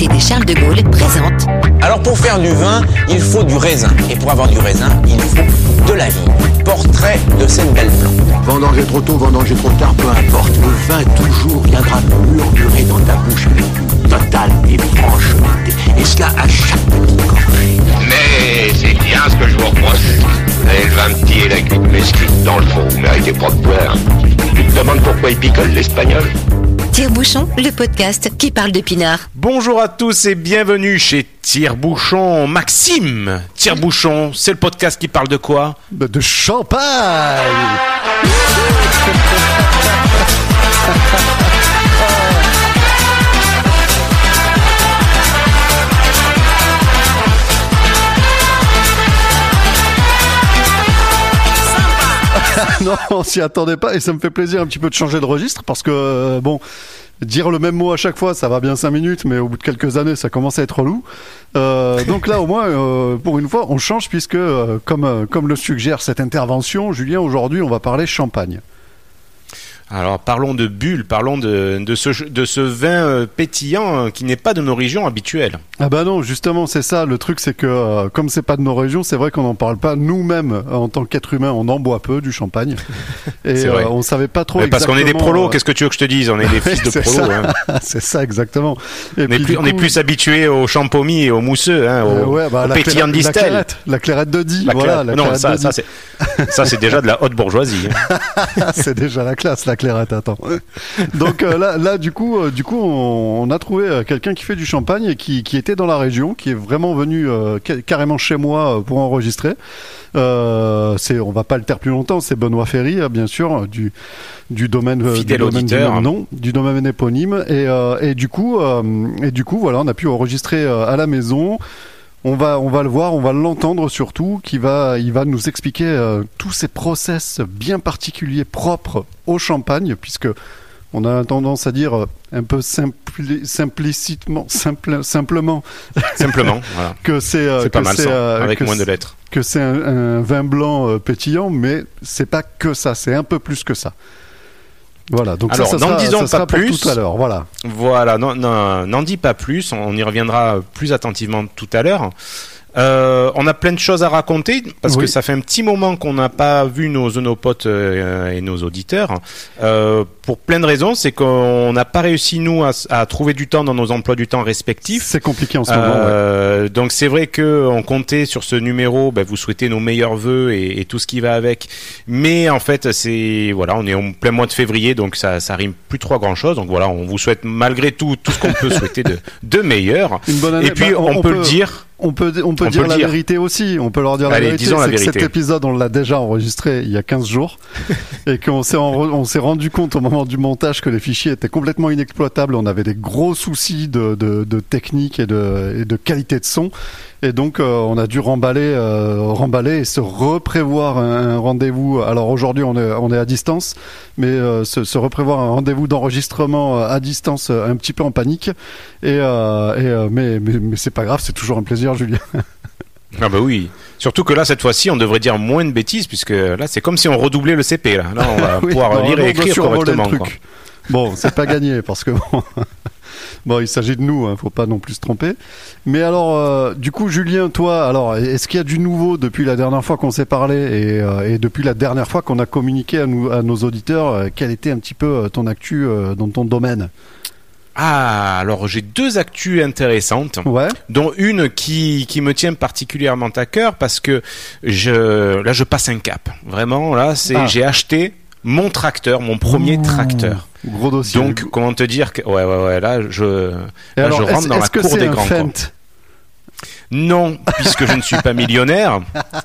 Université des Charles de Gaulle présente... Alors pour faire du vin, il faut du raisin. Et pour avoir du raisin, il faut de la vigne. Portrait de cette belle plante. Vendanger trop tôt, vendanger trop tard, peu importe. Le vin toujours viendra murmurer dans ta bouche avec une totale et franche honnêteté. Et cela à chaque petite gorgée. Mais c'est bien ce que je vous reproche. Vous avez le vin petit et la cuite mesquite dans le fond. Vous méritez pas de boire. Tu te demandes pourquoi il picole l'espagnol? Tire-bouchon, le podcast qui parle de pinard. Bonjour à tous et bienvenue chez Tire-bouchon. Maxime Tire-bouchon, c'est le podcast qui parle de quoi? De champagne. Non, on s'y attendait pas et ça me fait plaisir un petit peu de changer de registre parce que dire le même mot à chaque fois, ça va bien 5 minutes, mais au bout de quelques années, ça commence à être relou. Donc là, au moins, pour une fois, on change puisque, comme le suggère cette intervention, Julien, aujourd'hui, on va parler champagne. Alors parlons de bulles, parlons de ce vin pétillant qui n'est pas de nos régions habituelles. Ah bah non, justement c'est ça, le truc c'est que comme c'est pas de nos régions, c'est vrai qu'on n'en parle pas, nous-mêmes en tant qu'être humain on en boit peu du champagne et on savait pas trop parce qu'on est des prolos, qu'est-ce que tu veux que je te dise, on est des fils de prolos. Hein. C'est ça exactement. Et on est plus habitués au champomis et au mousseux, au pétillant de distel. La clairette de Die, ça c'est déjà de la haute bourgeoisie. Hein. C'est déjà la classe, la clairette, attends. Donc là du coup on a trouvé quelqu'un qui fait du champagne et qui était dans la région, qui est vraiment venu carrément chez moi pour enregistrer. On va pas le taire plus longtemps, c'est Benoît Ferry, bien sûr, du domaine fidèle auditeur, du domaine éponyme et du coup voilà, on a pu enregistrer à la maison. On va le voir, on va l'entendre surtout, il va nous expliquer tous ces process bien particuliers propres au champagne, puisque on a tendance à dire un peu simplement voilà. que c'est pas mal ça, avec moins de lettres. Que c'est un vin blanc pétillant, mais c'est pas que ça, c'est un peu plus que ça. Voilà, donc alors, n'en disons pas plus tout à l'heure, voilà. Voilà, n'en dis pas plus, on y reviendra plus attentivement tout à l'heure. On a plein de choses à raconter parce que ça fait un petit moment qu'on n'a pas vu nos potes et nos auditeurs pour plein de raisons. C'est qu'on n'a pas réussi nous à trouver du temps dans nos emplois du temps respectifs. C'est compliqué en ce moment. Donc c'est vrai que on comptait sur ce numéro. Vous souhaitez nos meilleurs vœux et tout ce qui va avec. Mais en fait on est en plein mois de février, donc ça rime plus trop à grand chose. Donc voilà, on vous souhaite malgré tout ce qu'on peut souhaiter de meilleur. Une bonne année. Et puis on peut le dire. On peut dire la vérité aussi. On peut leur dire la vérité. Disons la vérité. Que cet épisode, on l'a déjà enregistré il y a 15 jours et qu'on s'est rendu compte au moment du montage que les fichiers étaient complètement inexploitables. On avait des gros soucis de technique et de qualité de son. Et donc, on a dû remballer et se reprévoir un rendez-vous. Alors aujourd'hui, on est à distance, mais se reprévoir un rendez-vous d'enregistrement à distance, un petit peu en panique. Mais c'est pas grave, c'est toujours un plaisir, Julien. Ah bah oui. Surtout que là, cette fois-ci, on devrait dire moins de bêtises, puisque là, c'est comme si on redoublait le CP. Là on va pouvoir lire et écrire correctement. Bon, c'est pas gagné, parce que bon, il s'agit de nous, faut pas non plus se tromper. Mais alors, du coup, Julien, toi, alors, est-ce qu'il y a du nouveau depuis la dernière fois qu'on s'est parlé et depuis la dernière fois qu'on a communiqué à nos auditeurs, quelle était un petit peu ton actu dans ton domaine? Ah, alors j'ai deux actus intéressantes, dont une qui me tient particulièrement à cœur parce que je passe un cap. Vraiment, là, j'ai acheté mon tracteur, mon premier tracteur. Gros dossier. Donc, comment te dire que là, je rentre dans la cour des grands. Non, puisque je ne suis pas millionnaire.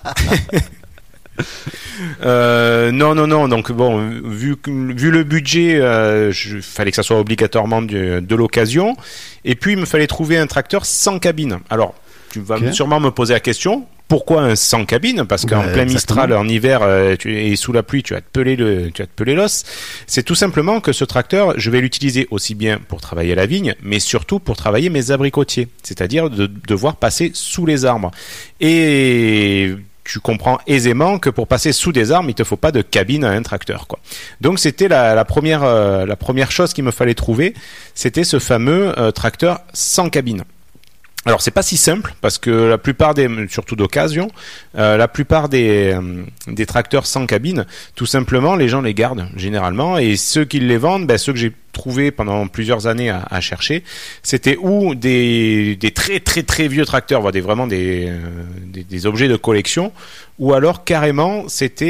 Non. Donc bon, vu le budget, fallait que ça soit obligatoirement de l'occasion. Et puis il me fallait trouver un tracteur sans cabine. Alors, tu vas sûrement me poser la question. Pourquoi un sans cabine? Parce qu'en plein Mistral, en hiver, et sous la pluie, tu vas te peler l'os. C'est tout simplement que ce tracteur, je vais l'utiliser aussi bien pour travailler la vigne, mais surtout pour travailler mes abricotiers. C'est-à-dire de devoir passer sous les arbres. Et tu comprends aisément que pour passer sous des arbres, il te faut pas de cabine à un tracteur, quoi. Donc c'était la première chose qu'il me fallait trouver, c'était ce fameux tracteur sans cabine. Alors c'est pas si simple parce que la plupart surtout d'occasion, la plupart des tracteurs sans cabine, tout simplement les gens les gardent généralement, et ceux qui les vendent, ceux que j'ai trouvé pendant plusieurs années à chercher, c'était ou des très très très vieux tracteurs, vraiment des objets de collection, ou alors carrément c'était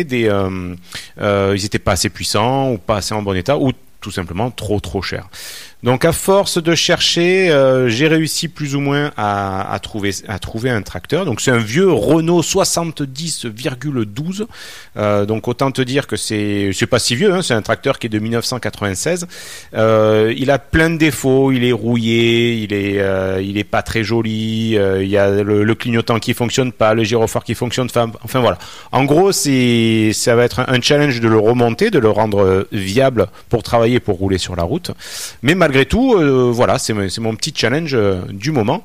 ils étaient pas assez puissants ou pas assez en bon état, ou tout simplement trop cher. Donc à force de chercher, j'ai réussi plus ou moins à trouver un tracteur. Donc c'est un vieux Renault 70,12. Donc autant te dire que c'est pas si vieux, hein, c'est un tracteur qui est de 1996. Il a plein de défauts, il est rouillé, il est pas très joli, il y a le clignotant qui fonctionne pas, le gyrophare qui fonctionne pas. Enfin voilà. En gros, ça va être un challenge de le remonter, de le rendre viable pour travailler, pour rouler sur la route. Mais malgré tout, voilà, c'est mon petit challenge du moment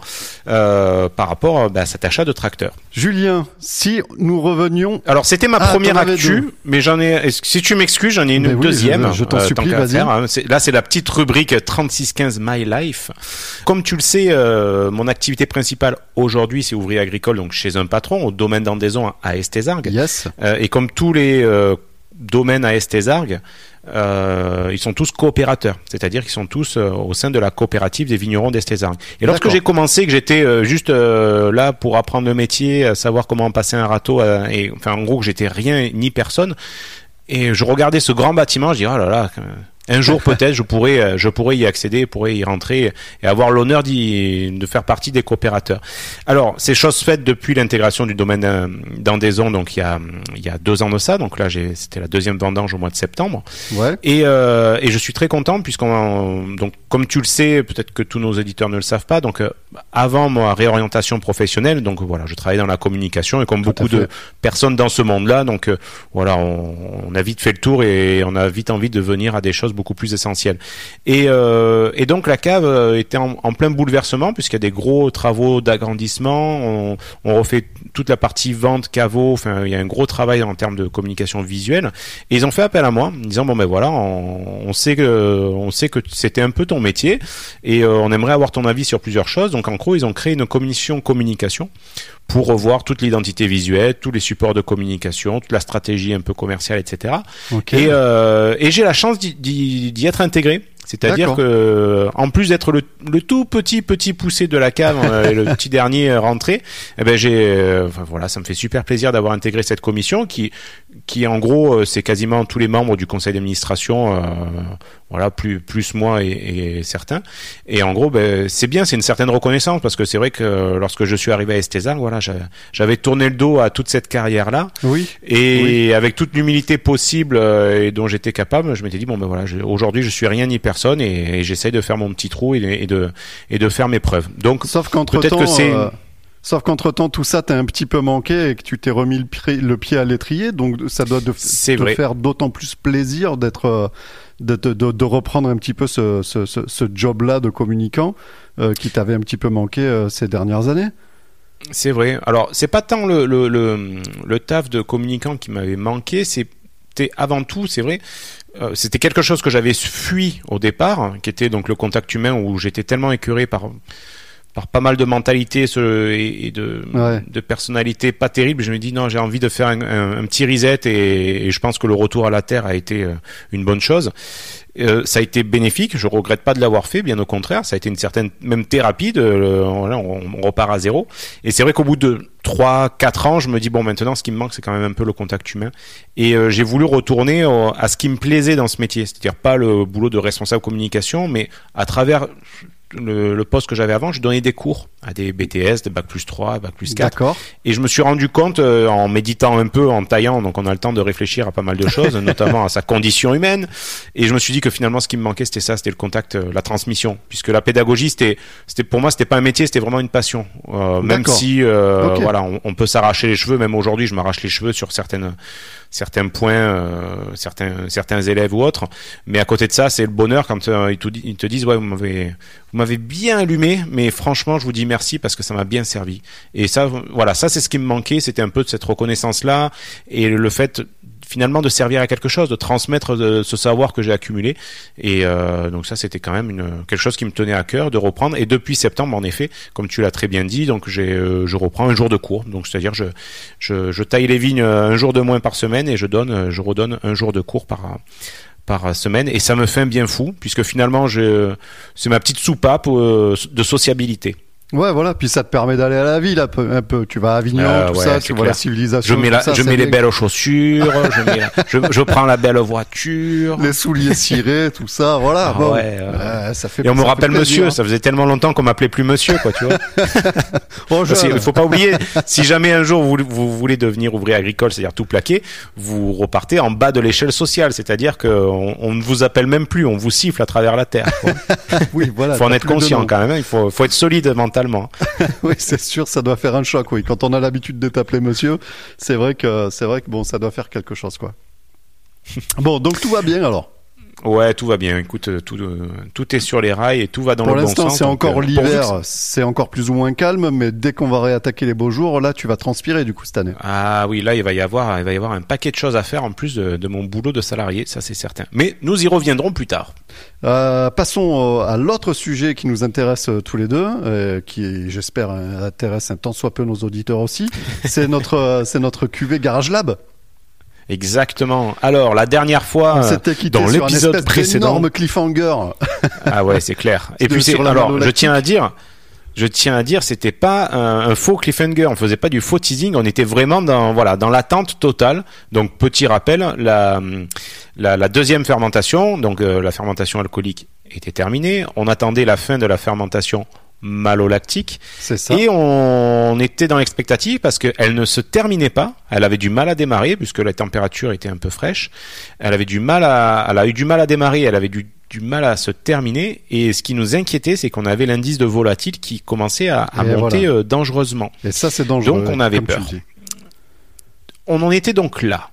par rapport à cet achat de tracteur. Julien, si nous revenions... Alors, c'était ma première actu, mais si tu m'excuses, j'en ai une deuxième. Je t'en supplie, vas-y. Là, c'est la petite rubrique 3615 My Life. Comme tu le sais, mon activité principale aujourd'hui, c'est ouvrier agricole, donc chez un patron, au domaine d'Andaison à Estésargues. Yes. Et comme tous les domaines à Estésargues, ils sont tous coopérateurs, c'est-à-dire qu'ils sont tous au sein de la coopérative des vignerons d'Estésargues. Et lorsque j'ai commencé, que j'étais juste là pour apprendre le métier, savoir comment passer un râteau, en gros que j'étais rien ni personne, et je regardais ce grand bâtiment, je dis oh là là, un jour peut-être je pourrais y accéder, pourrais y rentrer et avoir l'honneur de faire partie des coopérateurs. Alors c'est chose faite depuis l'intégration du domaine d'Andaison, donc il y a 2 ans de ça, donc là c'était la deuxième vendange au mois de septembre. Ouais. Et je suis très content donc comme tu le sais, peut-être que tous nos éditeurs ne le savent pas, donc avant ma réorientation professionnelle, donc voilà, je travaillais dans la communication, et comme beaucoup de personnes dans ce monde-là, donc voilà, on a vite fait le tour et on a vite envie de venir à des choses beaucoup plus essentielles. Et donc la cave était en plein bouleversement, puisqu'il y a des gros travaux d'agrandissement, on refait toute la partie vente, caveau, enfin il y a un gros travail en termes de communication visuelle, et ils ont fait appel à moi en disant bon voilà, on sait que c'était un peu ton métier, et on aimerait avoir ton avis sur plusieurs choses. Donc en gros ils ont créé une communication pour revoir toute l'identité visuelle, tous les supports de communication, toute la stratégie un peu commerciale, etc. Okay. Et j'ai la chance d'y être intégré. C'est-à-dire que, en plus d'être le tout petit poussé de la cave, et le petit dernier rentré, voilà, ça me fait super plaisir d'avoir intégré cette commission qui en gros, c'est quasiment tous les membres du conseil d'administration, voilà, plus moi et certains. Et en gros, c'est bien, c'est une certaine reconnaissance, parce que c'est vrai que lorsque je suis arrivé à Estésargues, voilà, j'avais tourné le dos à toute cette carrière-là. Oui. Et avec toute l'humilité possible et dont j'étais capable, je m'étais dit voilà, aujourd'hui je suis rien ni personne, et j'essaye de faire mon petit trou et de faire mes preuves. Donc sauf qu'entre-temps, tout ça t'a un petit peu manqué et que tu t'es remis le pied à l'étrier, donc ça doit te faire d'autant plus plaisir de reprendre un petit peu ce job-là de communicant qui t'avait un petit peu manqué ces dernières années. C'est vrai. Alors, c'est pas tant le taf de communicant qui m'avait manqué, c'était avant tout, c'est vrai, c'était quelque chose que j'avais fui au départ, qui était donc le contact humain, où j'étais tellement écœuré par pas mal de mentalités et de personnalités pas terribles. Je me dis non, j'ai envie de faire un petit reset, et je pense que le retour à la terre a été une bonne chose. Ça a été bénéfique, je regrette pas de l'avoir fait, bien au contraire, ça a été une certaine même thérapie, on repart à zéro. Et c'est vrai qu'au bout de 3-4 ans, je me dis maintenant ce qui me manque, c'est quand même un peu le contact humain, et j'ai voulu retourner à ce qui me plaisait dans ce métier, c'est-à-dire pas le boulot de responsable communication, mais à travers le poste que j'avais avant, je donnais des cours à des BTS, des Bac+3, Bac+4. D'accord. Et je me suis rendu compte, en méditant un peu, en taillant, donc on a le temps de réfléchir à pas mal de choses, notamment à sa condition humaine. Et je me suis dit que finalement, ce qui me manquait, c'était le contact, la transmission. Puisque la pédagogie, pour moi, c'était pas un métier, c'était vraiment une passion. Même si, voilà, on peut s'arracher les cheveux, même aujourd'hui, je m'arrache les cheveux sur certains points, certains élèves ou autres, mais à côté de ça, c'est le bonheur quand ils te disent ouais, vous m'avez bien allumé, mais franchement, je vous dis merci parce que ça m'a bien servi. Et ça, voilà, ça c'est ce qui me manquait, c'était un peu de cette reconnaissance-là et le fait finalement de servir à quelque chose, de transmettre ce savoir que j'ai accumulé. Et donc ça, c'était quand même quelque chose qui me tenait à cœur de reprendre. Et depuis septembre, en effet, comme tu l'as très bien dit, donc je reprends un jour de cours. Donc c'est-à-dire je taille les vignes un jour de moins par semaine et je redonne un jour de cours par semaine, et ça me fait un bien fou puisque finalement c'est ma petite soupape de sociabilité. Ouais, voilà, puis ça te permet d'aller à la ville un peu. Tu vas à Avignon, tout ça, tu vois la civilisation. Je mets les belles chaussures, je prends la belle voiture. Les souliers cirés, tout ça, voilà. Ça fait. Et on me rappelle monsieur, ça faisait tellement longtemps qu'on m'appelait plus monsieur, quoi, tu vois. Il faut pas oublier, si jamais un jour vous voulez devenir ouvrier agricole, c'est-à-dire tout plaquer, vous repartez en bas de l'échelle sociale, c'est-à-dire qu'on ne vous appelle même plus, on vous siffle à travers la terre, quoi. Oui, voilà. Faut en être conscient quand même, il faut être solide mentalement. Oui, c'est sûr, ça doit faire un choc. Oui, quand on a l'habitude de t'appeler monsieur, c'est vrai que bon, ça doit faire quelque chose, quoi. Bon, donc tout va bien alors. Ouais, tout va bien. Écoute, tout est sur les rails et tout va dans le bon sens. Pour l'instant, c'est encore l'hiver, c'est encore plus ou moins calme, mais dès qu'on va réattaquer les beaux jours, là, tu vas transpirer du coup cette année. Ah oui, là, il va y avoir un paquet de choses à faire en plus de mon boulot de salarié, ça c'est certain. Mais nous y reviendrons plus tard. Passons à l'autre sujet qui nous intéresse tous les deux, qui j'espère intéresse un tant soit peu nos auditeurs aussi. C'est notre cuvée Garage Lab. Exactement. Alors, la dernière fois, dans l'épisode précédent, énorme cliffhanger. Ah ouais, c'est clair. Et puis je tiens à dire, c'était pas un faux cliffhanger. On faisait pas du faux teasing. On était vraiment dans l'attente totale. Donc, petit rappel, la deuxième fermentation, donc la fermentation alcoolique était terminée. On attendait la fin de la fermentation malolactique. C'est ça. Et on était dans l'expectative parce qu'elle ne se terminait pas. Elle avait du mal à démarrer puisque la température était un peu fraîche. Elle a eu du mal à démarrer. Elle avait du mal à se terminer. Et ce qui nous inquiétait, c'est qu'on avait l'indice de volatile qui commençait à monter dangereusement. Et ça, c'est dangereux. Donc on avait peur. On en était donc là.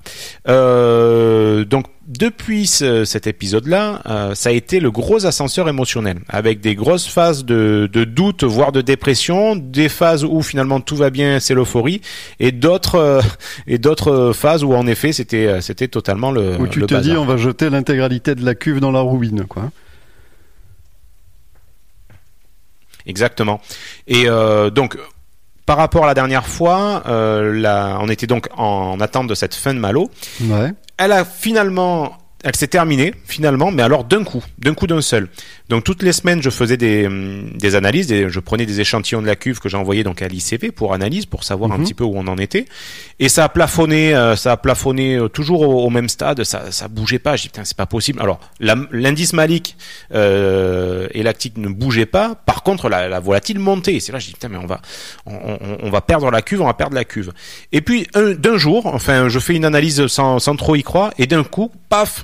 Donc depuis cet épisode-là, ça a été le gros ascenseur émotionnel, avec des grosses phases de doute, voire de dépression, des phases où finalement tout va bien, c'est l'euphorie, et d'autres phases où en effet c'était totalement le bazar. Où tu te dis on va jeter l'intégralité de la cuve dans la ruine, quoi. Exactement. Et donc par rapport à la dernière fois, on était donc en attente de cette fin de Malo. Ouais. Elle s'est terminée finalement, mais alors d'un coup d'un seul. Donc toutes les semaines, je faisais des analyses, je prenais des échantillons de la cuve que j'envoyais donc à l'ICV pour analyse, pour savoir un petit peu où on en était. Et ça a plafonné toujours au même stade, ça bougeait pas. Je dis putain, c'est pas possible. Alors l'indice malique et lactique ne bougeaient pas. Par contre, la volatile montait. Et c'est là je dis putain, mais on va perdre la cuve, on va perdre la cuve. Et puis d'un jour, enfin, je fais une analyse sans trop y croire, et d'un coup, paf.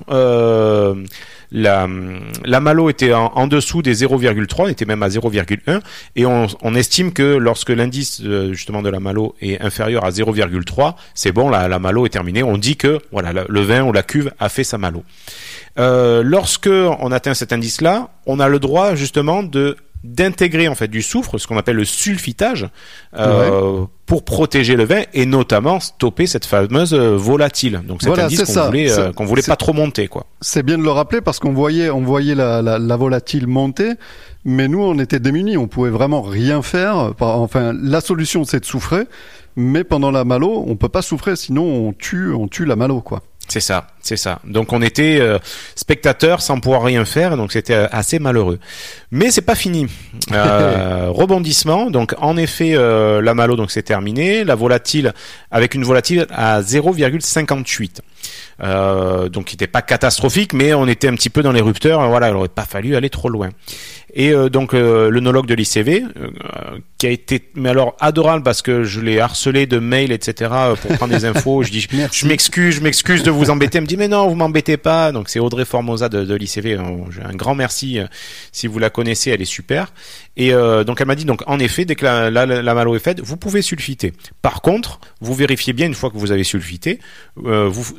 La Malo était en dessous des 0,3, on était même à 0,1, et on estime que lorsque l'indice justement de la Malo est inférieur à 0,3, c'est bon, la Malo est terminée. On dit que voilà, le vin ou la cuve a fait sa Malo. Lorsque on atteint cet indice-là, on a le droit justement d'intégrer en fait du soufre, ce qu'on appelle le sulfitage, pour protéger le vin et notamment stopper cette fameuse volatile. Donc cet indice qu'on voulait pas trop monter, quoi. C'est bien de le rappeler parce qu'on voyait la volatile monter, mais nous on était démunis, on pouvait vraiment rien faire. Enfin, la solution c'est de soufrer, mais pendant la Malo, on peut pas soufrer, sinon on tue la Malo, quoi. C'est ça. Donc on était spectateurs sans pouvoir rien faire, donc c'était assez malheureux. Mais c'est pas fini. Rebondissement. Donc en effet, la Malo donc c'est terminé. La volatile avec une volatile à 0,58. Donc qui n'était pas catastrophique, mais on était un petit peu dans les rupteurs. Voilà, il aurait pas fallu aller trop loin. Et donc l'œnologue de l'ICV qui a été mais alors adorable parce que je l'ai harcelé de mails etc pour prendre des infos. Je dis je m'excuse de vous embêter. Elle me dit mais non, vous m'embêtez pas. Donc c'est Audrey Formosa de l'ICV. Un grand merci si vous la connaissez, elle est super. Et donc elle m'a dit donc en effet dès que la Malo est faite, vous pouvez sulfiter. Par contre, vous vérifiez bien une fois que vous avez sulfité, vous soutirez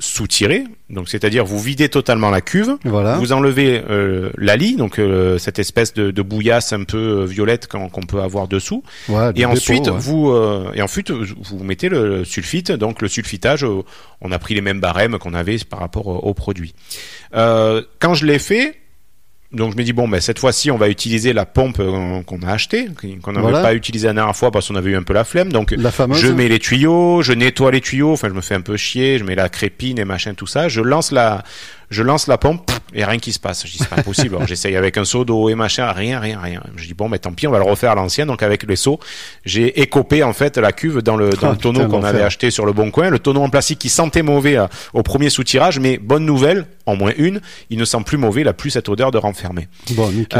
soutirez, donc c'est-à-dire vous videz totalement la cuve, Voilà. vous enlevez la lie, donc cette espèce de bouillasse un peu violette qu'on peut avoir dessous, Ouais, du et dépôt, ensuite ouais. vous mettez le sulfite. Donc le sulfitage, on a pris les mêmes barèmes qu'on avait par rapport au produit. Quand je l'ai fait, donc je me dis bon, ben cette fois-ci on va utiliser la pompe qu'on a achetée, qu'on n'avait Voilà. pas utilisée la dernière fois parce qu'on avait eu un peu la flemme. Donc La fameuse. je mets les tuyaux, je nettoie les tuyaux, enfin je me fais un peu chier, je mets la crépine et machin tout ça, je lance la pompe et rien qui se passe. Je dis c'est pas possible. Alors j'essaye avec un seau d'eau et machin, rien. Je dis bon, mais tant pis, on va le refaire à l'ancienne. Donc avec les seaux, j'ai écopé en fait la cuve dans le tonneau putain, qu'on avait l'enfer. acheté sur le Bon Coin, le tonneau en plastique qui sentait mauvais au premier sous-tirage, mais bonne nouvelle, en moins une, il ne sent plus mauvais, il a plus cette odeur de renfermé. Bon, nickel.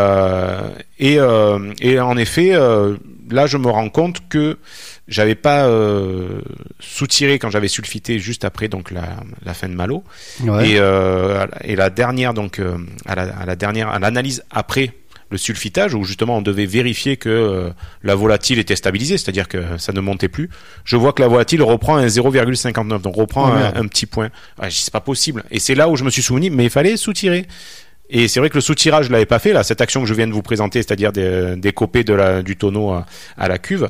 Et en effet, là, je me rends compte que j'avais pas soutiré quand j'avais sulfité juste après donc la fin de Malo. Ouais. Et la dernière donc à l'analyse après le sulfitage où justement on devait vérifier que la volatile était stabilisée, c'est-à-dire que ça ne montait plus. Je vois que la volatile reprend un 0,59, donc reprend un petit point. Ouais, c'est pas possible. Et c'est là où je me suis souvenu, mais il fallait soutirer. Et c'est vrai que le soutirage, je l'avais pas fait, là, cette action que je viens de vous présenter, c'est-à-dire décoper du tonneau à la cuve.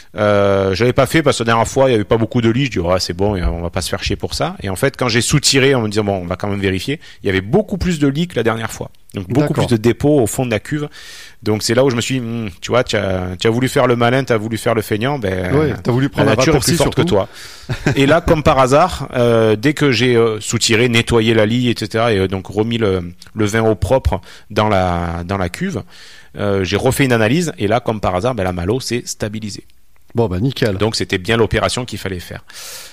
Je l'avais pas fait parce que la dernière fois, il y avait pas beaucoup de lit. Je dis, oh, c'est bon, on va pas se faire chier pour ça. Et en fait, quand j'ai soutiré en me disant, bon, on va quand même vérifier, il y avait beaucoup plus de lit que la dernière fois. Donc, beaucoup D'accord. plus de dépôts au fond de la cuve. Donc, c'est là où je me suis dit, tu vois, tu as voulu faire le malin, tu as voulu faire le feignant, Ouais, t'as voulu la prendre un nature est raccourci plus forte surtout. que toi. Et là, comme par hasard, dès que j'ai soutiré, nettoyé la lie, etc., et donc remis le vin au propre dans la cuve, j'ai refait une analyse, et là, comme par hasard, la Malo s'est stabilisée. Bon, bah, nickel. Donc c'était bien l'opération qu'il fallait faire.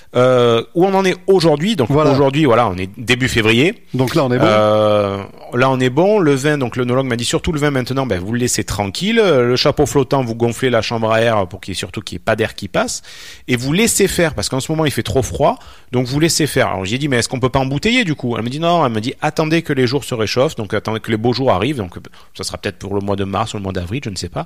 Où on en est aujourd'hui, donc Voilà. aujourd'hui, voilà, on est début février. Donc là, on est bon. Là, on est bon. Le vin, donc l'œnologue m'a dit surtout le vin maintenant, vous le laissez tranquille. Le chapeau flottant, vous gonflez la chambre à air pour qu'il y ait pas d'air qui passe. Et vous laissez faire, parce qu'en ce moment, il fait trop froid. Donc vous laissez faire. Alors j'ai dit, mais est-ce qu'on peut pas embouteiller du coup? Elle me dit non, elle me dit attendez que les jours se réchauffent, donc attendez que les beaux jours arrivent. Donc ça sera peut-être pour le mois de mars ou le mois d'avril, je ne sais pas.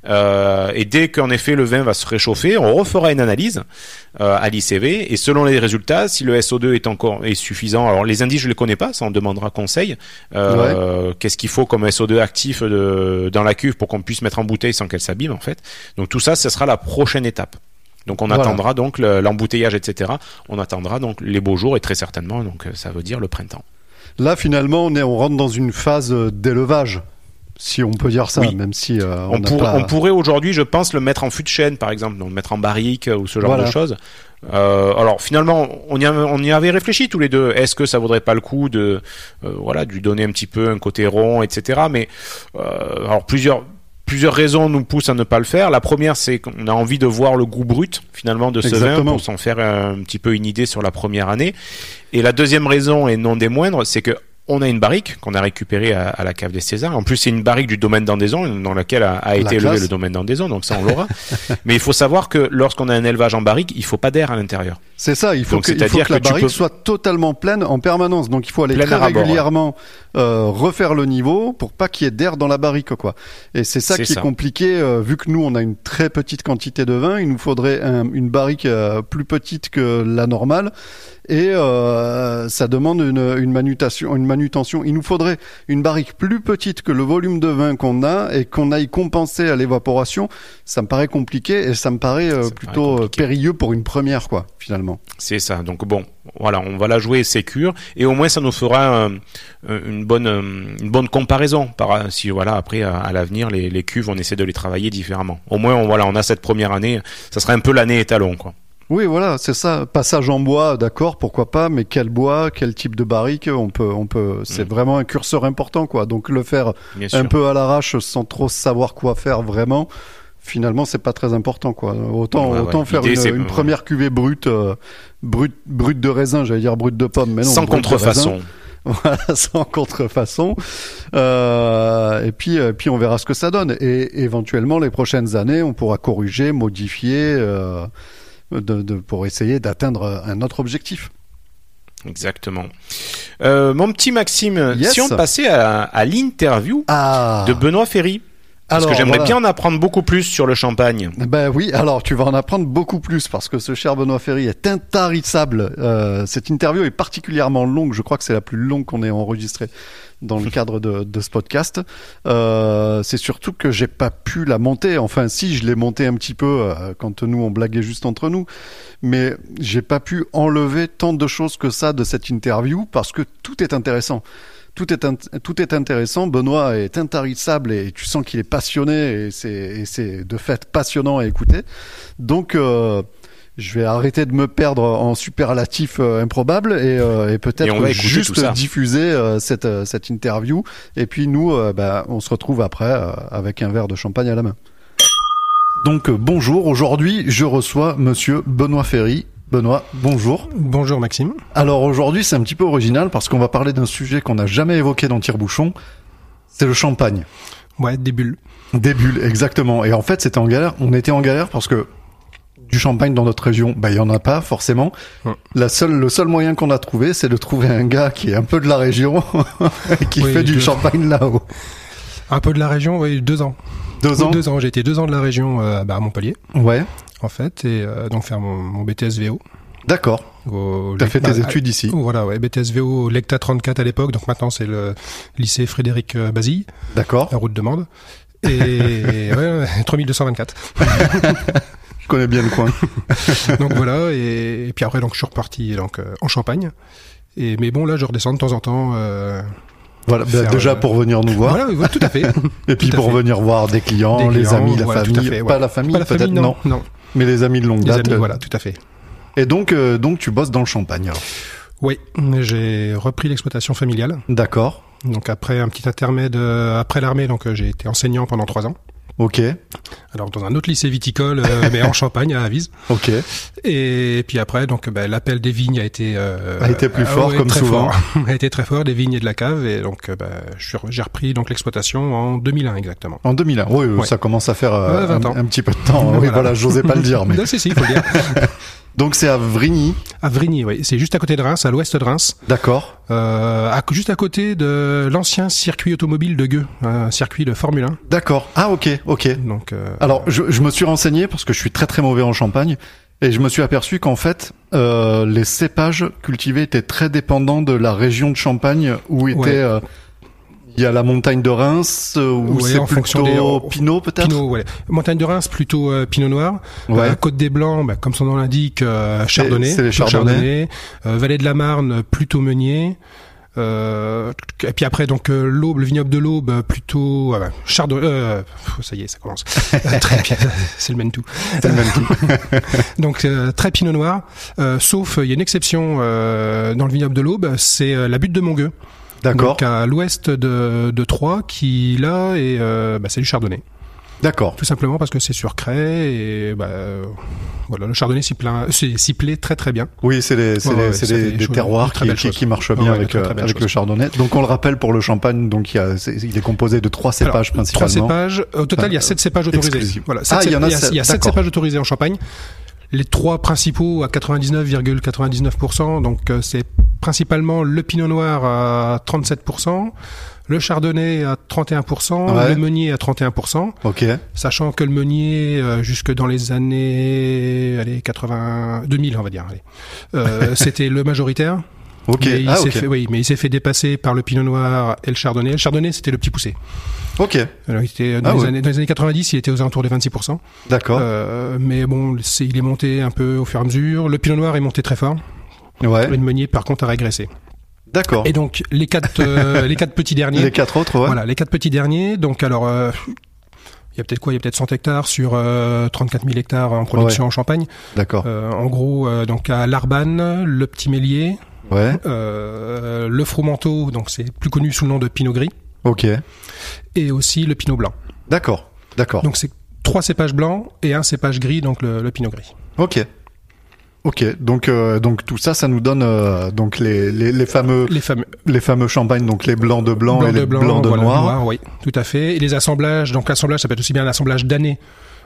Et dès qu'en effet le vin va se réchauffer, on refera une analyse à l'ICV. Et selon les résultats, si le SO2 est suffisant, alors les indices je les connais pas, ça on demandera conseil. Qu'est-ce qu'il faut comme SO2 actif dans la cuve pour qu'on puisse mettre en bouteille sans qu'elle s'abîme en fait. Donc tout ça, ce sera la prochaine étape. Donc on attendra donc l'embouteillage, etc. On attendra donc les beaux jours et très certainement donc ça veut dire le printemps. Là, finalement, on rentre dans une phase d'élevage, si on peut dire ça, Oui. même si On pourrait aujourd'hui, je pense, le mettre en fût de chêne, par exemple, donc le mettre en barrique ou ce genre Voilà. de choses. Alors finalement, on y avait réfléchi tous les deux. Est-ce que ça vaudrait pas le coup de lui donner un petit peu un côté rond, etc. Mais alors plusieurs raisons nous poussent à ne pas le faire. La première, c'est qu'on a envie de voir le goût brut finalement de ce vin Exactement. pour s'en faire un petit peu une idée sur la première année. Et la deuxième raison, et non des moindres, c'est que on a une barrique qu'on a récupérée à la cave des Césars. En plus, c'est une barrique du domaine d'Andaison, dans laquelle a été élevé classe. le domaine d'Andaison, donc ça on l'aura. Mais il faut savoir que lorsqu'on a un élevage en barrique, il faut pas d'air à l'intérieur. C'est ça, il faut Donc, que la c'est-à-dire que tu barrique peux- soit totalement pleine en permanence. Donc il faut aller Pleine très à ras-bord, régulièrement refaire le niveau pour pas qu'il y ait d'air dans la barrique, quoi. Et c'est ça C'est qui ça. est compliqué, vu que nous on a une très petite quantité de vin, il nous faudrait une barrique plus petite que la normale. Et ça demande une manutention. Il nous faudrait une barrique plus petite que le volume de vin qu'on a et qu'on aille compenser à l'évaporation. Ça me paraît compliqué et ça me paraît plutôt compliqué. périlleux pour une première, quoi, finalement. C'est ça. Donc bon, voilà, on va la jouer sécure et au moins ça nous fera une bonne comparaison. Si voilà après à l'avenir les cuves, on essaie de les travailler différemment. Au moins on a cette première année, ça sera un peu l'année étalon quoi. Oui, voilà, c'est ça. Passage en bois, d'accord, pourquoi pas, mais quel bois, quel type de barrique, on peut, c'est vraiment un curseur important, quoi. Donc le faire Bien un sûr. peu à l'arrache sans trop savoir quoi faire vraiment, finalement, c'est pas très important, quoi. Autant faire L'idée, c'est- une première cuvée brute de raisin, j'allais dire brute de pomme, mais non. Sans brute de raisin. contrefaçon. Voilà, sans contrefaçon. Et puis on verra ce que ça donne. Et éventuellement, les prochaines années, on pourra corriger, modifier, pour essayer d'atteindre un autre objectif. Exactement. Mon petit Maxime, Yes. si on passait à l'interview Ah, de Benoît Ferry. Parce que j'aimerais voilà. bien en apprendre beaucoup plus sur le champagne. Ben oui, alors tu vas en apprendre beaucoup plus parce que ce cher Benoît Ferry est intarissable. Cette interview est particulièrement longue, je crois que c'est la plus longue qu'on ait enregistrée dans le cadre de ce podcast. C'est surtout que j'ai pas pu la monter, enfin si, je l'ai montée un petit peu quand nous on blaguait juste entre nous, mais j'ai pas pu enlever tant de choses que ça de cette interview parce que tout est intéressant. Tout est intéressant. Benoît est intarissable et tu sens qu'il est passionné et c'est de fait passionnant à écouter. Donc, je vais arrêter de me perdre en superlatifs improbables et peut-être juste diffuser cette interview. Et puis nous, on se retrouve après avec un verre de champagne à la main. Donc, bonjour. Aujourd'hui, je reçois monsieur Benoît Ferry. Benoît, bonjour. Bonjour Maxime. Alors aujourd'hui, c'est un petit peu original parce qu'on va parler d'un sujet qu'on n'a jamais évoqué dans Tire-Bouchon, c'est le champagne. Ouais, des bulles. Des bulles, exactement. Et en fait, c'était en galère. On était en galère parce que du champagne dans notre région, il y en a pas forcément. Le seul moyen qu'on a trouvé, c'est de trouver un gars qui est un peu de la région et qui fait du champagne là-haut. Un peu de la région, oui, 2 ans. 2 ans. 2 ans. J'ai été 2 ans de la région à Montpellier. Ouais. En fait, et donc faire mon BTS VO. D'accord. T'as fait tes études ici. Voilà, ouais, BTS VO Lecta 34 à l'époque, donc maintenant c'est le lycée Frédéric Bazille. D'accord. La route de Mende. Et ouais, 3224. Je connais bien le coin. Donc voilà, et puis après donc je suis reparti donc en Champagne. Mais bon là je redescends de temps en temps. Voilà, déjà pour venir nous voir. Voilà, tout à fait. Et puis pour venir voir des clients, les amis, la famille. Pas la famille, peut-être non. Mais les amis de longue date. Voilà, tout à fait. Et donc tu bosses dans le champagne alors. Oui, j'ai repris l'exploitation familiale. D'accord. Donc après un petit intermède après l'armée, donc j'ai été enseignant pendant 3 ans. Ok. Alors dans un autre lycée viticole, mais en Champagne à Avise. Ok. Et puis après, donc l'appel des vignes a été plus fort comme souvent. A été très fort, des vignes et de la cave, et donc j'ai repris donc l'exploitation en 2001 exactement. En 2001, oui, ouais. Ça commence à faire 20 ans. Un petit peu de temps. Oui, voilà, j'osais pas le dire, mais. Non, si, il faut le dire. Donc c'est à Vrigny. À Vrigny, oui. C'est juste à côté de Reims, à l'ouest de Reims. D'accord. Juste à côté de l'ancien circuit automobile de Gueux, un circuit de Formule 1. D'accord. Ah ok. Donc. Alors je me suis renseigné parce que je suis très très mauvais en champagne et je me suis aperçu qu'en fait les cépages cultivés étaient très dépendants de la région de Champagne où était. Il y a la montagne de Reims, où c'est plutôt Pinot peut-être. Pinot, ouais. Montagne de Reims plutôt Pinot Noir. Ouais. Côte des Blancs, comme son nom l'indique, Chardonnay. C'est les Chardonnay. Vallée de la Marne plutôt Meunier. Et puis après donc l'Aube, le vignoble de l'Aube plutôt Chardonnay. Ça y est, ça commence. Très c'est le même tout. C'est le même tout. Donc très Pinot Noir. Sauf il y a une exception dans le vignoble de l'Aube, c'est la butte de Montgueux. D'accord. Donc à l'ouest de Troyes, qui là est c'est du Chardonnay. D'accord. Tout simplement parce que c'est sur craie et voilà, le Chardonnay s'y plaît très très bien. Oui, c'est des terroirs qui marchent bien avec le Chardonnay. Donc on le rappelle pour le champagne, donc il est composé de 3 cépages principalement. 3 cépages. Au total, il y a 7 cépages autorisés. Voilà, il y a 7 cépages autorisés en Champagne. Les 3 principaux à 99,99%, donc c'est principalement le Pinot Noir à 37%, le Chardonnay à 31%, le Meunier à 31%. Ok. Sachant que le Meunier, jusque dans les années 2000, on va dire, c'était le majoritaire. Ok. Mais il s'est fait dépasser par le Pinot Noir et le Chardonnay. Le Chardonnay, c'était le petit poussé. Ok. Alors, il était dans les années 90, il était aux alentours des 26%. D'accord. Mais bon, il est monté un peu au fur et à mesure. Le Pinot Noir est monté très fort. Ouais. Le Meunier, par contre, a régressé. D'accord. Et donc, les 4 petits derniers. Les 4 autres, ouais. Voilà, les 4 petits derniers. Donc, alors, il y a peut-être 100 hectares sur 34 000 hectares en production en Champagne. D'accord. En gros, donc à l'Arbanne, le Petit Mélier. Ouais. Le Fromenteau, donc c'est plus connu sous le nom de Pinot Gris. Ok. Et aussi le Pinot Blanc. D'accord. Donc c'est 3 cépages blancs et un cépage gris, donc le Pinot Gris. Ok. Donc tout ça nous donne donc les fameux champagnes, donc les blancs de blanc et les blancs de noir. Oui, tout à fait. Et les assemblages, donc l'assemblage, ça peut être aussi bien un assemblage d'année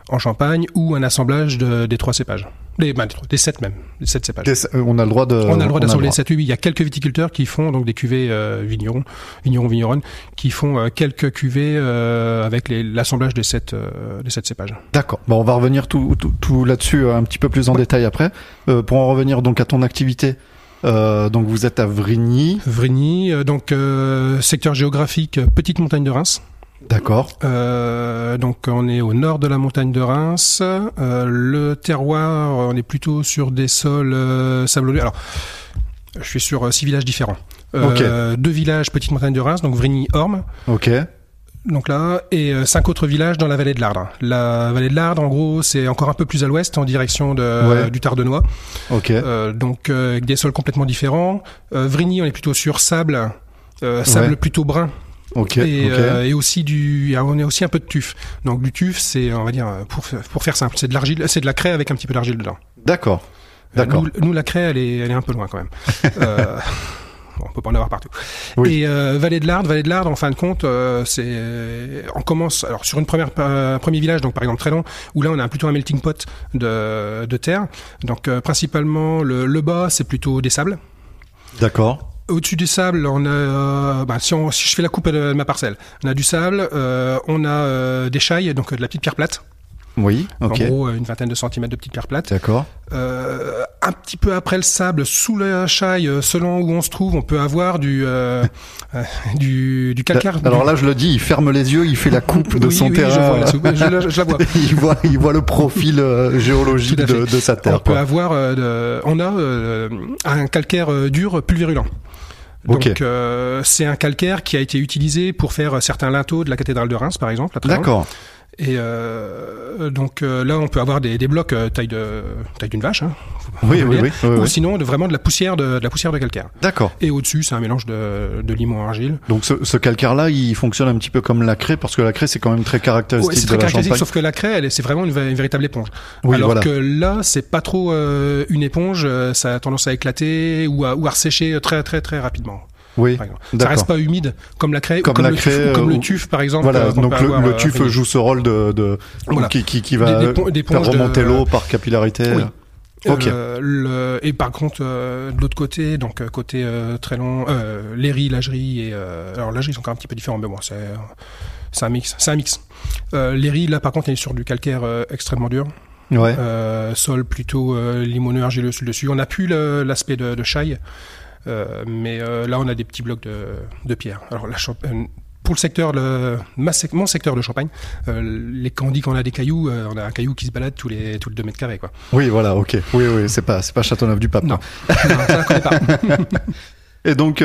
en Champagne ou un assemblage des 3 cépages. Des 7 même, les 7 cépages. On a le droit d'assembler les 7. Oui, il y a quelques viticulteurs qui font donc des cuvées vignerons, qui font quelques cuvées avec l'assemblage des 7 cépages. D'accord. Bon, on va revenir tout là-dessus un petit peu plus en détail après. Pour en revenir donc à ton activité. Donc vous êtes à Vrigny. Vrigny, donc secteur géographique, petite montagne de Reims. D'accord. Donc on est au nord de la montagne de Reims. Le terroir, on est plutôt sur des sols sablonneux. Alors, je suis sur 6 villages différents. 2 villages, petite montagne de Reims, donc Vrigny-Orme. Ok. Donc là, et 5 autres villages dans la vallée de l'Ardre. La vallée de l'Ardre, en gros, c'est encore un peu plus à l'ouest, en direction du Tardenois. Ok. Donc avec des sols complètement différents. Vrigny, on est plutôt sur sable plutôt brun. Okay, et aussi on est aussi un peu de tuf. Donc du tuf, c'est, on va dire, pour faire simple, c'est de l'argile, c'est de la craie avec un petit peu d'argile dedans. D'accord. Nous, la craie, elle est un peu loin quand même. On peut pas en avoir partout. Oui. Et Vallée de l'Ardre, en fin de compte, on commence alors sur premier village, donc par exemple Trélon, où là on a plutôt un melting pot de terre. Donc principalement le bas, c'est plutôt des sables. D'accord. Au-dessus du sable, on a, si je fais la coupe de ma parcelle, on a du sable, on a des chailles, donc de la petite pierre plate. Oui, ok. En gros, une vingtaine de centimètres de petite pierre plate. D'accord. Un petit peu après le sable, sous la chaille, selon où on se trouve, on peut avoir du calcaire. Alors là, je le dis, il ferme les yeux, il fait la coupe de son terrain. Je la vois. il voit le profil géologique de sa terre. On peut avoir, on a un calcaire dur pulvérulent. Donc c'est un calcaire qui a été utilisé pour faire certains linteaux de la cathédrale de Reims, par exemple. D'accord. Et donc là, on peut avoir des blocs taille d'une vache. Hein, oui. Ou sinon vraiment de la poussière de calcaire. D'accord. Et au-dessus, c'est un mélange de limon argile. Donc ce calcaire-là, il fonctionne un petit peu comme la craie, parce que la craie, c'est quand même très caractéristique c'est très de la Champagne. Sauf que la craie, c'est vraiment une véritable éponge. Oui, alors que là, c'est pas trop une éponge. Ça a tendance à éclater ou à ressécher très très très rapidement. Oui, ça reste pas humide comme la craie, comme le tuf par exemple. Voilà, donc le tuf joue ce rôle qui va faire remonter l'eau par capillarité. Oui. Ok. Et par contre, de l'autre côté, donc côté Trélon, Léry, Lagerie et alors Lagerie sont encore un petit peu différents, mais bon, c'est un mix. Léry, là par contre, il est sur du calcaire extrêmement dur. Ouais. Sol plutôt limoneux argileux sur le dessus. On n'a plus l'aspect de chaille. Mais là, on a des petits blocs de pierre. Alors, pour le secteur, mon secteur de Champagne, quand on dit qu'on a des cailloux, on a un caillou qui se balade tous les 2 mètres carrés, quoi. Oui, voilà, ok. Oui, c'est pas Châteauneuf-du-Pape. Non, ça ne connaît pas. Et donc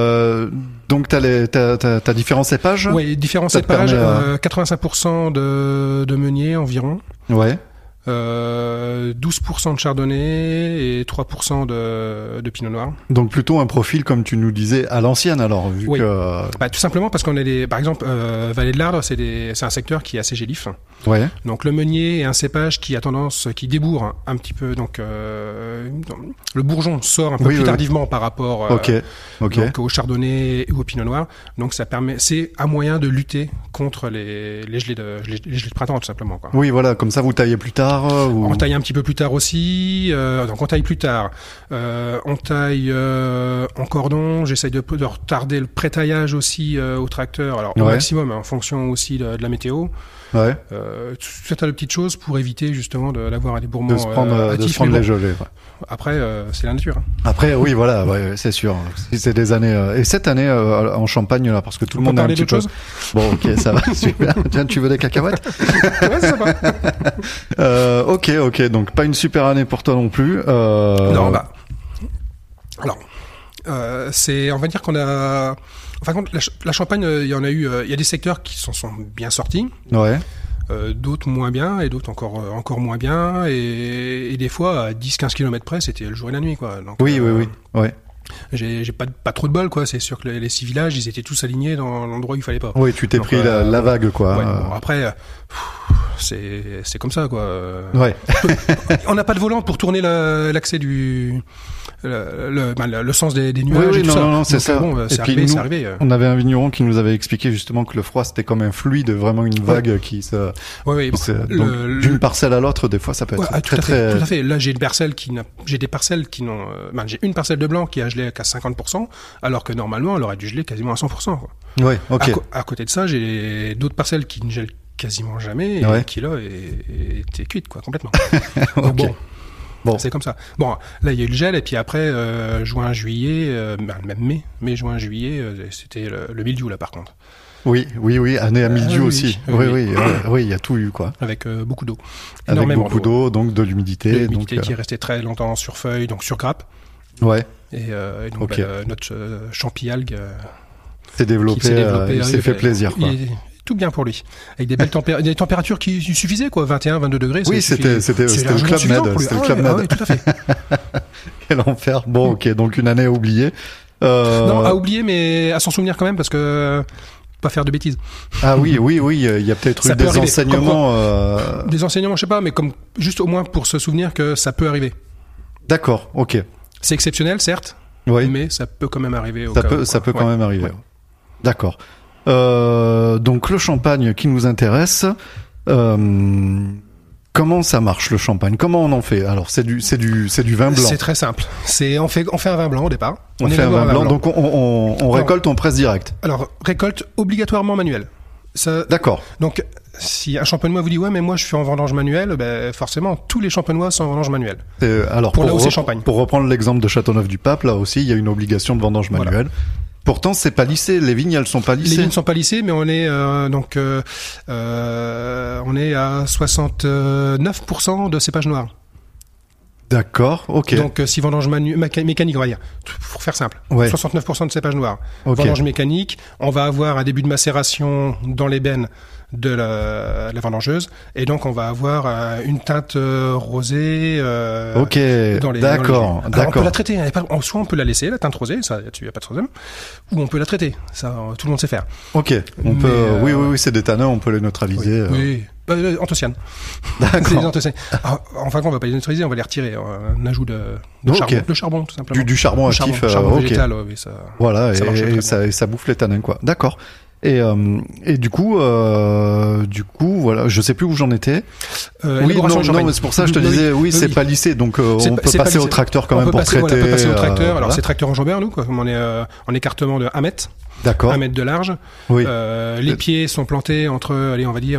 t'as différents cépages. Oui, différents cépages. 85% de meunier environ. Ouais. 12% de chardonnay et 3% de pinot noir. Donc plutôt un profil, comme tu nous disais, à l'ancienne alors, vu que... tout simplement parce qu'on est par exemple, Vallée de l'Ardre, c'est un secteur qui est assez gélif. Ouais. Donc le meunier est un cépage qui débourre un petit peu, donc le bourgeon sort un peu plus tardivement par rapport donc, au chardonnay ou au pinot noir. Donc c'est un moyen de lutter contre les gelées de printemps, tout simplement, quoi. Oui, voilà, comme ça vous taillez plus tard. On taille un petit peu plus tard aussi. Donc on taille plus tard. On taille en cordon. J'essaye de retarder le pré-taillage aussi au tracteur. Alors au maximum, en fonction aussi de la météo. Ouais. Tout un tas de petites choses pour éviter justement d'avoir un débourrement de se prendre les gelées. Ouais. Après, c'est la nature. Hein. Après, oui, voilà, c'est sûr. Si c'est des années. Et cette année en Champagne, là, parce que tout le monde a un petit peu. Chose bon, ok, ça va, super. Tiens, tu veux des cacahuètes? Ouais, ça va. Ok. Donc pas une super année pour toi non plus. Non, alors, on va dire qu'on a. Enfin, la Champagne, il y a des secteurs qui s'en sont bien sortis. Ouais. D'autres moins bien et d'autres encore moins bien et des fois à 10-15 km près c'était le jour et la nuit, quoi. Donc, oui. Ouais. J'ai pas trop de bol, quoi. C'est sûr que les 6 villages ils étaient tous alignés dans l'endroit où il fallait pas. Oui, tu t'es pris la vague, quoi. Ouais, bon, après c'est comme ça, quoi. Ouais. On n'a pas de volant pour tourner l'accès du le sens des nuages et tout ça. Non, c'est donc, ça. Bon, c'est arrivé. On avait un vigneron qui nous avait expliqué justement que le froid c'était comme un fluide, vraiment une vague qui se. Oui. D'une parcelle à l'autre, des fois ça peut être tout à fait. Là, j'ai des parcelles qui n'ont. J'ai une parcelle de blanc qui a gelé qu'à 50%, alors que normalement, elle aurait dû geler quasiment à 100%. Quoi. Oui, ok. À côté de ça, j'ai d'autres parcelles qui ne gèlent quasiment jamais et qui là était cuite quoi complètement. Donc, bon, c'est comme ça. Bon, là il y a eu le gel et puis après juin, juillet, même mai, juin, juillet, c'était le mildiou là par contre. Oui, année à mildiou aussi. Oui, il y a tout eu quoi. Avec beaucoup d'eau. Avec beaucoup d'eau, donc de l'humidité. L'humidité qui est restée très longtemps sur feuilles, donc sur grappes. Ouais. Et donc notre champi-algue s'est développé, il s'est fait plaisir quoi. Tout bien pour lui. Avec des belles des températures qui suffisaient, quoi. 21, 22 degrés. Oui, c'était le Club Med. C'était le Club Med. Oui, tout à fait. Quel enfer. Bon, ok. Donc, une année à oublier. Non, à oublier, mais à s'en souvenir quand même, parce que, pas faire de bêtises. Ah oui. Il y a peut-être eu des enseignements, Des enseignements, je sais pas, mais comme, juste au moins pour se souvenir que ça peut arriver. D'accord. Ok. C'est exceptionnel, certes. Oui. Mais ça peut quand même arriver. Ça peut quand même arriver. Ouais. D'accord. Donc le champagne qui nous intéresse, comment ça marche le champagne? Comment on en fait? Alors c'est du vin blanc. C'est très simple. On fait un vin blanc au départ. On fait un vin blanc. Donc on récolte, on presse direct. Alors récolte obligatoirement manuel. D'accord. Donc si un champenois vous dit ouais mais moi je suis en vendange manuelle, forcément tous les champenois sont en vendange manuelle. Alors pour là où c'est champagne. Pour reprendre l'exemple de Châteauneuf-du-Pape, là aussi il y a une obligation de vendange manuelle. Voilà. Pourtant, c'est pas lissé. Les vignes, elles sont pas lissées. Les vignes sont pas lissées, mais on est on est à 69% de cépage noir. D'accord, ok. Donc, si vendange mécanique, on va dire, pour faire simple, 69% de cépage noir. Okay. Vendange mécanique, on va avoir un début de macération dans l'ébène de la vendangeuse, et donc on va avoir une teinte rosée. Ok, d'accord. On peut la traiter, soit on peut la laisser, la teinte rosée, ça, là-dessus, il n'y a pas de problème, ou on peut la traiter, ça, tout le monde sait faire. Ok, oui, c'est des tanins, on peut les neutraliser. Oui. Anthocyanes. D'accord. Enfin, on va pas les neutraliser, on va les retirer. Un ajout de charbon. De charbon, tout simplement. Du charbon actif. Charbon végétal, oui, ça. Voilà, et ça bouffe les tanins, quoi. D'accord. Et du coup, voilà, je sais plus où j'en étais. Non, mais c'est pour ça que je te disais, c'est pas lissé, donc on peut passer au tracteur quand même pour traiter. On peut passer au tracteur. Alors c'est tracteur enjambeur, nous, quoi. Comme on est en écartement de 1 mètre. D'accord. 1 mètre de large. Oui. Les pieds sont plantés entre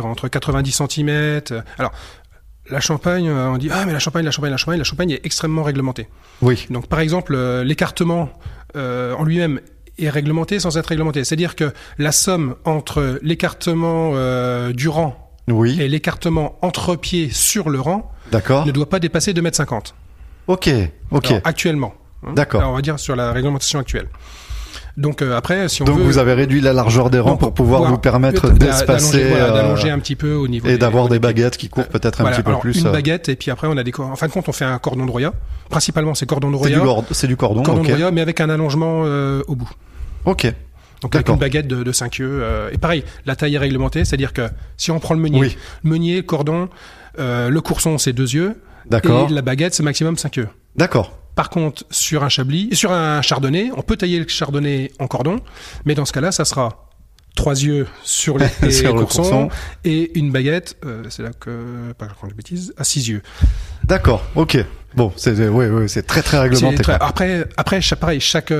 90 cm. Alors, la Champagne, on dit, mais la Champagne est extrêmement réglementée. Oui. Donc, par exemple, l'écartement, en lui-même, est réglementé sans être réglementé. C'est-à-dire que la somme entre l'écartement du rang et l'écartement entre pieds sur le rang ne doit pas dépasser 2,50 m. Ok. Alors, actuellement. D'accord. Alors, on va dire sur la réglementation actuelle. Donc après, si on veut... vous avez réduit la largeur des rangs pour pouvoir vous permettre d'espacer, d'allonger un petit peu au niveau et d'avoir des baguettes qui courent peut-être un petit peu plus. Une baguette et puis après on a en fin de compte on fait un cordon de Roya. Principalement c'est cordon de Roya. C'est du cordon. Cordon de Roya, mais avec un allongement au bout. Ok. Donc avec une baguette de 5 œufs. Et pareil, la taille est réglementée, c'est-à-dire que si on prend le meunier, meunier, cordon, le courson c'est 2 œufs. D'accord. Et la baguette c'est maximum 5 œufs. D'accord. Par contre, sur un chardonnay, on peut tailler le chardonnay en cordon, mais dans ce cas-là, ça sera 3 yeux sur les coursons et une baguette, c'est là que, pas que je raconte des bêtises, à 6 yeux. D'accord, ok. Bon, c'est très très réglementé. Après, chaque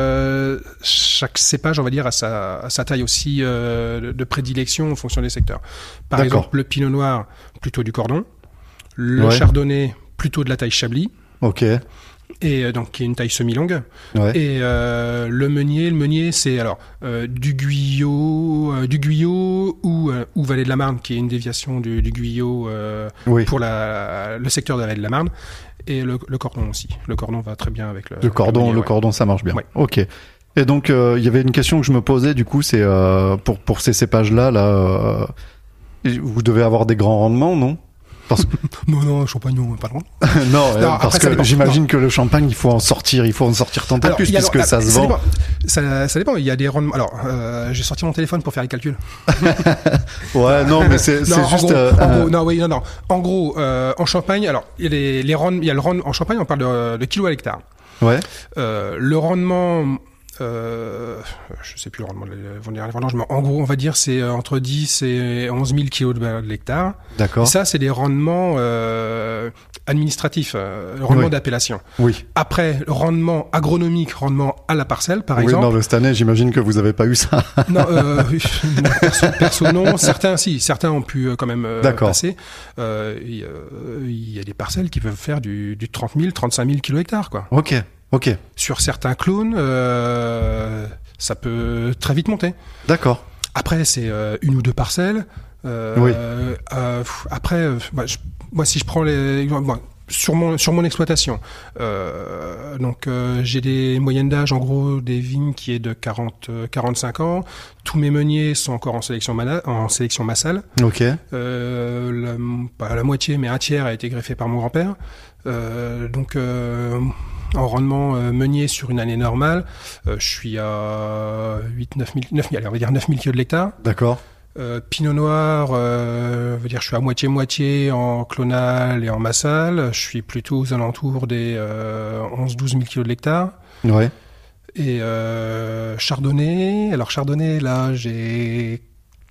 cépage, on va dire, a sa taille aussi de prédilection en fonction des secteurs. Par exemple, le pinot noir, plutôt du cordon, le chardonnay, plutôt de la taille chablis. Ok. Et donc qui est une taille semi-longue. Et le meunier c'est alors du Guyot ou Vallée de la Marne, qui est une déviation du Guyot pour le secteur de la Vallée de la Marne. Et le cordon aussi. Le cordon va très bien avec le cordon. Le cordon, ça marche bien. Ouais. Ok. Et donc il y avait une question que je me posais du coup, c'est pour ces cépages-là, vous devez avoir des grands rendements, non? Non, champagne, non, pas loin. non, parce que j'imagine que le champagne, il faut en sortir tant de plus, puisque ça se vend. Ça dépend, il y a des rendements. Alors, j'ai sorti mon téléphone pour faire les calculs. Non, mais c'est juste... En gros, en Champagne, alors, il y a le rond, en Champagne, on parle de kilos à l'hectare. Ouais. Le rendement, je sais plus le rendement de la vendange, mais en gros, on va dire c'est entre 10 et 11 000 kilos de l'hectare. D'accord. Et ça, c'est des rendements administratifs, rendement d'appellation. Oui. Après, rendement agronomique, rendement à la parcelle, par exemple. Oui, non, cette année, j'imagine que vous avez pas eu ça. Non, perso non. Certains ont pu quand même passer. Il y a des parcelles qui peuvent faire du 30 000, 35 000 kilos hectares, quoi. Ok. Sur certains clones, ça peut très vite monter. D'accord. Après, c'est une ou deux parcelles. Oui. Après, moi, si je prends sur mon exploitation, donc j'ai des moyennes d'âge, en gros, des vignes qui est de 45 ans. Tous mes meuniers sont encore en sélection massale. Ok. Pas la moitié, mais un tiers a été greffé par mon grand-père. Donc en rendement meunier sur une année normale, je suis à 9 000, allez, on va dire 9 000 kg de l'hectare. D'accord. Pinot Noir, veut dire je suis à moitié-moitié en clonal et en massal. Je suis plutôt aux alentours des 11-12 000 kg de l'hectare. Ouais. Et Chardonnay, là j'ai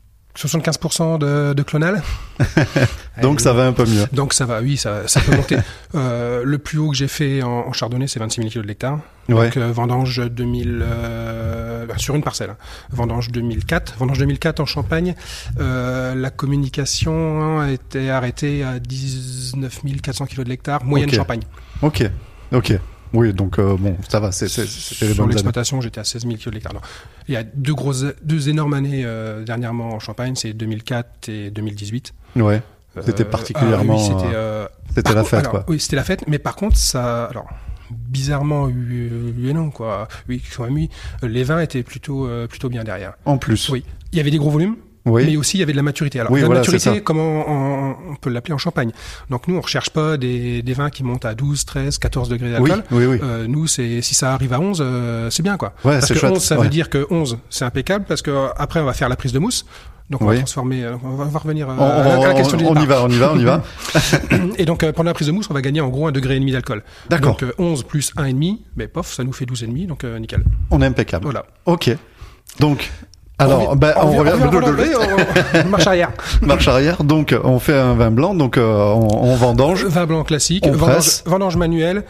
75% de clonal. Donc ça va un peu mieux. Donc ça va, oui, ça peut monter. Le plus haut que j'ai fait en Chardonnay, c'est 26 000 kg de l'hectare. Ouais. Donc vendange 2000 sur une parcelle. Vendange 2004 en Champagne. La communication a été arrêtée à 19 400 kg de l'hectare, moyenne Champagne. Ok. Oui, donc bon, ça va, c'était les bonnes Sur l'exploitation, j'étais à 16 000 kg de l'hectare. Il y a deux énormes années dernièrement en Champagne, c'est 2004 et 2018. Ouais. C'était particulièrement. Oui, c'était la fête, quoi. Oui, c'était la fête, mais par contre, bizarrement, oui et non, quoi. Oui, quand même, oui. Les vins étaient plutôt bien derrière. En plus. Oui. Il y avait des gros volumes. Oui. Mais aussi, il y avait de la maturité. Alors, la maturité, comment on peut l'appeler en Champagne. Donc, nous, on recherche pas des vins qui montent à 12, 13, 14 degrés d'alcool. Oui. Nous, si ça arrive à 11, c'est bien, quoi. Ouais, parce que chouette. 11, ça veut dire que 11, c'est impeccable, parce que après, on va faire la prise de mousse. Donc, on va transformer, on va revenir à la question du départ. On y va. Et donc, pendant la prise de mousse, on va gagner en gros 1,5 degré d'alcool. D'accord. Donc, 11 plus 1,5, mais pof, ça nous fait 12,5, donc nickel. On est impeccable. Voilà. Ok. Donc, alors, on revient. Marche arrière. Marche arrière. Donc, on fait un vin blanc. Donc, on vendange. Vin blanc classique. Vendange manuelle.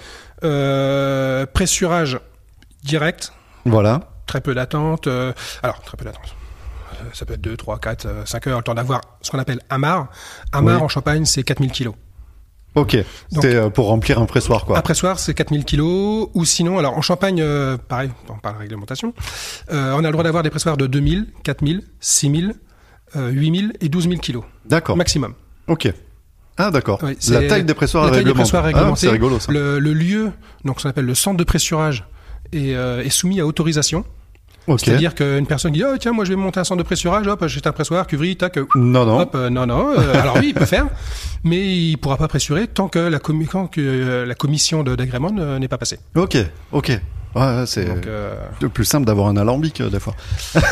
Pressurage direct. Voilà. Très peu d'attente. Très peu d'attente. Ça peut être 2, 3, 4, 5 heures. Le temps d'avoir ce qu'on appelle amar. Amar en Champagne, c'est 4000 kilos. Ok, c'est pour remplir un pressoir, quoi. Un pressoir, c'est 4000 kilos, ou sinon, alors en Champagne, pareil, par la réglementation, on a le droit d'avoir des pressoirs de 2000, 4000, 6000, 8000 et 12 000 kilos. D'accord. Maximum. Ok. Ah, d'accord. Ouais, la taille des pressoirs réglementée. C'est rigolo, ça. Le lieu, donc, ce qu'on appelle le centre de pressurage, est soumis à autorisation. Okay. C'est-à-dire qu'une personne dit tiens, moi je vais monter un centre de pressurage, hop, j'ai un pressoir, cuverie, tac. Non. Hop, non. Alors oui, il peut faire, mais il pourra pas pressurer tant que la commission d'agrément n'est pas passée. Ok. Ouais, c'est le plus simple d'avoir un alambic des fois.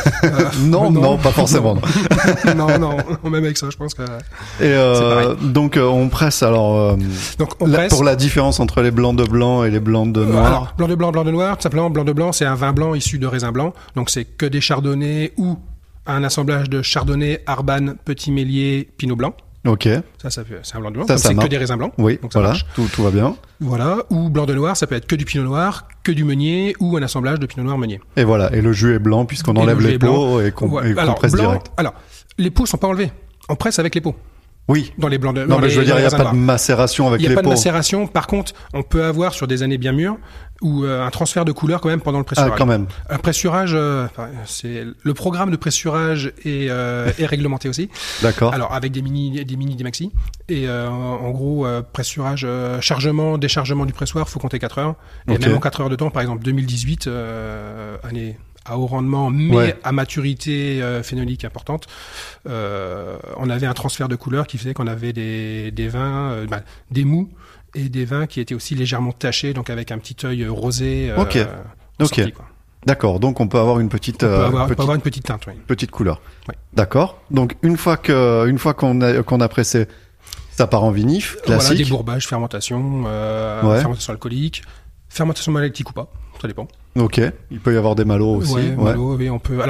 Non, pas forcément. non, même avec ça, je pense que. Et donc on presse alors. Donc on presse. Pour la différence entre les blancs de blanc et les blancs de noir. Alors, blanc de noir, tout simplement blanc de blanc, c'est un vin blanc issu de raisin blanc, donc c'est que des chardonnays ou un assemblage de chardonnay, arban, petit mélier, pinot blanc. Ok. Ça c'est un blanc de blanc. Ça c'est que des raisins blancs. Oui, donc ça voilà, marche. Tout va bien. Voilà. Ou blanc de noir, ça peut être que du pinot noir, que du meunier, ou un assemblage de pinot noir meunier. Et voilà. Et le jus est blanc puisqu'on enlève les pots et qu'on presse direct. Alors, les pots sont pas enlevés. On presse avec les pots. Oui. Dans les blancs de. Non, mais je veux dire, il n'y a pas de macération avec les pots. Il n'y a pas de macération. Par contre, on peut avoir sur des années bien mûres ou un transfert de couleur quand même pendant le pressurage. Ah, quand même. Un pressurage, c'est le programme de pressurage est réglementé aussi. D'accord. Alors avec des mini, des maxi. Et en gros, pressurage, chargement, déchargement du pressoir, faut compter 4 heures. Et même en 4 heures de temps, par exemple 2018, année à haut rendement, mais à maturité phénolique importante, on avait un transfert de couleur qui faisait qu'on avait des vins, des mous et des vins qui étaient aussi légèrement tachés, donc avec un petit œil rosé. Ok. Sorti, quoi. D'accord. Donc on peut avoir une petite, on peut avoir une petite teinte, oui. Petite couleur. Oui. D'accord. Donc une fois qu'on a pressé, ça part en vinif classique. Voilà, débourbages, fermentation, fermentation alcoolique. Fermentation malolactique ou pas, ça dépend. Ok, il peut y avoir des malos aussi. Malo, oui, on peut. Alors,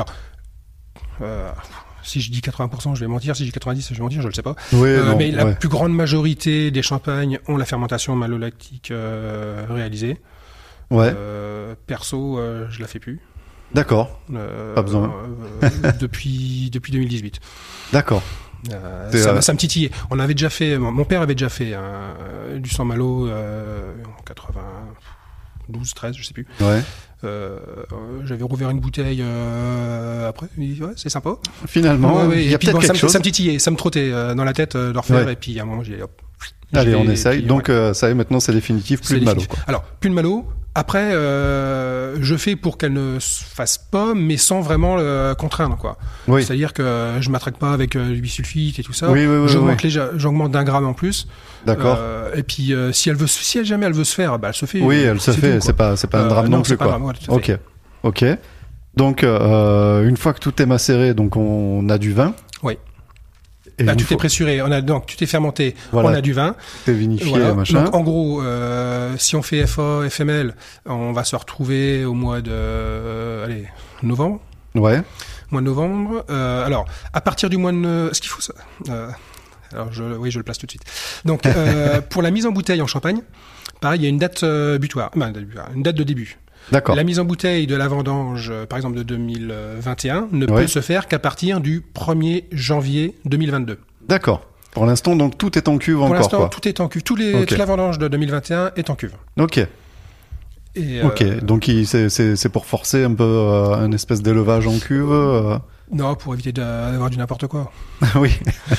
si je dis 80%, je vais mentir. Si je dis 90%, je vais mentir, je le sais pas. Oui, mais la plus grande majorité des champagnes ont la fermentation malolactique réalisée. Ouais. Perso, je la fais plus. D'accord. Pas besoin. Depuis 2018. D'accord. Ça me titillait. On avait déjà fait. Mon père avait déjà fait du sang malo en 92, 13, je sais plus. Ouais. J'avais rouvert une bouteille après. C'est sympa. Finalement, il y a peut-être quelque chose. Ça me titillait, ça me trottait dans la tête de refaire. Et puis à un moment, j'ai dit hop. Allez, on essaye. Puis, donc ça y est, maintenant c'est définitif, plus de malo. Alors, plus de malo. Après, je fais pour qu'elle ne se fasse pas, mais sans vraiment contraindre, quoi. Oui. C'est-à-dire que je m'attraque pas avec du bisulfite et tout ça. Oui, j'augmente d'1 gramme en plus. D'accord. Et puis, si jamais elle veut se faire, elle se fait. Oui, elle se fait. C'est pas un drame non plus, quoi. Ok. Donc, une fois que tout est macéré, donc on a du vin. Oui. Tout est pressuré, tout est fermenté, voilà. On a du vin. C'est vinifié, machin. Donc, en gros, si on fait FA, FML, on va se retrouver au mois de novembre. Ouais. Mois de novembre. Alors, à partir du mois de... Est-ce qu'il faut ça alors, je le place tout de suite. Donc, pour la mise en bouteille en Champagne, pareil, il y a une date butoir, une date de début. D'accord. La mise en bouteille de la vendange, par exemple de 2021, ne peut se faire qu'à partir du 1er janvier 2022. D'accord. Pour l'instant, donc tout est en cuve encore. Pour l'instant, tout est en cuve. Toute la vendange de 2021 est en cuve. Ok. Ok. Donc c'est pour forcer un peu un espèce d'élevage en cuve. Non, pour éviter d'avoir du n'importe quoi. Oui.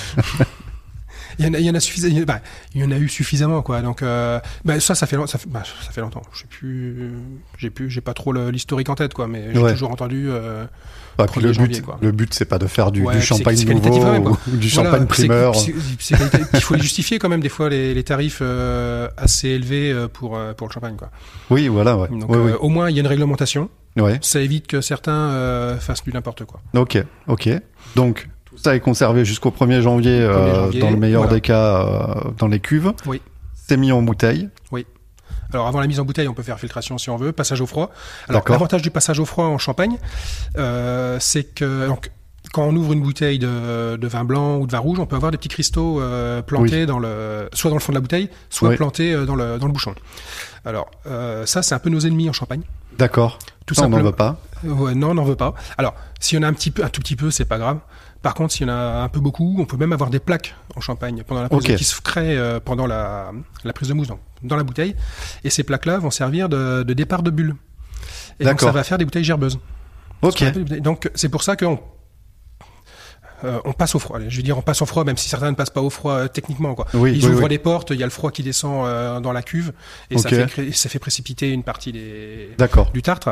Il y en a suffisamment. Il y en a eu suffisamment, quoi. Donc, ça fait longtemps. J'ai pas trop l'historique en tête, quoi. Mais j'ai toujours entendu. Le but, c'est pas de faire du champagne nouveau ou du champagne primeur. Il faut les justifier quand même des fois les tarifs assez élevés pour le champagne, quoi. Oui, voilà. Ouais. Donc, au moins, il y a une réglementation. Ouais. Ça évite que certains fassent du n'importe quoi. Ok. Donc. Ça est conservé jusqu'au 1er janvier, dans le meilleur des cas, dans les cuves. Oui. C'est mis en bouteille. Oui. Alors, avant la mise en bouteille, on peut faire filtration si on veut, passage au froid. Alors, l'avantage du passage au froid en Champagne, c'est que, donc, quand on ouvre une bouteille de vin blanc ou de vin rouge, on peut avoir des petits cristaux plantés soit dans le fond de la bouteille, soit plantés dans le bouchon. Alors, ça, c'est un peu nos ennemis en Champagne. D'accord. Tout simplement. On n'en veut pas. Ouais, non, on n'en veut pas. Alors, s'il y en a un tout petit peu, c'est pas grave. Par contre, s'il y en a un peu beaucoup, on peut même avoir des plaques en Champagne pendant la prise qui se créent pendant la prise de mousse dans la bouteille. Et ces plaques-là vont servir de départ de bulles. Et donc, ça va faire des bouteilles gerbeuses. Ok. Donc, c'est pour ça qu'on on passe au froid. Je veux dire, on passe au froid, même si certains ne passent pas au froid techniquement, quoi. Ils ouvrent les portes, il y a le froid qui descend dans la cuve et ça fait précipiter une partie du tartre.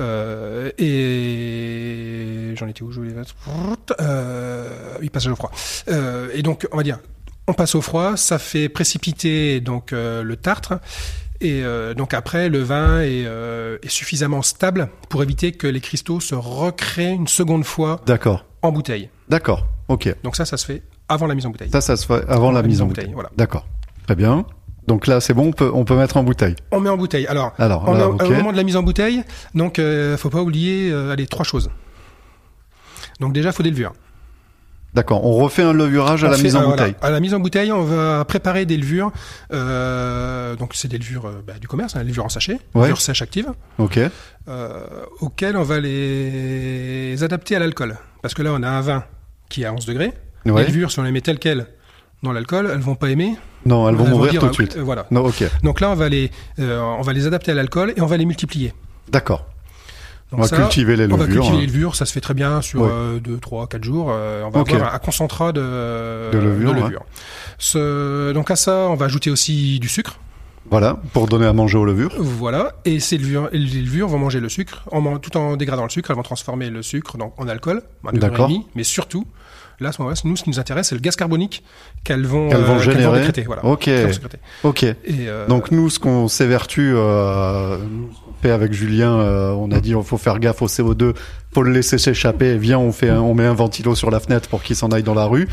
Et j'en étais où je voulais passage au froid. Et donc, on va dire, on passe au froid, ça fait précipiter donc le tartre. Et donc après, le vin est suffisamment stable pour éviter que les cristaux se recréent une seconde fois en bouteille. D'accord, ok. Donc ça se fait avant la mise en bouteille. Ça se fait avant la mise en bouteille. Voilà. D'accord, très bien. Donc là, c'est bon, on peut mettre en bouteille. On met en bouteille. Alors au moment de la mise en bouteille, donc faut pas oublier 3 choses. Donc déjà, faut des levures. D'accord, on refait un levurage à la mise en bouteille. À la mise en bouteille, on va préparer des levures. Donc c'est des levures du commerce, des levures en sachet, levures sèches actives. Ok. Auxquelles on va les adapter à l'alcool. Parce que là, on a un vin qui est à 11 degrés. Ouais. Les levures, si on les met telles quelles dans l'alcool, elles vont pas aimer. Non, elles vont mourir tout de suite. Voilà. Non, ok. Donc là, on va les adapter à l'alcool et on va les multiplier. D'accord. Donc on va cultiver les levures. On va cultiver les levures, ça se fait très bien sur 2, 3, 4 jours. On va avoir un concentrat de levure. Donc à ça, on va ajouter aussi du sucre. Voilà, pour donner à manger aux levures. Voilà, et les levures vont manger le sucre, tout en dégradant le sucre, elles vont transformer le sucre en alcool, mais surtout, là, à ce moment-là, nous, ce qui nous intéresse, c'est le gaz carbonique qu'elles vont générer. Sécréter, voilà. Ok. Et donc nous, ce qu'on s'évertue, fait avec Julien, on a dit il faut faire gaffe au CO2, faut le laisser s'échapper. Viens, on met un ventilo sur la fenêtre pour qu'il s'en aille dans la rue.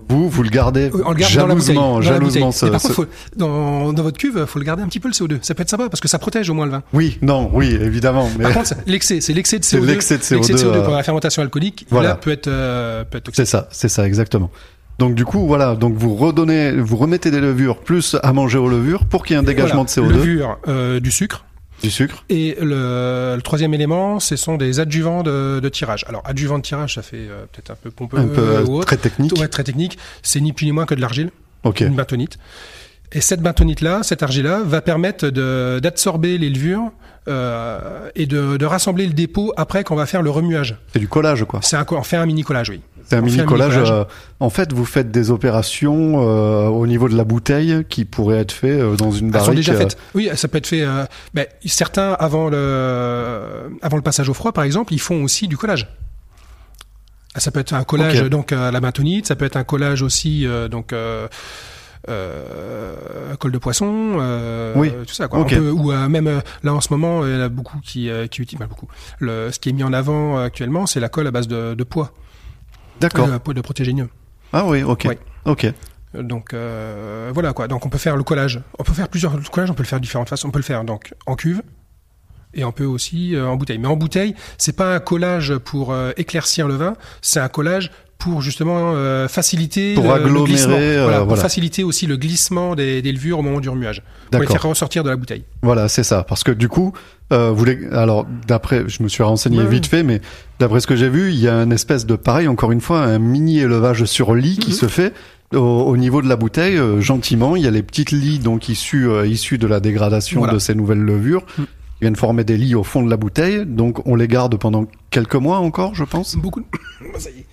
Vous le gardez jalousement. Par contre, dans votre cuve, faut le garder un petit peu le CO2. Ça peut être sympa parce que ça protège au moins le vin. Oui, évidemment. Mais... Par contre, c'est l'excès de CO2. L'excès de CO2 pour la fermentation alcoolique. Voilà. Là, peut être toxique. C'est ça, exactement. Donc du coup, vous remettez des levures plus à manger aux levures pour qu'il y ait un dégagement de CO2. Levure, du sucre. Et le troisième élément, ce sont des adjuvants de tirage. Alors, adjuvant de tirage, ça fait peut-être un peu pompeux ou autre. Très technique. Ouais, très technique. C'est ni plus ni moins que de l'argile, une bentonite. Et cette bentonite-là, cette argile-là, va permettre d'absorber les levures et de rassembler le dépôt après qu'on va faire le remuage. C'est du collage, quoi. On fait un mini collage, oui. C'est un mini collage. En fait, vous faites des opérations au niveau de la bouteille qui pourraient être faites dans une barrique. Elles sont déjà faites. Oui, ça peut être fait. Certains avant le passage au froid, par exemple, ils font aussi du collage. Ça peut être un collage donc à la bentonite. Ça peut être un collage aussi colle de poisson, tout ça quoi. Ou même là en ce moment, il y en a beaucoup qui utilisent beaucoup. Ce qui est mis en avant actuellement, c'est la colle à base de pois. D'accord. Poids de protégénieux. Ah oui, ok. Ouais. Ok. Donc voilà quoi. Donc on peut faire le collage. On peut faire plusieurs collages. On peut le faire de différentes façons. On peut le faire donc en cuve et on peut aussi en bouteille. Mais en bouteille, c'est pas un collage pour éclaircir le vin. C'est un collage pour justement faciliter le glissement. Pour faciliter aussi le glissement des levures au moment du remuage. Pour les faire ressortir de la bouteille. Voilà, c'est ça. Parce que du coup, d'après, je me suis renseigné vite fait, mais d'après ce que j'ai vu, il y a une espèce de pareil, encore une fois, un mini élevage sur lit qui se fait au niveau de la bouteille, gentiment. Il y a les petites lits donc issues de la dégradation de ces nouvelles levures. Ils viennent former des lits au fond de la bouteille, donc on les garde pendant quelques mois encore, je pense. Beaucoup. Ça y est.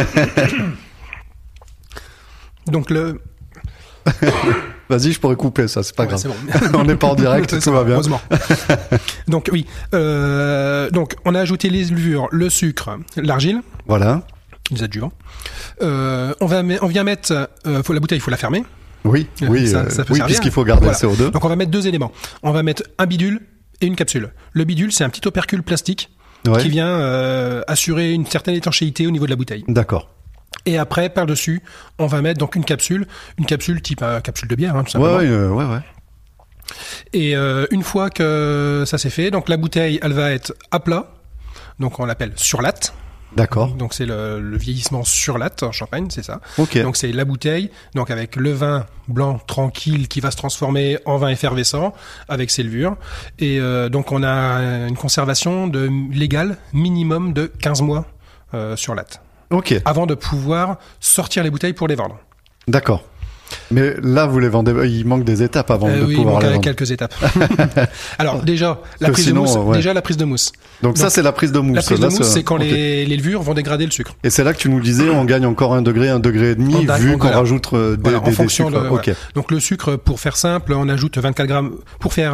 Donc Vas-y, je pourrais couper ça, c'est pas grave. C'est bon. On n'est pas en direct, tout va bien. Heureusement. Donc oui, donc on a ajouté les levures, le sucre, l'argile. Voilà. Les adjuvants. On vient mettre, la bouteille, il faut la fermer. Oui, puisqu'il faut garder le CO2. Donc on va mettre deux éléments. On va mettre un bidule et une capsule. Le bidule, c'est un petit opercule plastique qui vient assurer une certaine étanchéité au niveau de la bouteille. D'accord. Et après, par-dessus, on va mettre donc une capsule type capsule de bière, tout simplement. Ouais. Et une fois que ça c'est fait, donc la bouteille, elle va être à plat, donc on l'appelle sur latte. D'accord. Donc c'est le vieillissement sur latte en Champagne, c'est ça. Ok. Donc c'est la bouteille, donc avec le vin blanc tranquille qui va se transformer en vin effervescent avec ses levures. Et donc on a une conservation légale minimum de 15 mois sur latte. Ok. Avant de pouvoir sortir les bouteilles pour les vendre. D'accord. Mais là, vous les vendez. Il manque des étapes avant de pouvoir les vendre. Quelques étapes. Alors déjà, la prise de mousse. Déjà la prise de mousse. Donc ça, c'est la prise de mousse. La prise de mousse, c'est quand les levures vont dégrader le sucre. Et c'est là que tu nous disais, on gagne encore 1 degré, 1,5 degré, vu qu'on rajoute en fonction sucres. Voilà. Donc le sucre, pour faire simple, on ajoute 24 grammes pour faire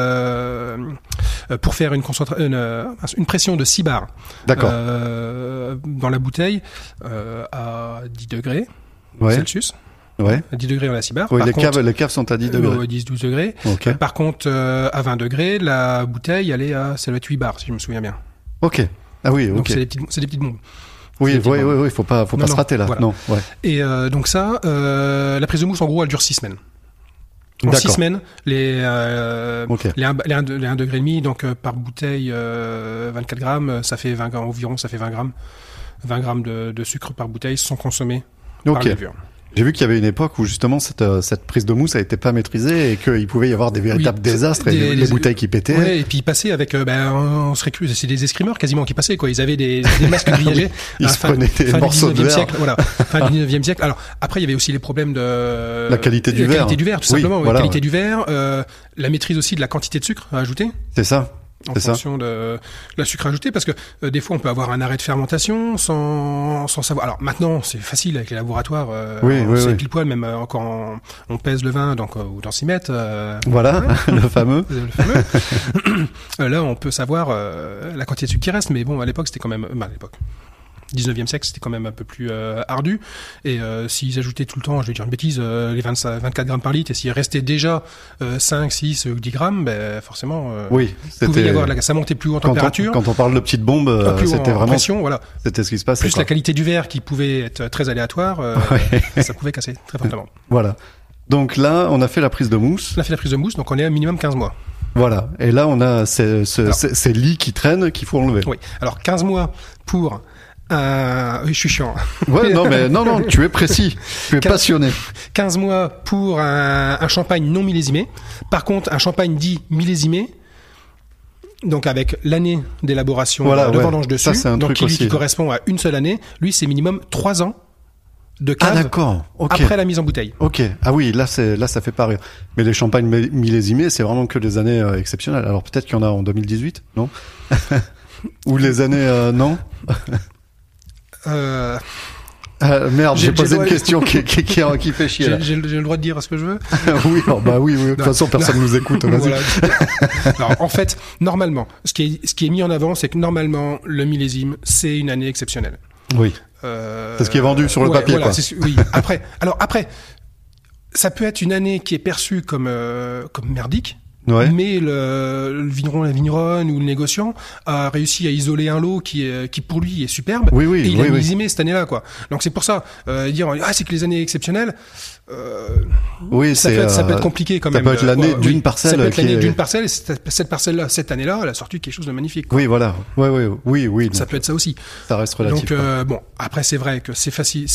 une pression de 6 bars. D'accord. Dans la bouteille à 10 degrés Celsius. Ouais. À 10 degrés, on a 6 bars. Oui, les caves sont à 10 degrés. 10-12 degrés. Okay. Par contre, à 20 degrés, la bouteille, ça doit être 8 bars, si je me souviens bien. Ok. Ah oui, ok. Donc, c'est des petites bombes. Oui, faut pas se rater là. Voilà. Non, ouais. Et donc ça, la prise de mousse, en gros, elle dure 6 semaines. En 6 semaines, les 1 degré et demi, donc par bouteille, 24 grammes, ça fait 20 grammes environ, ça fait 20 grammes. 20 grammes de sucre par bouteille sont consommés par les levures. J'ai vu qu'il y avait une époque où justement cette prise de mousse n'était pas maîtrisée et qu'il pouvait y avoir des véritables désastres et les bouteilles qui pétaient. Ouais, et puis ils passaient avec, c'est des escrimeurs quasiment qui passaient, quoi. Ils avaient des masques grillagés. Ils se prenaient des morceaux de verre. Siècle, voilà. Fin du 19e siècle. Alors, après, il y avait aussi les problèmes de la qualité du verre. La qualité du verre, tout simplement. La qualité du verre, la maîtrise aussi de la quantité de sucre à ajouter. C'est ça. En fonction de la sucre ajouté, parce que des fois on peut avoir un arrêt de fermentation sans savoir. Alors maintenant c'est facile avec les laboratoires, c'est pile poil, même quand on pèse le vin donc au densimètre. Voilà, le fameux. Là on peut savoir la quantité de sucre qui reste, mais bon à l'époque c'était quand même à l'époque. 19e siècle, c'était quand même un peu plus ardu. Et s'ils ajoutaient tout le temps, je vais dire une bêtise, les 24 grammes par litre, et s'il restait déjà 5, 6, 10 grammes, forcément, pouvait y avoir ça montait plus haut en température. Quand on parle de petites bombes, c'était vraiment pression, voilà. C'était ce qui se passait. Plus la qualité du verre qui pouvait être très aléatoire, ça pouvait casser très fortement. Voilà. Donc là, on a fait la prise de mousse. On a fait la prise de mousse, donc on est à minimum 15 mois. Voilà. Et là, on a ces lits qui traînent qu'il faut enlever. Oui. Alors 15 mois pour oui, je suis chiant. Ouais, non, tu es précis. Tu es passionné. 15 mois pour un champagne non millésimé. Par contre, un champagne dit millésimé, donc avec l'année d'élaboration de vendange dessus, ça, donc qui correspond à une seule année, lui, c'est minimum 3 ans de cave après la mise en bouteille. Ok. Ah oui, là, ça fait pas rire. Mais les champagnes millésimés, c'est vraiment que des années exceptionnelles. Alors peut-être qu'il y en a en 2018, non? Ou les années, non? Merde, j'ai posé une question qui fait chier. Là. J'ai le droit de dire ce que je veux. Oui. De toute façon, personne nous écoute. Voilà. Alors, en fait, normalement, ce qui est mis en avant, c'est que normalement, le millésime, c'est une année exceptionnelle. Oui. C'est ce qui est vendu sur le papier, voilà, quoi. Oui. Après, ça peut être une année qui est perçue comme merdique. Ouais. Mais le vigneron, la vigneronne ou le négociant a réussi à isoler un lot qui pour lui est superbe. Oui, et il a millésimé cette année-là, quoi. Donc c'est pour ça dire c'est que les années exceptionnelles. Ça peut être compliqué quand même. Ça peut être l'année d'une parcelle. Ça peut être l'année d'une parcelle. Et cette parcelle-là, cette année-là, elle a sorti quelque chose de magnifique, quoi. Oui, voilà. Oui. Ça peut être ça aussi. Ça reste relatif. Donc après c'est vrai que c'est facile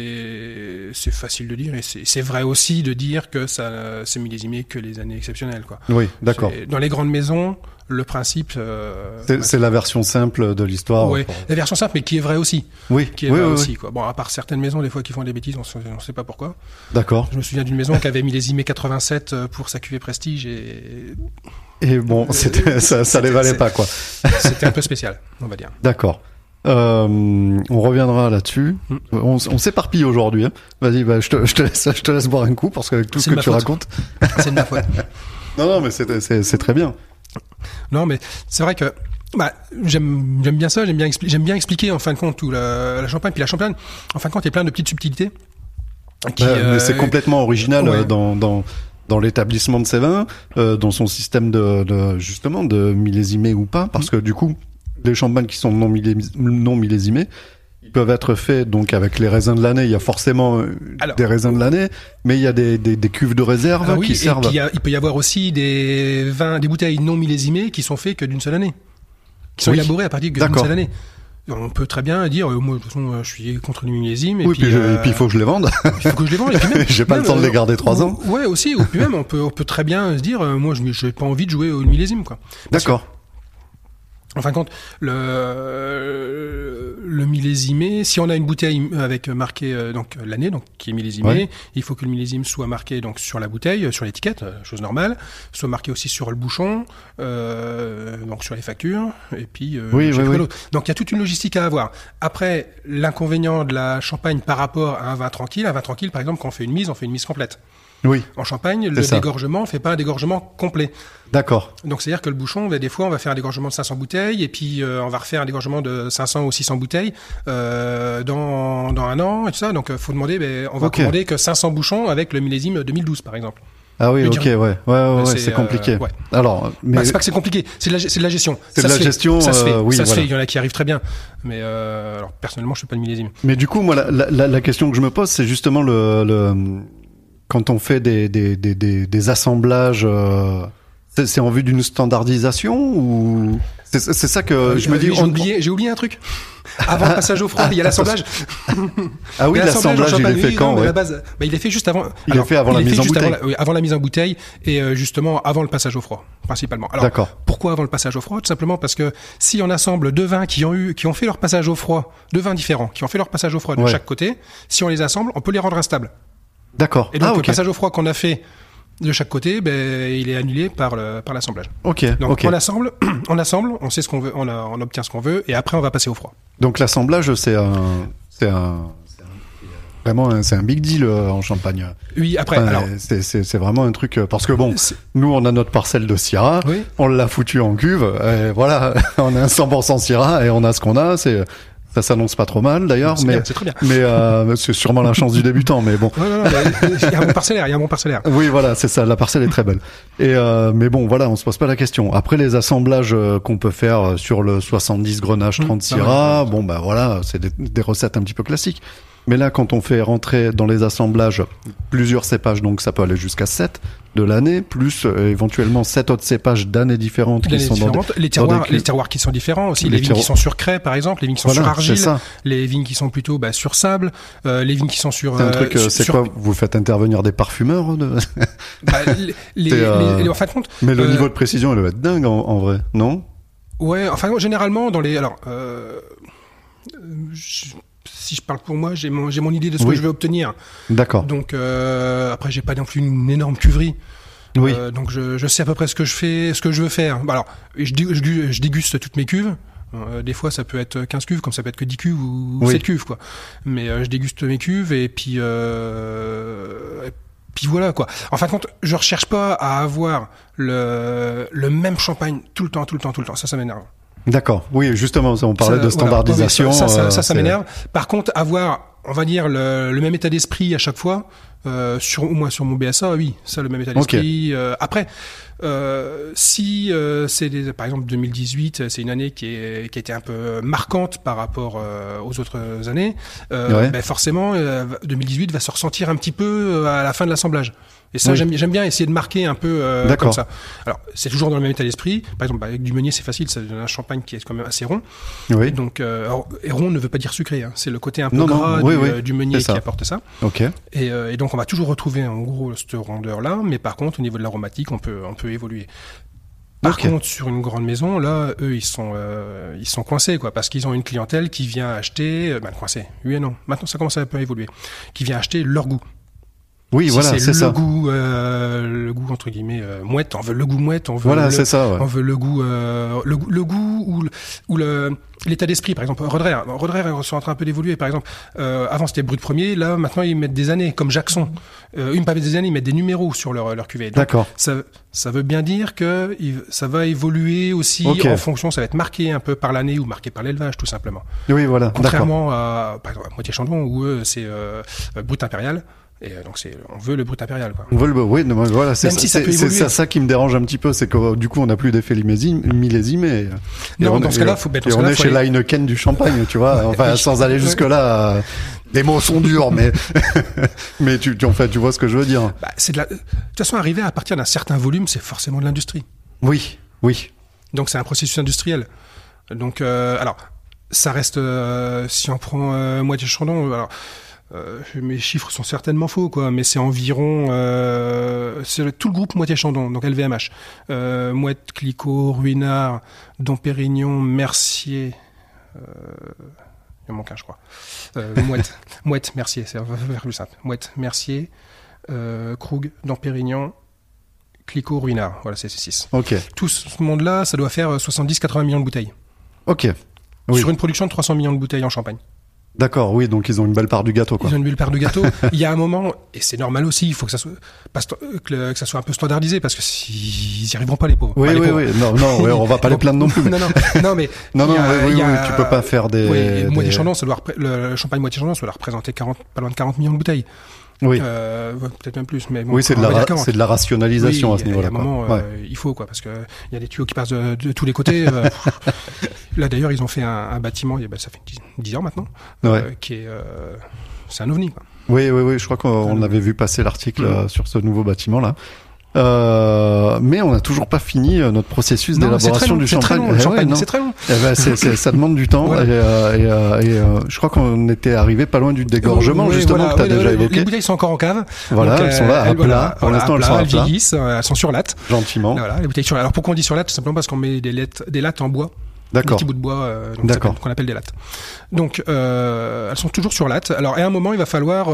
de dire, et c'est vrai aussi de dire que ça c'est millésimé que les années exceptionnelles, quoi. Oui, d'accord. Dans les grandes maisons, le principe... c'est la version simple de l'histoire. Oui, la version simple, mais qui est vraie aussi. Oui, qui est vraie aussi, quoi. Bon, à part certaines maisons, des fois, qui font des bêtises, on sait pas pourquoi. D'accord. Je me souviens d'une maison qui avait millésimé 87 pour sa cuvée Prestige et bon, ça les valait pas, quoi. C'était un peu spécial, on va dire. D'accord. On reviendra là-dessus. On s'éparpille aujourd'hui. Hein. Vas-y, je te laisse boire un coup parce qu'avec tout ce que tu racontes. C'est de ma faute. Non, mais c'est très bien. Non, mais c'est vrai que j'aime bien ça. J'aime bien expliquer en fin de compte tout la Champagne. Puis la Champagne, en fin de compte, il y a plein de petites subtilités. Mais c'est complètement original dans l'établissement de ces vins, dans son système de millésimé ou pas, parce que du coup, les champagnes qui sont non millésimés, ils peuvent être faits donc avec les raisins de l'année. Il y a forcément des raisins de l'année, mais il y a des cuves de réserve qui servent. Et puis il peut y avoir aussi des bouteilles non millésimées qui sont faites que d'une seule année, qui sont élaborées à partir d'une seule année. On peut très bien dire, moi de toute façon, je suis contre le millésime. Et puis il faut que je les vende. Il faut que je les vende. Et puis même, j'ai pas le temps de les garder 3 ans. Ouais, aussi. Ou puis même, on peut très bien se dire, moi, je n'ai pas envie de jouer au millésime, quoi. D'accord. En fin de compte, le millésimé, si on a une bouteille avec marqué donc l'année, donc qui est millésimée, il faut que le millésime soit marqué donc sur la bouteille, sur l'étiquette, chose normale, soit marqué aussi sur le bouchon, donc sur les factures, et puis l'autre. Donc il y a toute une logistique à avoir. Après, l'inconvénient de la Champagne par rapport à un vin tranquille, par exemple, quand on fait une mise complète. Oui. En Champagne, le dégorgement, on fait pas un dégorgement complet. D'accord. Donc, c'est-à-dire que le bouchon, des fois, on va faire un dégorgement de 500 bouteilles, et puis on va refaire un dégorgement de 500 ou 600 bouteilles dans un an, et tout ça. Donc, faut demander, on va commander que 500 bouchons avec le millésime 2012, par exemple. Ah oui, ouais, c'est compliqué. Alors, mais c'est pas que c'est compliqué, c'est de la gestion. C'est de la gestion. Ça se fait. Ça se fait. Il y en a qui arrivent très bien. Mais alors, personnellement, je fais pas de millésime. Mais du coup, moi, la question que je me pose, c'est justement quand on fait des assemblages, c'est en vue d'une standardisation ou c'est ça que je me dis. J'ai oublié un truc. Avant le passage au froid, il y a l'assemblage. Ah oui, l'assemblage, il est fait quand à la base, il est fait juste avant. Il est fait avant la mise en bouteille. Avant la mise en bouteille et justement avant le passage au froid, principalement. Alors, pourquoi avant le passage au froid? Tout simplement parce que si on assemble 2 vins qui ont fait leur passage au froid, 2 vins différents qui ont fait leur passage au froid de chaque côté, si on les assemble, on peut les rendre instables. D'accord. Et donc le passage au froid qu'on a fait de chaque côté, il est annulé par l'assemblage. Donc on assemble, on sait ce qu'on veut, on obtient ce qu'on veut, et après on va passer au froid. Donc l'assemblage, c'est vraiment un big deal en Champagne. Oui, après, c'est vraiment un truc parce que nous on a notre parcelle de Syrah, on l'a foutu en cuve, et voilà, on a un 100% Syrah et on a ce qu'on a, c'est Ça s'annonce pas trop mal d'ailleurs, c'est très bien. Mais c'est sûrement la chance du débutant, mais bon. Non, il y a un bon parcellaire, Oui, voilà, c'est ça. La parcelle est très belle. Et mais bon, voilà, on se pose pas la question. Après les assemblages qu'on peut faire sur le 70 Grenache 30 Syrah, bon bah voilà, c'est des recettes un petit peu classiques. Mais là, quand on fait rentrer dans les assemblages plusieurs cépages, donc ça peut aller jusqu'à 7 de l'année, plus éventuellement 7 autres cépages d'années différentes qui sont dans les terroirs qui sont différents aussi, les vignes qui sont sur craie par exemple, les vignes qui sont sur argile, les vignes qui sont plutôt sur sable, les vignes qui sont sur... C'est un truc, quoi, vous faites intervenir des parfumeurs en fin de compte... Mais le niveau de précision, il doit être dingue en vrai, non? Ouais, enfin généralement dans les... Alors... si je parle pour moi, j'ai mon idée de ce que je vais obtenir. D'accord. Donc après, j'ai pas non plus une énorme cuverie. Oui. Donc je sais à peu près ce que je veux faire. Alors, je déguste toutes mes cuves. Des fois, ça peut être 15 cuves, comme ça peut être que 10 cuves ou 7 cuves, quoi. Mais je déguste mes cuves et puis voilà, quoi. En fin de compte, je recherche pas à avoir le même champagne tout le temps. Ça m'énerve. D'accord. Oui, justement, on parlait de standardisation. Voilà. Ça m'énerve. Par contre, avoir, on va dire, le même état d'esprit à chaque fois, au moins sur mon BSA, oui, ça, le même état d'esprit. Okay. Après, si c'est par exemple 2018, c'est une année qui a été un peu marquante par rapport aux autres années, forcément, 2018 va se ressentir un petit peu à la fin de l'assemblage. Et ça, j'aime bien essayer de marquer un peu comme ça. Alors, c'est toujours dans le même état d'esprit. Par exemple, avec du meunier, c'est facile, ça donne un champagne qui est quand même assez rond. Oui. Donc, et rond ne veut pas dire sucré. Hein. C'est le côté un peu gras du meunier qui apporte ça. Okay. Et donc, on va toujours retrouver en gros cette rondeur-là. Mais par contre, au niveau de l'aromatique, on peut évoluer. Par contre, sur une grande maison, là, eux, ils sont coincés, quoi, parce qu'ils ont une clientèle qui vient acheter, coincés. Oui et non. Maintenant, ça commence à un peu évoluer. Qui vient acheter leur goût. Oui, voilà, c'est ça. Le goût entre guillemets mouette. On veut le goût mouette. On veut on veut le goût, le goût ou l'état d'esprit. Par exemple, Roderer sont en train un peu d'évoluer. Par exemple, avant c'était Brut Premier. Là, maintenant ils mettent des années, comme Jackson. Ils pas des années, ils mettent des numéros sur leur cuvée. Donc, d'accord. Ça veut bien dire que ça va évoluer aussi en fonction. Ça va être marqué un peu par l'année ou marqué par l'élevage, tout simplement. Oui, voilà. Contrairement à par exemple, Moitié Chandon où eux c'est Brut Impérial. Et donc on veut le Brut Impérial, quoi. On veut voilà, c'est ça qui me dérange un petit peu, c'est que du coup on n'a plus d'effet millésimé. Non, dans ce cas-là, on est chez l'Heineken du champagne, tu vois. Enfin, sans aller jusque là. Les mots sont durs, mais mais tu vois ce que je veux dire. De toute façon, arriver à partir d'un certain volume, c'est forcément de l'industrie. Oui. Donc c'est un processus industriel. Donc alors ça reste si on prend Moitié Chandon, alors. Mes chiffres sont certainement faux, quoi, mais c'est environ c'est tout le groupe Moitié Chandon, donc LVMH, Mouette, Clicquot, Ruinart, Dom Pérignon, Mercier, il en manque un, je crois. Mouette, Mercier, c'est plus simple. Mouette, Mercier, Krug, Dom Pérignon, Clicquot, Ruinart, voilà, c'est ces 6. Ok. Tout ce monde-là, ça doit faire 70-80 millions de bouteilles. Ok. Oui. Sur une production de 300 millions de bouteilles en Champagne. D'accord, oui, donc ils ont une belle part du gâteau, quoi. Ils ont une belle part du gâteau. Il y a un moment, et c'est normal aussi, il faut que ça soit, que ça soit un peu standardisé, parce que ils y arriveront pas, les pauvres. Oui. Non, on va pas les plaindre non plus. Non, mais. Tu peux pas faire des. Moitié Chandon, le champagne Moitié Chandon, ça doit représenter pas loin de 40 millions de bouteilles. Oui. Peut-être même plus, mais bon. Oui, c'est de la rationalisation à ce niveau-là. À un moment, il faut, quoi, parce que il y a des tuyaux qui passent de tous les côtés. Là, d'ailleurs, ils ont fait un bâtiment, ça fait 10 ans maintenant, qui est, c'est un ovni, quoi. Oui, je crois qu'on avait vu passer l'article sur ce nouveau bâtiment-là. Mais on n'a toujours pas fini notre processus d'élaboration du champagne. C'est très long. Ça demande du temps. Et je crois qu'on était arrivé pas loin du dégorgement, justement, que tu as déjà évoqué. Les bouteilles sont encore en cave. Voilà, elles sont là, à plat. Pour l'instant, elles sont à plat. Elles vieillissent, elles sont sur latte. Gentiment. Voilà, les bouteilles sur latte. Alors pourquoi on dit sur latte? Tout simplement parce qu'on met des lattes en bois. D'accord. Des petits bouts de bois qu'on appelle des lattes. Donc elles sont toujours sur latte. Alors à un moment il va falloir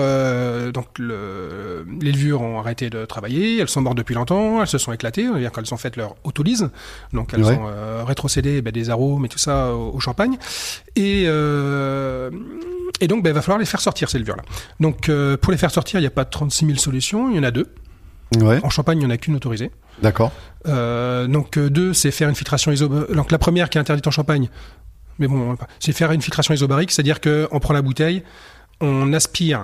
les levures ont arrêté de travailler, elles sont mortes depuis longtemps, elles se sont éclatées, c'est-à-dire qu'elles ont fait leur autolyse, donc elles ont rétrocédé des arômes et tout ça au champagne. Et donc il va falloir les faire sortir ces levures là. Donc pour les faire sortir, il n'y a pas 36 000 solutions, il y en a 2. Ouais. En Champagne, il n'y en a qu'une autorisée. D'accord. Donc 2, c'est faire une filtration donc la première qui est interdite en Champagne, Mais bon, c'est faire une filtration isobarique, c'est-à-dire qu'on prend la bouteille, on aspire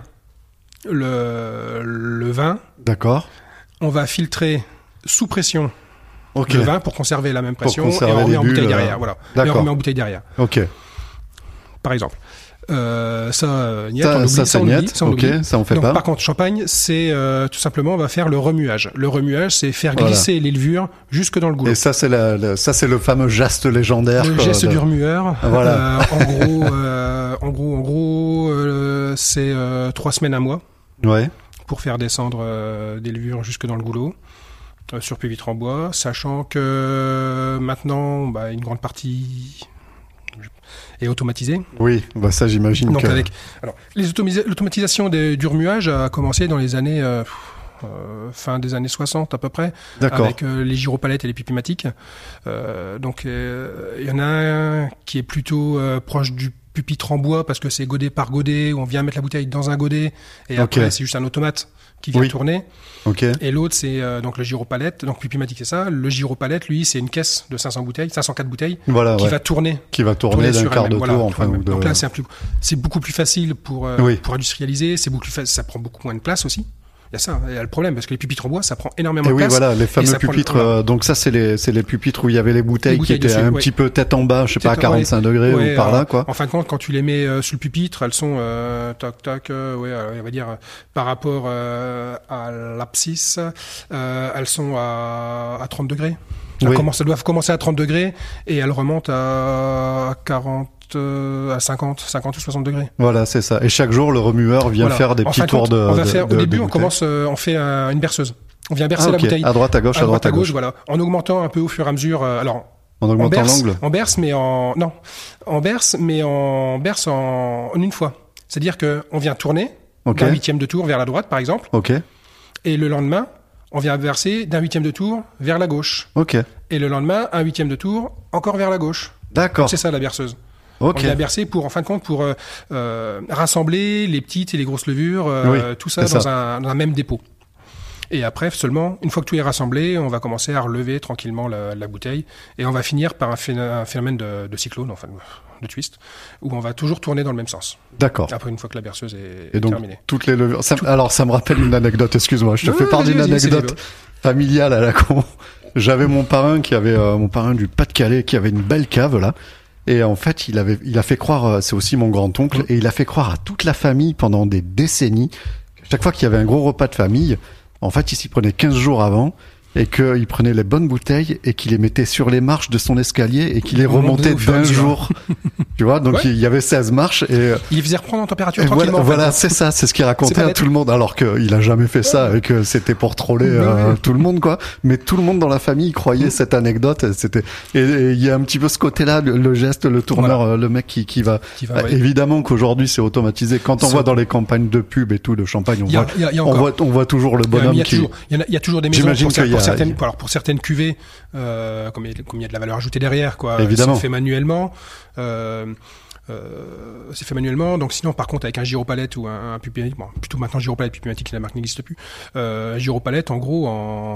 le vin. D'accord. On va filtrer sous pression le vin pour conserver la même pression et on remet en bouteille derrière. Voilà. Et on remet en bouteille derrière. Ok. Par exemple. Ça on oublie. Ça on fait donc, pas. Par contre, champagne, c'est tout simplement, on va faire le remuage. Le remuage, c'est faire glisser les levures jusque dans le goulot. Et ça, c'est le fameux geste légendaire. Le geste du remueur. Voilà. En gros, c'est 3 semaines à mois. Ouais. Pour faire descendre des levures jusque dans le goulot. Sur pupitre en bois, sachant que maintenant, une grande partie est automatisée. Oui, ça j'imagine. Donc l'automatisation du remuage a commencé dans les années fin des années 60 à peu près, avec les gyropalettes et les pipimatiques. Donc il y en a un qui est plutôt proche du pupitre en bois parce que c'est godet par godet, où on vient mettre la bouteille dans un godet et après c'est juste un automate qui vient tourner. Et l'autre, c'est donc le gyropalette. Donc Pupimatic, c'est ça. Le gyropalette, lui, c'est une caisse de 504 bouteilles qui va tourner. Qui va tourner d'un quart de tour. Donc là, c'est beaucoup plus facile pour industrialiser. C'est beaucoup plus facile, ça prend beaucoup moins de place aussi. Il y a le problème, parce que les pupitres en bois, ça prend énormément de place. Oui, voilà, les fameux pupitres. Donc ça, c'est les pupitres où il y avait les bouteilles qui étaient un petit peu tête en bas, je sais pas, à 45 degrés ou par là, quoi. En fin de compte, quand tu les mets sur le pupitre, elles sont, on va dire, par rapport à l'abscisse, elles sont à 30 degrés. Elles doivent commencer à 30 degrés et elles remontent à 40. À 50 ou 60 degrés. Voilà, c'est ça. Et chaque jour, le remueur vient faire des petits tours au début, on fait une berceuse. On vient bercer la bouteille. À droite, à gauche, à droite, à gauche. Voilà. En augmentant un peu au fur et à mesure. En augmentant l'angle. On berce, mais en une fois. C'est-à-dire qu'on vient tourner d'un huitième de tour vers la droite, par exemple. Et le lendemain, on vient verser d'un huitième de tour vers la gauche. Et le lendemain, un huitième de tour encore vers la gauche. D'accord. Donc c'est ça la berceuse. On vient bercer pour rassembler les petites et les grosses levures, tout ça dans un même dépôt. Et après, seulement, une fois que tout est rassemblé, on va commencer à relever tranquillement la bouteille et on va finir par un phénomène de cyclone, de twist, où on va toujours tourner dans le même sens. D'accord. Après, une fois que la berceuse est terminée. Toutes les levures. Alors, ça me rappelle une anecdote, excuse-moi, je te fais part d'une anecdote familiale à la con. J'avais mon parrain du Pas-de-Calais qui avait une belle cave, là. Et en fait, il a fait croire, c'est aussi mon grand-oncle, et il a fait croire à toute la famille pendant des décennies, chaque fois qu'il y avait un gros repas de famille, en fait, il s'y prenait 15 jours avant, et qu'il prenait les bonnes bouteilles, et qu'il les mettait sur les marches de son escalier, et qu'il les remontait d'un jour. Tu vois, donc il y avait 16 marches, et il faisait reprendre en température tranquillement. Voilà, c'est ça, c'est ce qu'il racontait à tout le monde, alors qu'il a jamais fait ça, et que c'était pour troller tout le monde, quoi. Mais tout le monde dans la famille croyait cette anecdote, et il y a un petit peu ce côté-là, le geste, le tourneur, le mec qui va évidemment qu'aujourd'hui c'est automatisé. Quand on voit dans les campagnes de pub et tout, de champagne, on voit toujours le bonhomme il y a toujours des maisons pour certaines cuvées, comme il y a de la valeur ajoutée derrière, quoi. Évidemment. C'est fait manuellement. C'est fait manuellement. Donc sinon, par contre, avec un gyropalette ou un pupimatic, plutôt maintenant gyropalette, pupimatic, la marque n'existe plus. Gyropalette, en gros,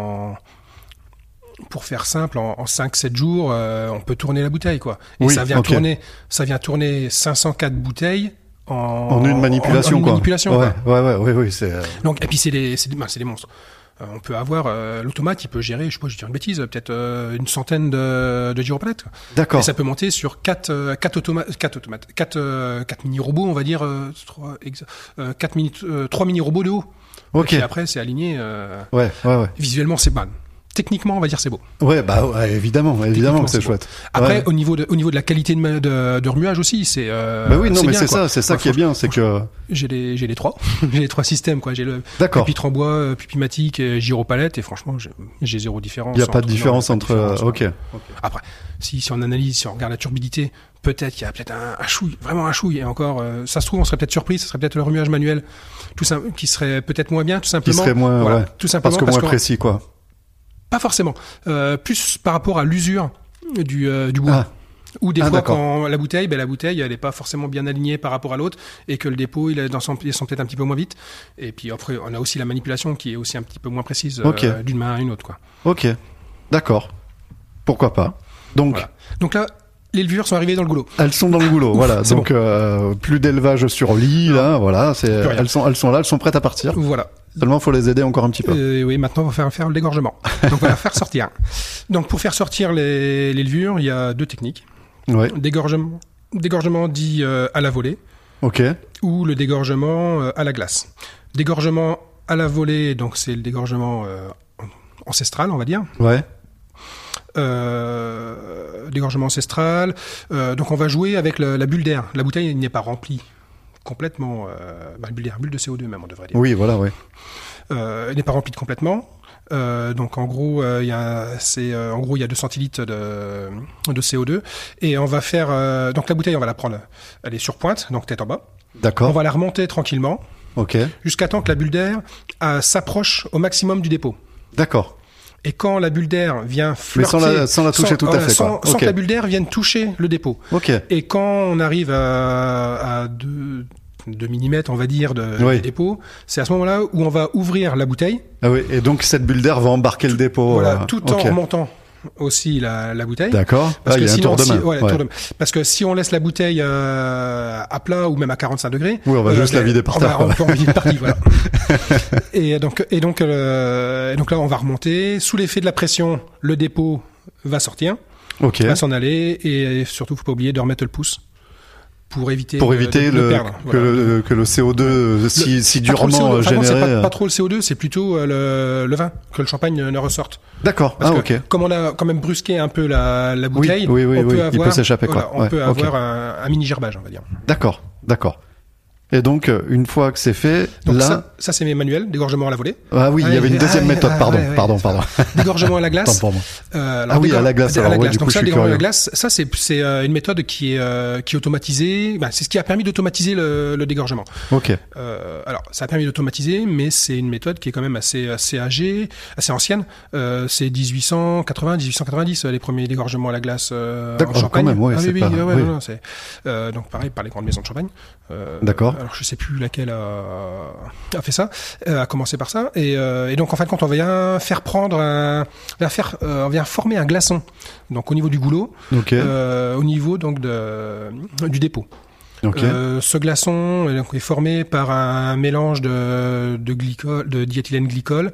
pour faire simple, en 5-7 jours, on peut tourner la bouteille, quoi. Et ça vient tourner 504 bouteilles en une manipulation, quoi. Ouais, c'est. Donc, et puis c'est des monstres. On peut avoir l'automate, il peut gérer, je vais dire une bêtise, peut-être une centaine de gyropalettes. D'accord. Et ça peut monter sur 4 mini-robots, on va dire, 3 mini-robots de haut. Et puis après, c'est aligné. Visuellement, c'est pas. Techniquement, on va dire c'est beau. Évidemment que c'est chouette. Après, au niveau de la qualité de remuage aussi, c'est. C'est ça qui est bien, c'est que. J'ai les trois, j'ai les trois systèmes, quoi. J'ai le pupitre en bois, pupimatic, et gyropalette, et franchement, j'ai zéro différence. Il y a pas de différence entre. Ok. Après, si on analyse, si on regarde la turbidité, peut-être qu'il y a peut-être un chouille, vraiment un chouille, et encore, ça se trouve, on serait peut-être surpris, ça serait peut-être le remuage manuel, tout ça, qui serait peut-être moins bien, tout simplement. Qui serait moins, tout simplement parce que moins précis, quoi. Pas forcément. Plus par rapport à l'usure du bois. Ou des fois, quand la bouteille, elle est pas forcément bien alignée par rapport à l'autre, et que le dépôt, ils sont peut-être un petit peu moins vite. Et puis après, on a aussi la manipulation qui est aussi un petit peu moins précise d'une main à une autre, quoi. Ok. D'accord. Pourquoi pas. Donc là, Les levures sont arrivées dans le goulot. Elles sont dans le goulot, voilà. Donc bon. Plus d'élevage sur lit, là, voilà. Elles sont là, elles sont prêtes à partir. Voilà. Seulement, faut les aider encore un petit peu. Oui, maintenant, on va faire le dégorgement. Donc, on va faire sortir. Donc, pour faire sortir les levures, il y a 2 techniques. Ouais. Dégorgement dit à la volée. Ok. Ou le dégorgement à la glace. Dégorgement à la volée, donc c'est le dégorgement ancestral, on va dire. Ouais. Dégorgement ancestral. Donc on va jouer avec la bulle d'air. La bouteille n'est pas remplie complètement. Bulle d'air, bulle de CO2 même, on devrait dire. Oui, voilà, oui. Elle n'est pas remplie complètement. Donc en gros, il y a 2 centilitres de CO2 et on va faire. Donc la bouteille, on va la prendre. Elle est sur pointe, donc tête en bas. D'accord. On va la remonter tranquillement. Ok. Jusqu'à temps que la bulle d'air s'approche au maximum du dépôt. D'accord. Et quand la bulle d'air vient flirter... Mais sans la toucher tout à fait, quoi. Sans que la bulle d'air vienne toucher le dépôt. Ok. Et quand on arrive à 2 mm, on va dire, du dépôt, c'est à ce moment-là où on va ouvrir la bouteille. Ah oui, et donc cette bulle d'air va embarquer le dépôt. Voilà, tout en remontant aussi la bouteille. D'accord. Parce que il y a sinon, un tour de main. tour de main. Parce que si on laisse la bouteille à plat ou même à 45 degrés, oui, on va juste la vider par terre. On peut en vider partie, voilà. et donc là, on va remonter. Sous l'effet de la pression, le dépôt va sortir, va s'en aller, et surtout, faut pas oublier de remettre le pouce. Pour éviter de perdre, que le CO2 si durement généré. C'est pas trop le CO2, c'est plutôt le vin, que le champagne ne ressorte. D'accord. Parce que comme on a quand même brusqué un peu la bouteille, il peut s'échapper, quoi. On peut avoir un mini gerbage, on va dire. D'accord. Et donc, une fois que c'est fait, donc là... Ça c'est mes manuels, dégorgement à la volée. Ah oui, il y avait une deuxième méthode, pardon. Dégorgement à la glace. Attends pour moi. À la glace. Donc ça, le dégorgement à la glace, ça c'est une méthode qui est automatisée. C'est ce qui a permis d'automatiser le dégorgement. Ok. Alors, ça a permis d'automatiser, mais c'est une méthode qui est quand même assez âgée, assez ancienne. C'est 1890, les premiers dégorgements à la glace en Champagne. Quand même, donc pareil, par les grandes maisons de Champagne. D'accord. Alors je sais plus laquelle a fait ça, a commencé par ça, et donc en fin de compte on vient faire on vient former un glaçon, donc au niveau du goulot, au niveau donc du dépôt. Ce glaçon est formé par un mélange de diéthylène glycol,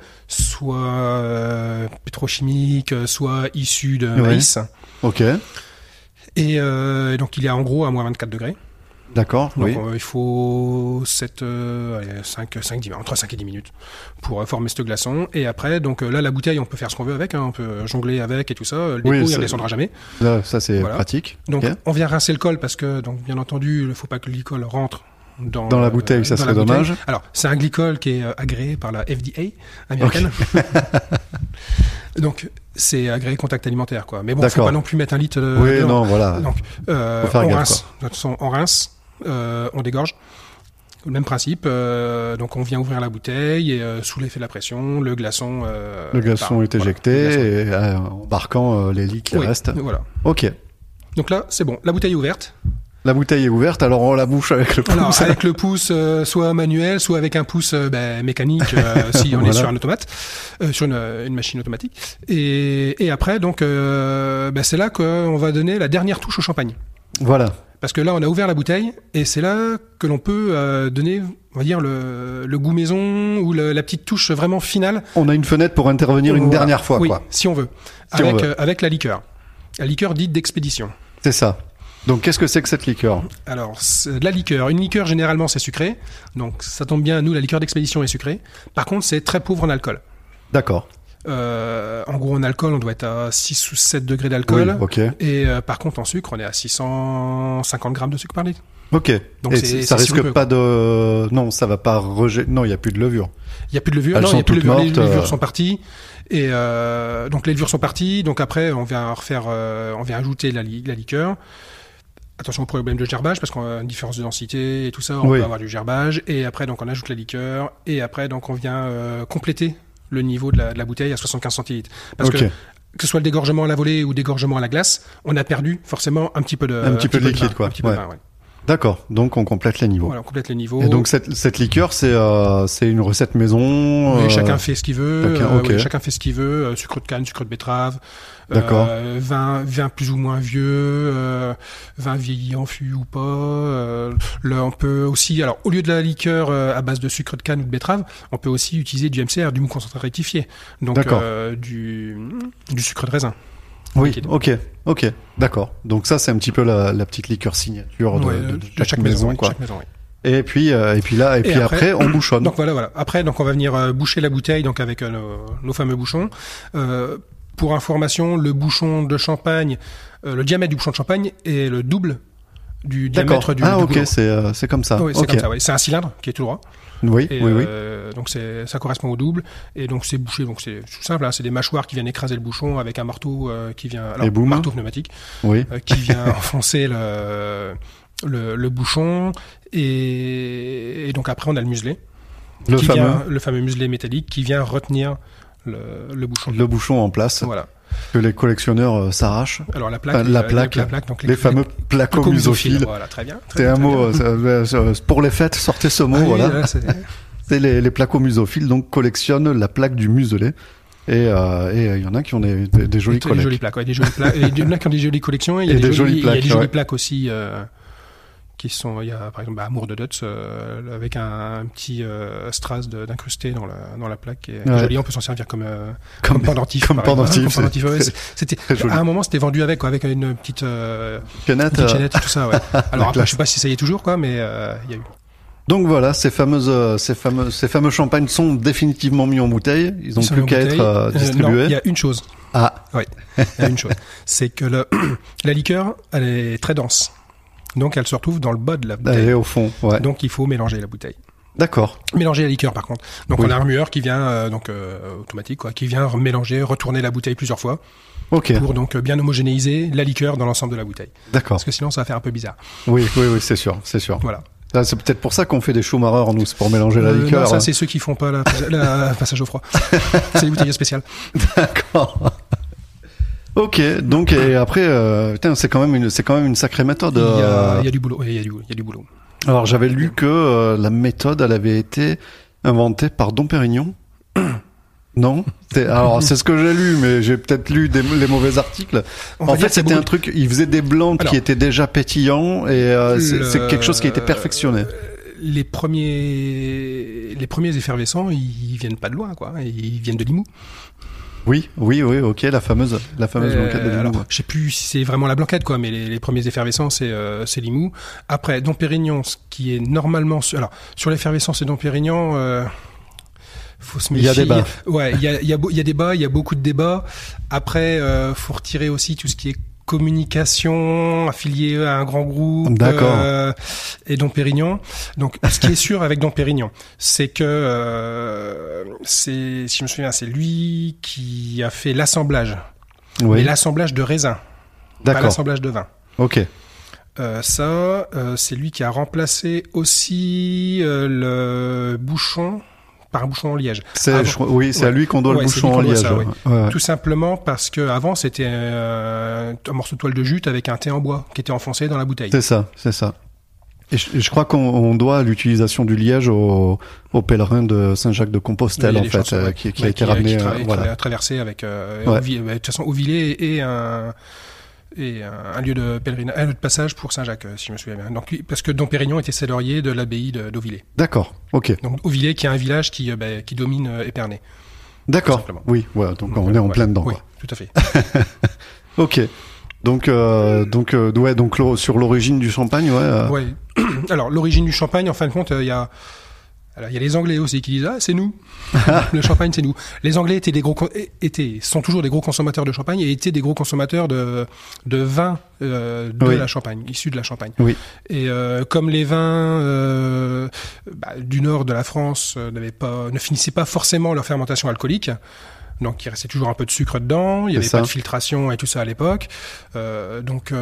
soit pétrochimique, soit issu de maïs. Ok. Et donc il est en gros à moins 24 degrés. D'accord, donc, il faut entre 5 et 10 minutes pour former ce glaçon. Et après, donc là, la bouteille, on peut faire ce qu'on veut avec, on peut jongler avec et tout ça. Le dépôt, il ne redescendra jamais. Là, ça, c'est pratique. Donc, on vient rincer le col parce que, donc, bien entendu, il ne faut pas que le glycol rentre dans la bouteille, ça serait dommage. Alors, c'est un glycol qui est agréé par la FDA américaine. Donc, c'est agréé contact alimentaire, quoi. Mais bon, il ne faut pas non plus mettre 1 litre de... Oui, non, voilà. Donc, on rince. De toute façon, on rince. On dégorge. Le même principe. Donc on vient ouvrir la bouteille et sous l'effet de la pression, le glaçon. Est éjecté et embarquant les litres qui restent. Voilà. Ok. Donc là, c'est bon. La bouteille est ouverte. La bouteille est ouverte, alors on la bouche avec le pouce. Alors, avec le pouce, soit manuel, soit avec un pouce mécanique, si on est sur un automate, sur une machine automatique. Et après, donc, c'est là qu'on va donner la dernière touche au champagne. Voilà. Parce que là, on a ouvert la bouteille et c'est là que l'on peut donner, on va dire, le goût maison ou la petite touche vraiment finale. On a une fenêtre pour intervenir une dernière fois, oui, quoi. Si on veut. Avec la liqueur. La liqueur dite d'expédition. C'est ça. Donc, qu'est-ce que c'est que cette liqueur ? Alors, c'est de la liqueur. Une liqueur, généralement, c'est sucré. Donc, ça tombe bien, nous, la liqueur d'expédition est sucrée. Par contre, c'est très pauvre en alcool. D'accord. En gros, en alcool, on doit être à 6 ou 7 degrés d'alcool. Oui, ok. Et par contre, en sucre, on est à 650 grammes de sucre par litre. Ok. Donc et ça risque pas de... Non, ça va pas rejeter... Non, il n'y a plus de levure. Il n'y a plus de levure. Elles sont toutes mortes. Les levures sont parties. Et donc, les levures sont parties. Donc après, on vient ajouter la liqueur. Attention au problème de gerbage, parce qu'on a une différence de densité et tout ça, on peut avoir du gerbage. Et après, donc, on ajoute la liqueur. Et après, donc, on vient compléter le niveau de la bouteille à 75 centilitres. Parce que ce soit le dégorgement à la volée ou dégorgement à la glace, on a perdu forcément un petit peu de liquide, quoi. D'accord, donc on complète les niveaux. Voilà, on complète les niveaux. Et donc cette liqueur, c'est une recette maison. Oui, chacun fait ce qu'il veut. Okay. Chacun fait ce qu'il veut. Sucre de canne, sucre de betterave. D'accord. Vin plus ou moins vieux, vin vieilli en fût ou pas. On peut aussi, alors au lieu de la liqueur à base de sucre de canne ou de betterave, on peut aussi utiliser du MCR, du mou concentré rectifié. Donc du sucre de raisin. Oui, ok, d'accord. Donc ça, c'est un petit peu la petite liqueur signature de chaque maison, quoi. Chaque maison, oui. Et puis après, on bouchonne. Donc voilà. Après, on va venir boucher la bouteille, donc avec nos fameux bouchons. Pour information, le bouchon de champagne, le diamètre du bouchon de champagne est le double du diamètre du ok, goulot. c'est comme ça. Oui, c'est comme ça. Oui. C'est un cylindre qui est tout droit. Oui. Donc ça correspond au double. Et donc c'est bouché. Donc c'est tout simple. Hein, c'est des mâchoires qui viennent écraser le bouchon avec un marteau qui vient. Alors, marteau pneumatique. Oui. Qui vient enfoncer le bouchon. Et donc après on a le muselet. Le fameux muselet métallique qui vient retenir le bouchon. Le bouchon en place. Voilà. Que les collectionneurs s'arrachent. Alors la plaque, donc les fameux placo-musophiles. Voilà, très bien. C'est un mot pour les fêtes. Sortez ce mot, voilà. Là, c'est les placo-musophiles, donc collectionnent la plaque du muselet. Et il y en a qui ont des jolies collections. Des jolies plaques, ouais, des jolies plaques. Il y en a qui ont des jolies collections. Il y a des jolies plaques aussi. Qui sont, il y a par exemple Amour de Dutz avec un petit strass d'incrusté dans la plaque qui est joli. On peut s'en servir comme pendentif. Comme pendentif. C'était à un moment c'était vendu avec une petite canette et tout ça. Ouais. Alors après je sais pas si ça y est toujours quoi, mais il y a eu. Donc voilà, ces fameux champagnes sont définitivement mis en bouteille. Ils ont plus qu'à être distribués. Non, il y a une chose. Oui. Il y a une chose, c'est que la liqueur elle est très dense. Donc elle se retrouve dans le bas de la bouteille. Elle est au fond, ouais. Donc il faut mélanger la bouteille. D'accord. Mélanger la liqueur par contre. Donc on a un remueur qui vient automatique quoi, qui vient mélanger, retourner la bouteille plusieurs fois. Ok. Pour donc bien homogénéiser la liqueur dans l'ensemble de la bouteille. D'accord. Parce que sinon ça va faire un peu bizarre. Oui, c'est sûr. Voilà. Là, c'est peut-être pour ça qu'on fait des Schumacher, nous, c'est pour mélanger la liqueur. Non, ça c'est ceux qui font pas la passage au froid. C'est les bouteilles spéciales. D'accord. Ok, donc et après, c'est quand même une sacrée méthode. Il y a du boulot. Il y a du boulot. Alors j'avais lu que la méthode, elle avait été inventée par Dom Pérignon. Non, alors c'est ce que j'ai lu, mais j'ai peut-être lu les mauvais articles. En fait, c'était un truc. Il faisait des blancs qui étaient déjà pétillants et c'est quelque chose qui a été perfectionné. Les premiers effervescents, ils viennent pas de loin, quoi. Ils viennent de Limoux. Oui, ok, la fameuse blanquette de Limoux. Alors, je sais plus si c'est vraiment la blanquette, quoi, mais les premiers effervescents, c'est Limoux. Après, Dom Pérignon, ce qui est normalement, alors, sur l'effervescence et Dom Pérignon, faut se méfier. Il y a débat. Ouais, il y a débat, il y a beaucoup de débats. Après, faut retirer aussi tout ce qui est communication, affilié à un grand groupe. D'accord. Et Dom Pérignon. Donc, ce qui est sûr avec Dom Pérignon, c'est que si je me souviens, c'est lui qui a fait l'assemblage. Oui. Mais l'assemblage de raisin. D'accord. Pas l'assemblage de vin. Ok. C'est lui qui a remplacé aussi le bouchon par un bouchon en liège. C'est à lui qu'on doit le bouchon en liège. Ça, ouais. Tout simplement parce que avant c'était un morceau de toile de jute avec un thé en bois qui était enfoncé dans la bouteille. C'est ça. Et je crois qu'on doit l'utilisation du liège aux pèlerins de Saint-Jacques-de-Compostelle, en fait, qui a été ramené. Qui traversé avec de toute façon Auvillers et un lieu de pèlerinage, un lieu de passage pour Saint-Jacques, si je me souviens bien. Donc, parce que Dom Pérignon était cellarier de l'abbaye d'Auvillers. D'accord, ok. Donc Auvillers, qui est un village qui domine Épernay. D'accord. Oui, voilà. Donc on est en plein dedans. Oui, quoi. Tout à fait. Ok. Donc sur l'origine du champagne, Ouais. Alors l'origine du champagne, en fin de compte, il y a les Anglais aussi qui disent c'est nous. Le champagne c'est nous. Les Anglais sont toujours des gros consommateurs de champagne et étaient des gros consommateurs de vin la Champagne, issus de la Champagne. Oui. Et comme les vins du nord de la France ne finissaient pas forcément leur fermentation alcoolique. Donc il restait toujours un peu de sucre dedans, il n'y avait pas de filtration et tout ça à l'époque. Ça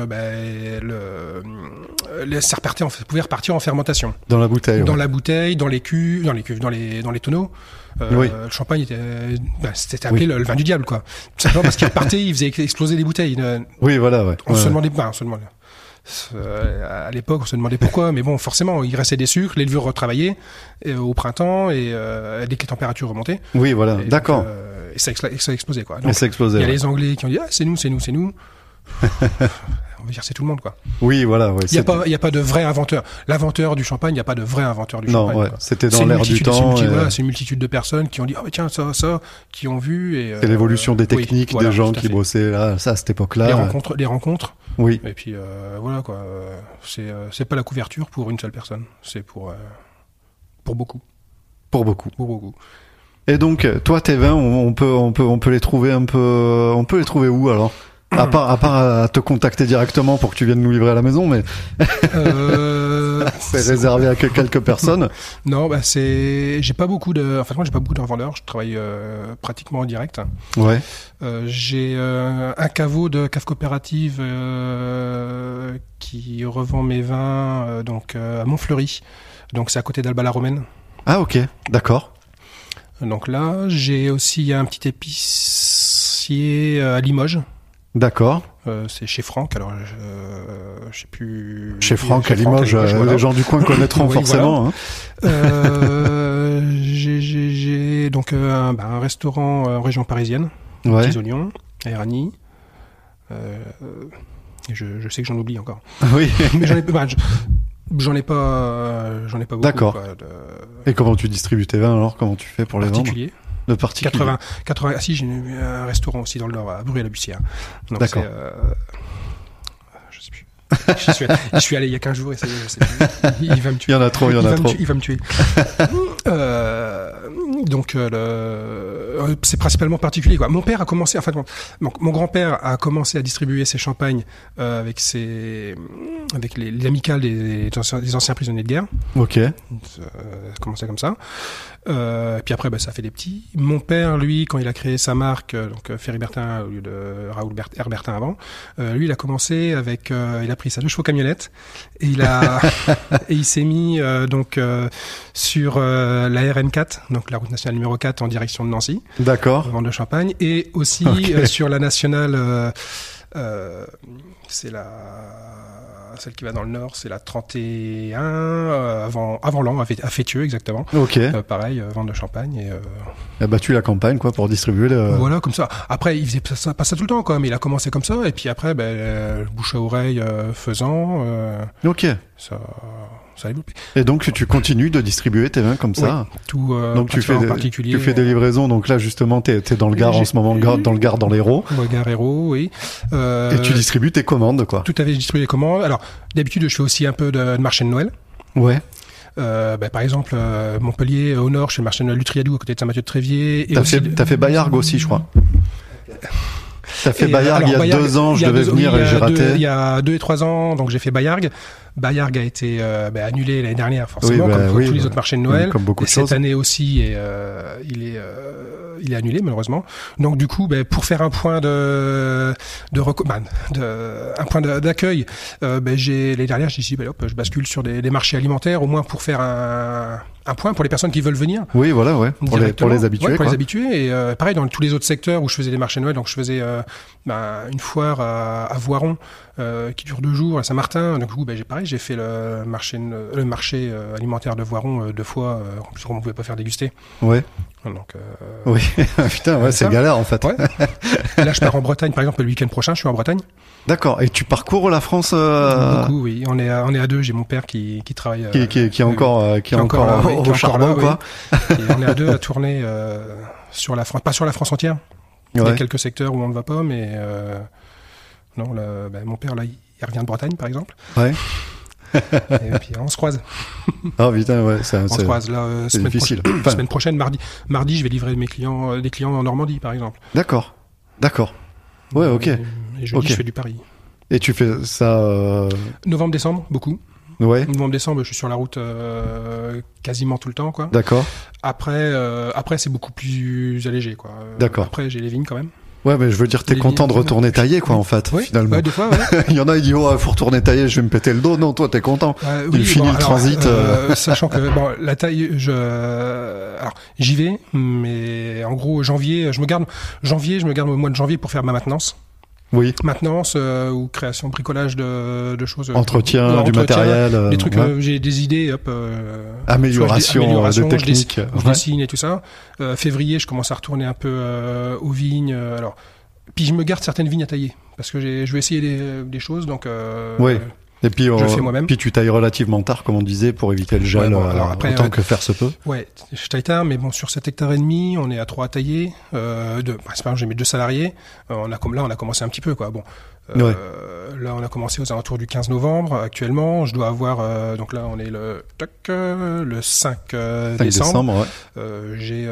pouvait repartir en fermentation. Dans la bouteille. Dans la bouteille, dans les cuves, dans les tonneaux. Le champagne c'était appelé le vin du diable, quoi. Simplement parce qu'il repartait, il faisait exploser les bouteilles. Oui, voilà, ouais. On se demandait. À l'époque, on se demandait pourquoi, mais bon, forcément, il restait des sucres, les levures retravaillées au printemps et dès que les températures remontaient. Oui, voilà, et d'accord. Donc, et ça a explosé, quoi. Donc, ça a explosé, il y a les Anglais qui ont dit c'est nous. On va dire c'est tout le monde, quoi. Oui, voilà. Ouais, il y a pas de vrai inventeur. L'inventeur du champagne, il n'y a pas de vrai inventeur du champagne. Ouais, c'était dans l'air du temps. C'est une multitude de personnes qui ont dit tiens ça, qui ont vu et. C'est l'évolution des techniques, des gens qui bossaient là, ça à cette époque-là. Les rencontres. Oui. Et puis voilà quoi. C'est pas la couverture pour une seule personne. C'est pour beaucoup. Pour beaucoup. Et donc, toi, tes vins, on peut les trouver on peut les trouver où alors? À part à te contacter directement pour que tu viennes nous livrer à la maison, mais c'est réservé à quelques personnes. Non, j'ai pas beaucoup de revendeurs. Je travaille pratiquement en direct. Ouais. J'ai un caveau de cave coopérative qui revend mes vins à Montfleury. Donc c'est à côté d'Alba-la-Romaine. Ah ok, d'accord. Donc là, j'ai aussi un petit épicier à Limoges. D'accord. C'est chez Franck, alors je sais plus. Chez Franck à Limoges, voilà. Les gens du coin connaîtront forcément. Voilà. J'ai donc un restaurant en région parisienne, Petits Oignons, à Éragny. Je sais que j'en oublie encore. Oui. Mais j'en ai pas beaucoup. D'accord. Et comment tu distribues tes vins alors? Comment tu fais pour les vendre? De particulier. 80. Ah si, j'ai un restaurant aussi dans le Nord, à Bruy-à-la-Bussière. D'accord. Je sais plus. Je suis allé il y a 15 jours et ça y est, je sais plus. Il va me tuer. Il y en a trop. Il va me tuer. Donc c'est principalement particulier, quoi. Mon père a commencé, mon grand-père a commencé à distribuer ses champagnes avec les amicales des anciens prisonniers de guerre. Ok. Ça a commencé comme ça. Puis après, ça fait des petits. Mon père, lui, quand il a créé sa marque, donc Ferry Bertin au lieu de Raoul Herbertin avant, lui, il a commencé avec, il a pris sa 2 chevaux camionnette et et il s'est mis sur la RN4, donc la route nationale numéro 4 en direction de Nancy. D'accord. Vente de champagne, et aussi sur la nationale, c'est celle qui va dans le nord, c'est la 31 avant l'an, à Fétieux exactement. Ok. Pareil, vente de champagne et. Il a battu la campagne quoi pour distribuer le. Voilà, comme ça. Après, il faisait pas ça tout le temps quoi, mais il a commencé comme ça et puis après, bouche à oreille faisant. Ok. Ça a développé. Et donc tu continues de distribuer tes vins comme ça. Oui, tout. Donc tu fais en particulier. Tu fais des livraisons. Donc là justement t'es dans le Gard en ce moment, dans le Gard dans l'Hérault. Dans le Gard Hérault, oui. Et tu distribues tes commandes quoi. Tout à fait, je distribue les commandes. Alors d'habitude je fais aussi un peu de marché de Noël. Ouais. Par exemple, Montpellier au nord, chez le marché de Noël du Triadou à côté de Saint-Mathieu-de-Tréviers. T'as fait Bayargues aussi, je crois. T'as fait Bayargues il y a 2 ans, je devais venir et j'ai raté. Il y a 2 et 3 ans, donc j'ai fait Bayargues. Bayargues a été annulé l'année dernière, forcément, comme tous les autres marchés de Noël. Comme beaucoup de choses. Cette année aussi, il est annulé malheureusement. Donc du coup, pour faire un point un point d'accueil, l'année dernière, j'ai dit je bascule sur des marchés alimentaires, au moins pour faire un point pour les personnes qui veulent venir. Oui, voilà, ouais. Pour les habitués. Ouais, pour les habitués. Et pareil dans tous les autres secteurs où je faisais des marchés de Noël, donc je faisais une foire à Voiron qui dure 2 jours à Saint-Martin. Donc du coup, j'ai fait le marché alimentaire de Voiron 2 fois, parce qu'on ne pouvait pas faire déguster. Ouais. Donc, oui, putain, ouais, c'est galère en fait. Ouais. Là, je pars en Bretagne, par exemple, le week-end prochain, je suis en Bretagne. D'accord. Et tu parcours la France Beaucoup, oui. On est à 2. J'ai mon père qui travaille. Qui est encore au charbon, quoi. Oui. Et on est à 2 à tourner sur la France, pas sur la France entière. Il y a quelques secteurs où on ne va pas, mais non. Mon père là, il revient de Bretagne, par exemple. Ouais. Et puis on se croise. Ah putain, ouais, on se croise là. C'est difficile. Semaine prochaine, mardi, je vais livrer des clients en Normandie, par exemple. D'accord. Ouais, ok. Et jeudi, je fais du Paris. Et tu fais ça novembre-décembre, beaucoup. Ouais. Novembre-décembre, je suis sur la route quasiment tout le temps, quoi. D'accord. Après, c'est beaucoup plus allégé, quoi. D'accord. Après, j'ai les vignes quand même. Ouais, mais je veux dire, t'es content de retourner tailler, quoi, en fait, finalement. Ouais, des fois, ouais. Il y en a, ils disent, faut retourner tailler, je vais me péter le dos. Non, toi, t'es content. Il finit le transit. Sachant que, la taille, alors, j'y vais, mais en gros, janvier, je me garde au mois de janvier pour faire ma maintenance. maintenance ou création, bricolage de choses. Entretien du matériel. Des trucs, j'ai des idées, amélioration de technique. Je dessine et tout ça. Février, je commence à retourner un peu aux vignes. Alors, puis je me garde certaines vignes à tailler parce que je vais essayer des choses. Donc, et puis, je le fais moi-même. Puis tu tailles relativement tard, comme on disait, pour éviter le gel autant que faire se peut. Ouais, je taille tard, mais bon, sur 7 hectares et demi, on est à 3 à tailler. C'est pas grave, j'ai mes 2 salariés. On a commencé un petit peu, quoi. Bon, là, on a commencé aux alentours du 15 novembre. Actuellement, je dois avoir, donc là, on est le 5 décembre. J'ai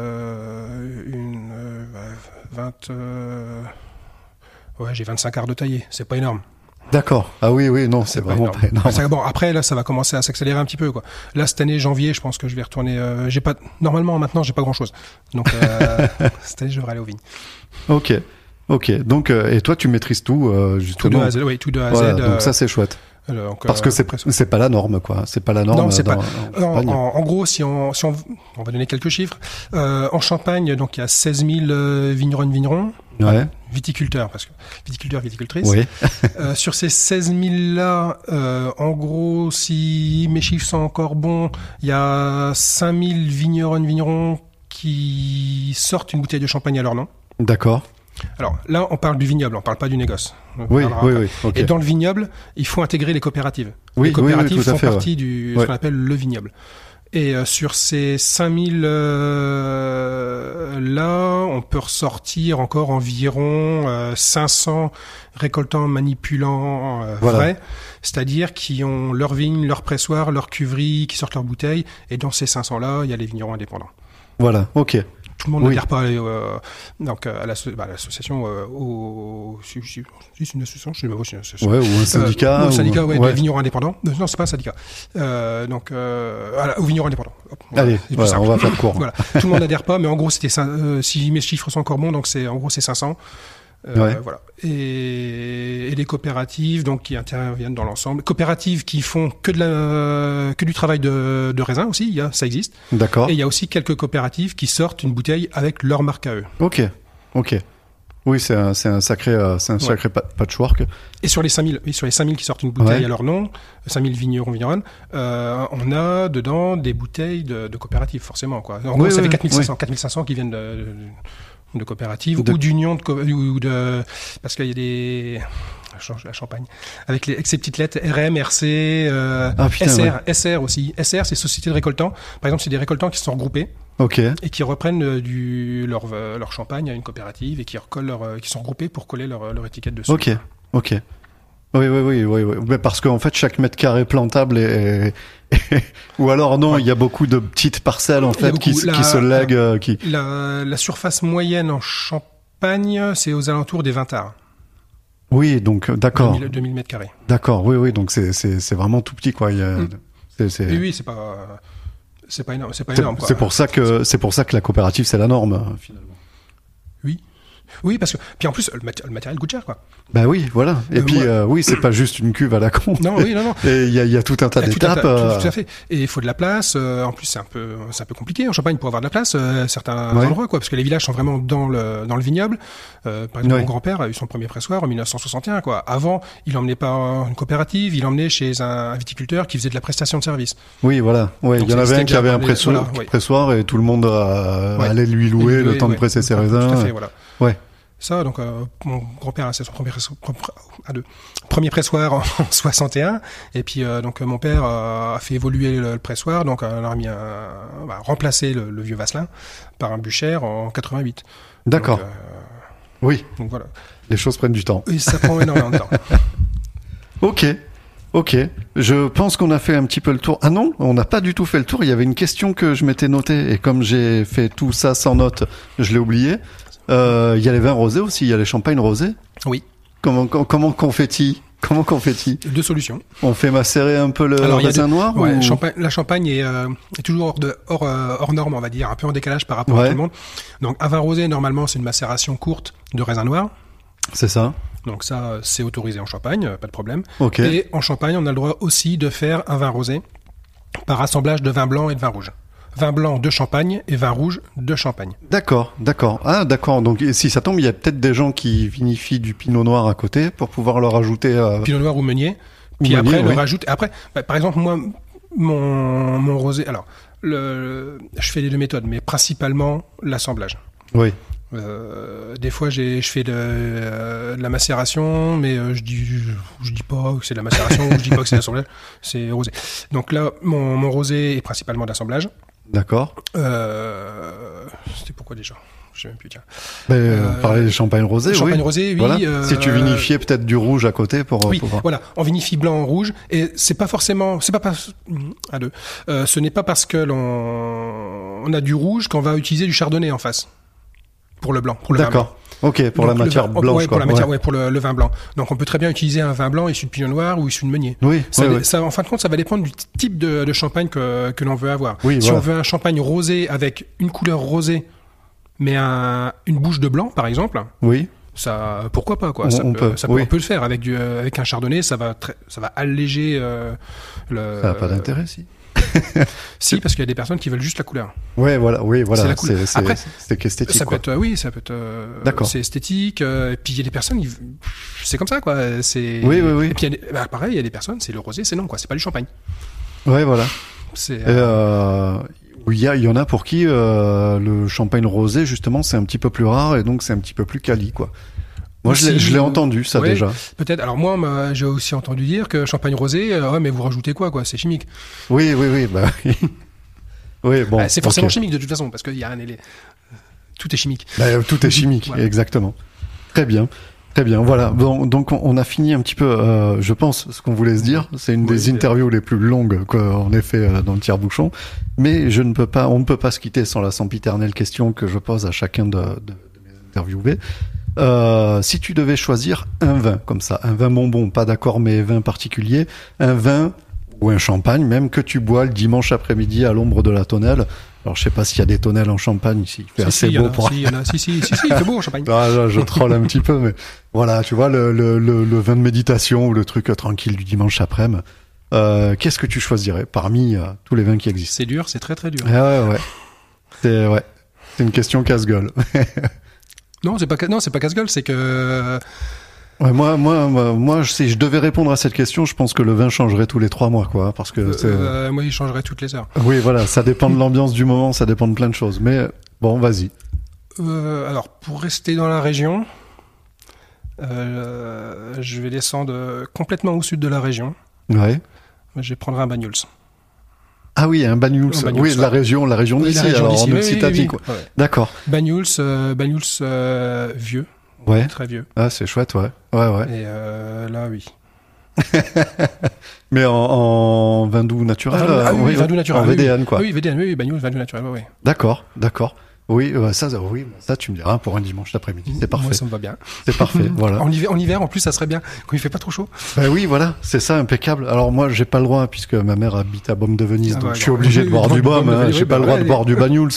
j'ai 25 quarts de taillé. C'est pas énorme. D'accord. Ah oui, non, c'est vraiment pas énorme. Bon, après, là, ça va commencer à s'accélérer un petit peu, quoi. Là, cette année, janvier, je pense que je vais retourner, normalement, maintenant, j'ai pas grand chose. Donc, cette année, je devrais aller aux vignes. Ok. Donc, et toi, tu maîtrises tout, justement. Tout de A à Z, oui, tout de A à Z. Donc ça, c'est chouette. Donc, parce que c'est pas la norme, quoi. C'est pas la norme. Non, c'est pas. En gros, si on va donner quelques chiffres. En Champagne, donc, il y a 16 000 vignerons. Ouais. Viticulteurs, parce que viticulteurs, viticultrices. Oui. Sur ces 16 000-là, en gros, si mes chiffres sont encore bons, il y a 5 000 vignerons qui sortent une bouteille de champagne à leur nom. D'accord. Alors là, on parle du vignoble, on parle pas du négoce. Oui. Okay. Et dans le vignoble, il faut intégrer les coopératives. Oui, les coopératives font partie de ce qu'on appelle le vignoble. Et sur ces 5000 là, on peut ressortir encore environ 500 récoltants manipulants vrais, c'est-à-dire qui ont leur vigne, leur pressoir, leur cuverie, qui sortent leurs bouteilles. Et dans ces 500 là, il y a les vignerons indépendants. Voilà, ok. Tout le monde n'adhère pas donc à l'association. C'est une association, je sais pas si c'est une association. Ouais, ou un syndicat. Un syndicat, des vignerons indépendants. Non, c'est pas un syndicat. Aux vignerons indépendants. Hop, allez, on va faire court. Voilà. Tout le monde n'adhère pas, mais en gros, c'était si mes chiffres sont encore bons, donc c'est 500. Voilà. Et les coopératives, donc, qui interviennent dans l'ensemble. Coopératives qui font que du travail de raisin aussi, ça existe. D'accord. Et il y a aussi quelques coopératives qui sortent une bouteille avec leur marque à eux. Ok. Oui, c'est un sacré patchwork. Et sur les 5000 qui sortent une bouteille à leur nom, 5000 vignerons, on a dedans des bouteilles de coopératives, forcément, quoi. En gros, ça fait 4500 qui viennent de coopératives ou d'unions parce qu'il y a des la Champagne avec ces petites lettres RM, RC, SR aussi. SR, c'est société de récoltants. Par exemple, c'est des récoltants qui se sont regroupés. Et qui reprennent leur champagne à une coopérative et qui sont regroupés pour coller leur étiquette dessus. Ok. Oui. Mais parce qu'en fait, chaque mètre carré plantable ou alors non, il y a beaucoup de petites parcelles en fait qui se lèguent. La surface moyenne en Champagne, c'est aux alentours des 20 arts. Oui, donc d'accord. 2000 mètres carrés. D'accord, oui, donc c'est vraiment tout petit, quoi. Oui, c'est pas énorme. Quoi. C'est pour ça que la coopérative c'est la norme finalement. Oui, parce que puis en plus le matériel coûte cher, quoi. Bah oui, voilà. Et puis c'est pas juste une cuve à la con. Non. Et il y a tout un tas d'étapes. Tout à fait. Et il faut de la place. En plus, c'est un peu compliqué en Champagne pour avoir de la place. Certains endroits, quoi, parce que les villages sont vraiment dans le vignoble. Par exemple, mon grand-père a eu son premier pressoir en 1961, quoi. Avant, il emmenait pas une coopérative, il emmenait chez un viticulteur qui faisait de la prestation de service. Oui, voilà. Ouais, il y en avait un qui avait un pressoir et tout le monde allait lui louer le temps de presser ses raisins. Tout à fait, voilà. Ouais. Ça, donc, mon grand-père a son premier pressoir en 61, et puis donc mon père a fait évoluer le pressoir, donc on a remplacé le vieux Vasselin par un Bucher en 88. D'accord. Donc, oui. Donc voilà. Les choses prennent du temps. Oui, ça prend énormément de temps. Ok. Je pense qu'on a fait un petit peu le tour. Ah non, on n'a pas du tout fait le tour. Il y avait une question que je m'étais notée et comme j'ai fait tout ça sans note, je l'ai oublié. Il y a les vins rosés aussi, il y a les champagnes rosés. Oui. Comment confetti? Deux solutions. On fait macérer un peu le raisin noir ou... La Champagne est toujours hors norme, on va dire, un peu en décalage par rapport à tout le monde. Donc un vin rosé, normalement, c'est une macération courte de raisin noir. C'est ça. Donc ça, c'est autorisé en Champagne, pas de problème. Okay. Et en Champagne, on a le droit aussi de faire un vin rosé par assemblage de vin blanc et de vin rouge. vin blanc de Champagne et vin rouge de Champagne. D'accord. Ah, d'accord. Donc, si ça tombe, il y a peut-être des gens qui vinifient du pinot noir à côté pour pouvoir le rajouter. Pinot noir ou meunier. Puis après, le rajoute. Après, par exemple, moi, mon rosé. Alors, je fais les deux méthodes, mais principalement l'assemblage. Oui. Des fois, je fais de la macération, mais je dis pas que c'est de la macération, je dis pas que c'est de l'assemblage, c'est rosé. Donc là, mon rosé est principalement d'assemblage. D'accord. C'était pourquoi déjà ? Je sais même plus, tiens. Parler de champagne rosé, Champagne rosé, oui. Voilà. Si tu vinifiais peut-être du rouge à côté pour... Oui, voilà. On vinifie blanc en rouge, et ce n'est pas parce que l'on a du rouge qu'on va utiliser du chardonnay en face. Pour le blanc, pour le vin blanc. Ok, pour la matière blanche. Pour le vin blanc. Donc on peut très bien utiliser un vin blanc issu de pinot noir ou issu de meunier. Oui. Ça, en fin de compte, ça va dépendre du type de champagne que l'on veut avoir. Oui, si on veut un champagne rosé avec une couleur rosée, mais une bouche de blanc, par exemple. Oui. Ça, pourquoi pas quoi. On peut le faire avec un chardonnay. Ça va alléger le. Ça n'a pas d'intérêt, si. Si, parce qu'il y a des personnes qui veulent juste la couleur. Oui, voilà. C'est la couleur. Après, c'est esthétique. Ça peut être, D'accord. C'est esthétique. Et puis il y a des personnes, c'est comme ça, quoi. Oui. Et puis pareil, il y a des personnes, c'est le rosé, c'est non, quoi. C'est pas du champagne. Ouais, voilà. Il y en a pour qui le champagne rosé, justement, c'est un petit peu plus rare et donc c'est un petit peu plus quali, quoi. Moi, je l'ai entendu, ça, déjà. Peut-être. Alors moi, j'ai aussi entendu dire que champagne rosé, mais vous rajoutez quoi, c'est chimique. Oui. Oui, bon. C'est forcément chimique de toute façon, parce qu'il y a tout est chimique. Tout est chimique, voilà. Exactement. Très bien. Voilà. Bon, donc on a fini un petit peu, je pense, ce qu'on voulait se dire. C'est une des interviews les plus longues qu'on ait fait dans le tire-bouchon. Mais on ne peut pas se quitter sans la sempiternelle question que je pose à chacun de mes interviewés. Si tu devais choisir un vin comme ça, un vin bonbon, pas d'accord, mais vin particulier, un vin ou un champagne même que tu bois le dimanche après-midi à l'ombre de la tonnelle. Alors je sais pas s'il y a des tonnelles en Champagne ici, il fait assez beau pour. Si, il fait beau en Champagne. Là, je troll un petit peu, mais voilà, tu vois le vin de méditation ou le truc tranquille du dimanche après-midi. Qu'est-ce que tu choisirais parmi tous les vins qui existent? C'est dur, c'est très très dur. Ouais. C'est une question casse-gueule. Non, c'est pas casse-gueule, c'est que. Ouais, moi, si je devais répondre à cette question, je pense que le vin changerait tous les 3 mois, quoi, parce que moi, il changerait toutes les heures. Oui, voilà, ça dépend de l'ambiance du moment, ça dépend de plein de choses. Mais bon, vas-y. Alors, pour rester dans la région, je vais descendre complètement au sud de la région. Ouais. Je vais prendre un Banyuls. Ah oui, un Banyuls. Oui, la région d'ici, alors en Occitanie, quoi. Ouais. D'accord. Banyuls vieux. Ouais. Très vieux. Ah, c'est chouette, ouais. Et là, oui. Mais en vin doux naturel. Oui, vin doux naturel. En VDN, quoi. Oui, VDN, oui, Banyuls, vin doux naturel, oui. D'accord. Oui, ça, tu me diras pour un dimanche d'après-midi. C'est parfait. Moi, ça me va bien. C'est parfait, voilà. En hiver, en plus, ça serait bien. Quand il fait pas trop chaud. Oui, voilà. C'est ça, impeccable. Alors, moi, j'ai pas le droit, puisque ma mère habite à Baume de Venise, donc je suis obligé de boire du Baume. J'ai pas le droit de boire du Banyuls,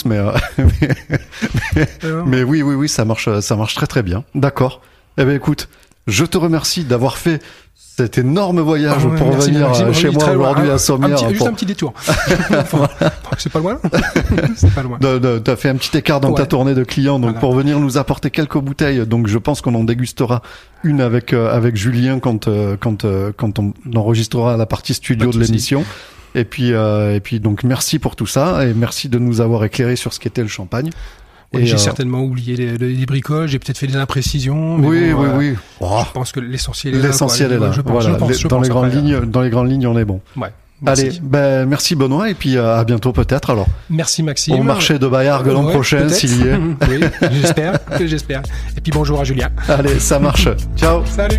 mais oui, ça marche très très bien. D'accord. Eh ben, écoute, je te remercie d'avoir fait cet énorme voyage pour venir chez moi aujourd'hui à Sommières. Juste un petit détour. C'est pas loin. C'est pas loin. T'as fait un petit écart dans ta tournée de clients, donc pour venir nous apporter quelques bouteilles. Donc je pense qu'on en dégustera une avec Julien quand on enregistrera la partie studio de l'émission. Et puis donc merci pour tout ça et merci de nous avoir éclairé sur ce qu'était le champagne. Oui, j'ai certainement oublié les bricoles, j'ai peut-être fait des imprécisions. Oui. Je pense que l'essentiel est là. L'essentiel est là. Dans les grandes lignes, on est bon. Ouais. Merci. Allez, merci Benoît, et puis à bientôt peut-être alors. Merci Maxime. Au marché de Bayargues l'an prochain, s'il y est. Oui, j'espère. Et puis bonjour à Julien. Allez, ça marche. Ciao. Salut.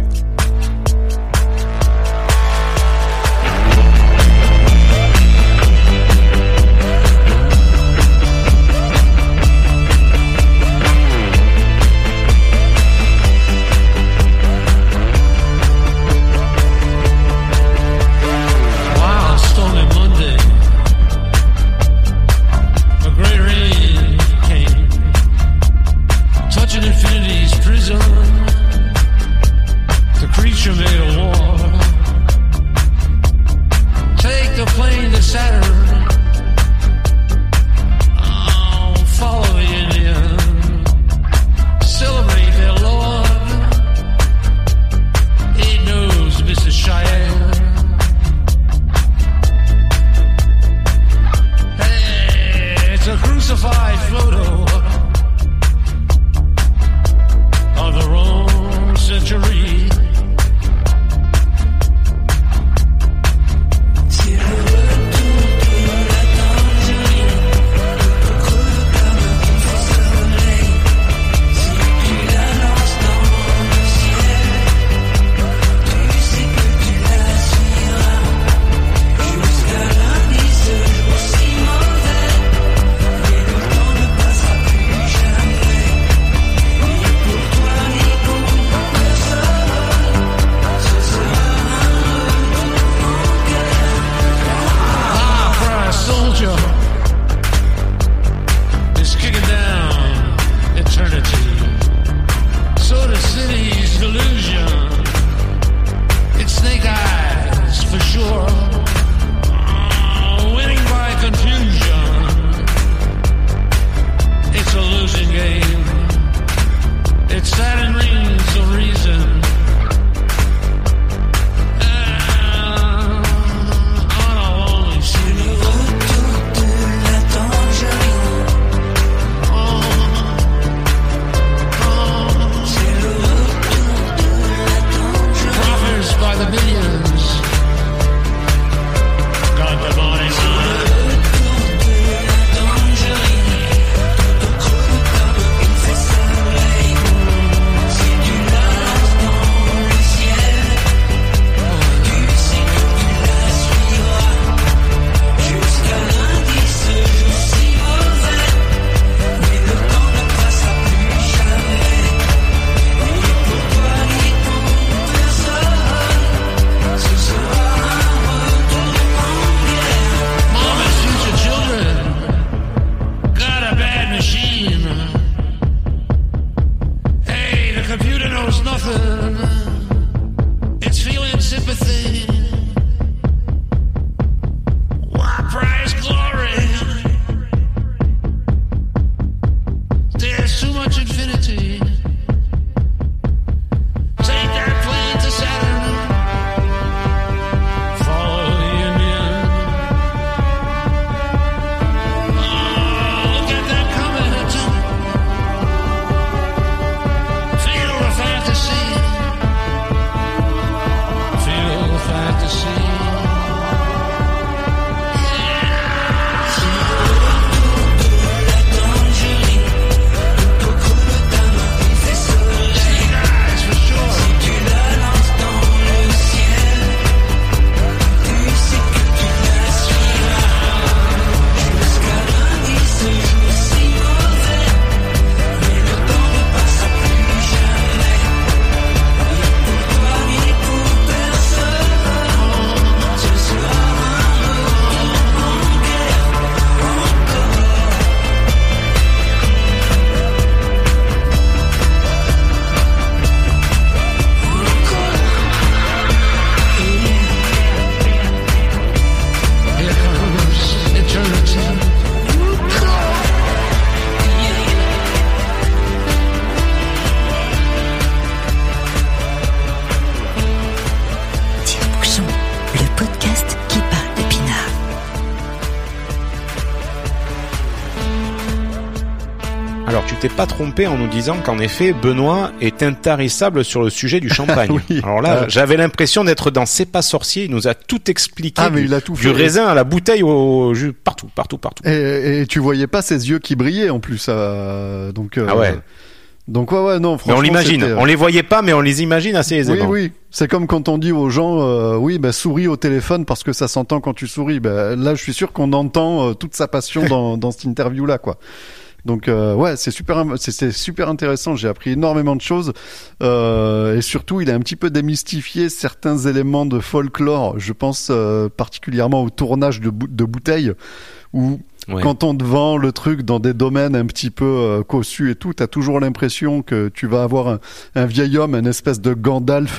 computer knows nothing. It's feeling sympathy. Why prize glory? There's too much infinity. Take that plane to Saturn. Follow the Indian. Oh, look at that comet. Feel the fantasy. Feel the fantasy. Alors, tu t'es pas trompé en nous disant qu'en effet, Benoît est intarissable sur le sujet du champagne. Oui. Alors là, j'avais l'impression d'être dans C'est pas sorcier. Il nous a tout expliqué. Mais il a tout du fait. raisin à la bouteille au jus, partout. Et tu voyais pas ses yeux qui brillaient en plus. Donc ouais, non, franchement. Mais on l'imagine. On les voyait pas, mais on les imagine assez aisément. Oui. C'est comme quand on dit aux gens, souris au téléphone parce que ça s'entend quand tu souris. Là, je suis sûr qu'on entend toute sa passion dans cette interview-là, quoi. Donc c'est super intéressant. J'ai appris énormément de choses et surtout il a un petit peu démystifié certains éléments de folklore. Je pense particulièrement au tournage de bouteilles où quand on te vend le truc dans des domaines un petit peu cossus et tout, t'as toujours l'impression que tu vas avoir un vieil homme, une espèce de Gandalf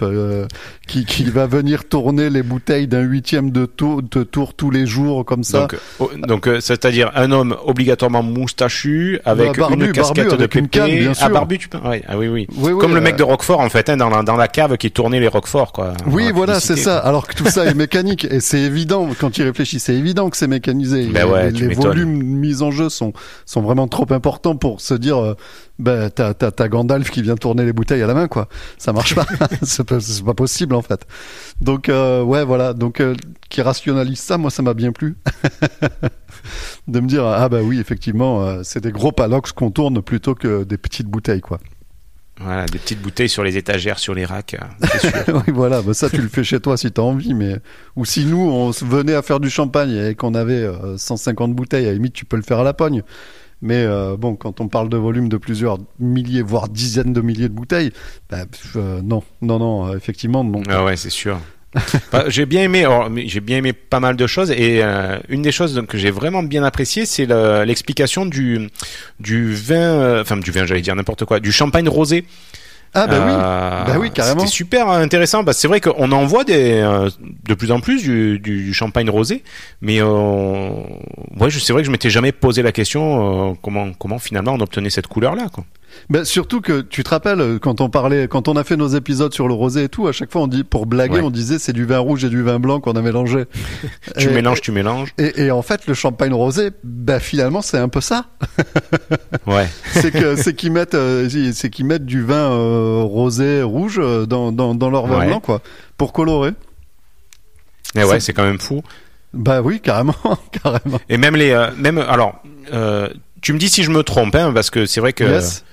qui va venir tourner les bouteilles d'un 8e de tour tous les jours comme ça. Donc c'est-à-dire un homme obligatoirement moustachu avec une casquette de pépé, bien sûr. Barbu, tu peux. Ouais. Ah oui. Comme le mec de Roquefort en fait, dans la cave qui tournait les Roquefort, quoi. Oui, voilà, c'est ça. Alors que tout ça est mécanique et c'est évident quand il réfléchit, c'est évident que c'est mécanisé. Les volumes mis en jeu sont vraiment trop importants pour se dire t'as Gandalf qui vient tourner les bouteilles à la main, quoi. Ça marche pas. c'est pas possible en fait. Donc donc qui rationalise ça, moi ça m'a bien plu. De me dire oui, effectivement, c'est des gros palox qu'on tourne plutôt que des petites bouteilles, quoi. Voilà, des petites bouteilles sur les étagères, sur les racks, c'est sûr. Oui, voilà, ça tu le fais chez toi si t'as envie, mais ou si nous on venait à faire du champagne et qu'on avait 150 bouteilles, à la limite tu peux le faire à la pogne. Mais quand on parle de volume de plusieurs milliers, voire dizaines de milliers de bouteilles, non, effectivement, non. Ah ouais, c'est sûr. J'ai bien aimé pas mal de choses et une des choses que j'ai vraiment bien apprécié, c'est l'explication du vin, j'allais dire n'importe quoi, du champagne rosé. Oui, carrément. C'était super intéressant. C'est vrai qu'on en voit de plus en plus du champagne rosé, mais c'est vrai que je m'étais jamais posé la question comment finalement on obtenait cette couleur-là, quoi. Surtout que tu te rappelles quand on a fait nos épisodes sur le rosé et tout, à chaque fois on dit, pour blaguer, on disait c'est du vin rouge et du vin blanc qu'on a mélangé. tu mélanges. Et en fait le champagne rosé, finalement c'est un peu ça. Ouais. c'est qu'ils mettent du vin rosé rouge dans leur vin blanc, quoi, pour colorer. Et c'est quand même fou. Oui, carrément. Et même tu me dis si je me trompe, parce que c'est vrai que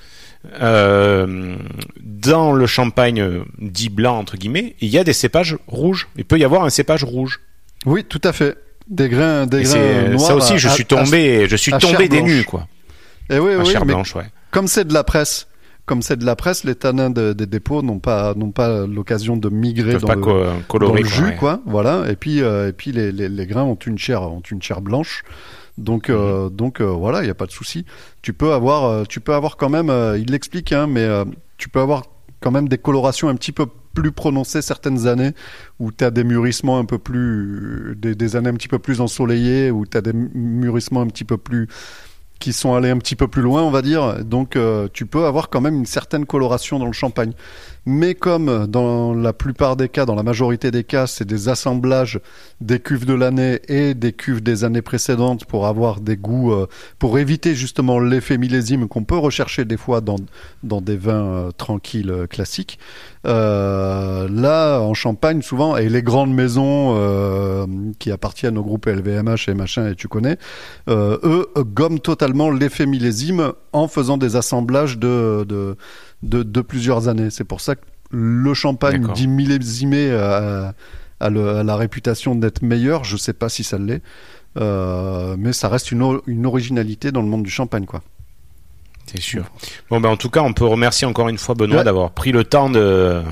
dans le champagne dit blanc entre guillemets, il y a des cépages rouges. Il peut y avoir un cépage rouge. Oui, tout à fait. Des grains noirs. Ça aussi, je suis tombé des nues, quoi. Et oui, chair blanche, ouais. Comme c'est de la presse, les tanins des dépôts n'ont pas l'occasion de migrer dans le jus, quoi. Voilà. Et puis les grains ont une chair blanche. Donc voilà, il y a pas de souci. Tu peux avoir quand même, il l'explique, mais tu peux avoir quand même des colorations un petit peu plus prononcées certaines années où tu as des mûrissements un peu plus des années un petit peu plus ensoleillées, où tu as des mûrissements un petit peu plus qui sont allés un petit peu plus loin, on va dire. Donc tu peux avoir quand même une certaine coloration dans le champagne. Mais comme dans la plupart des cas, dans la majorité des cas, c'est des assemblages des cuves de l'année et des cuves des années précédentes pour avoir des goûts, pour éviter justement l'effet millésime qu'on peut rechercher des fois dans des vins tranquilles classiques. Là, en Champagne, souvent, et les grandes maisons qui appartiennent au groupe LVMH et machin, et tu connais, eux gomment totalement l'effet millésime en faisant des assemblages de plusieurs années. C'est pour ça que le champagne dit millésimé a la réputation d'être meilleur. Je sais pas si ça l'est, mais ça reste une originalité dans le monde du champagne, quoi. C'est sûr. Bon, ben en tout cas, on peut remercier encore une fois Benoît d'avoir pris le temps de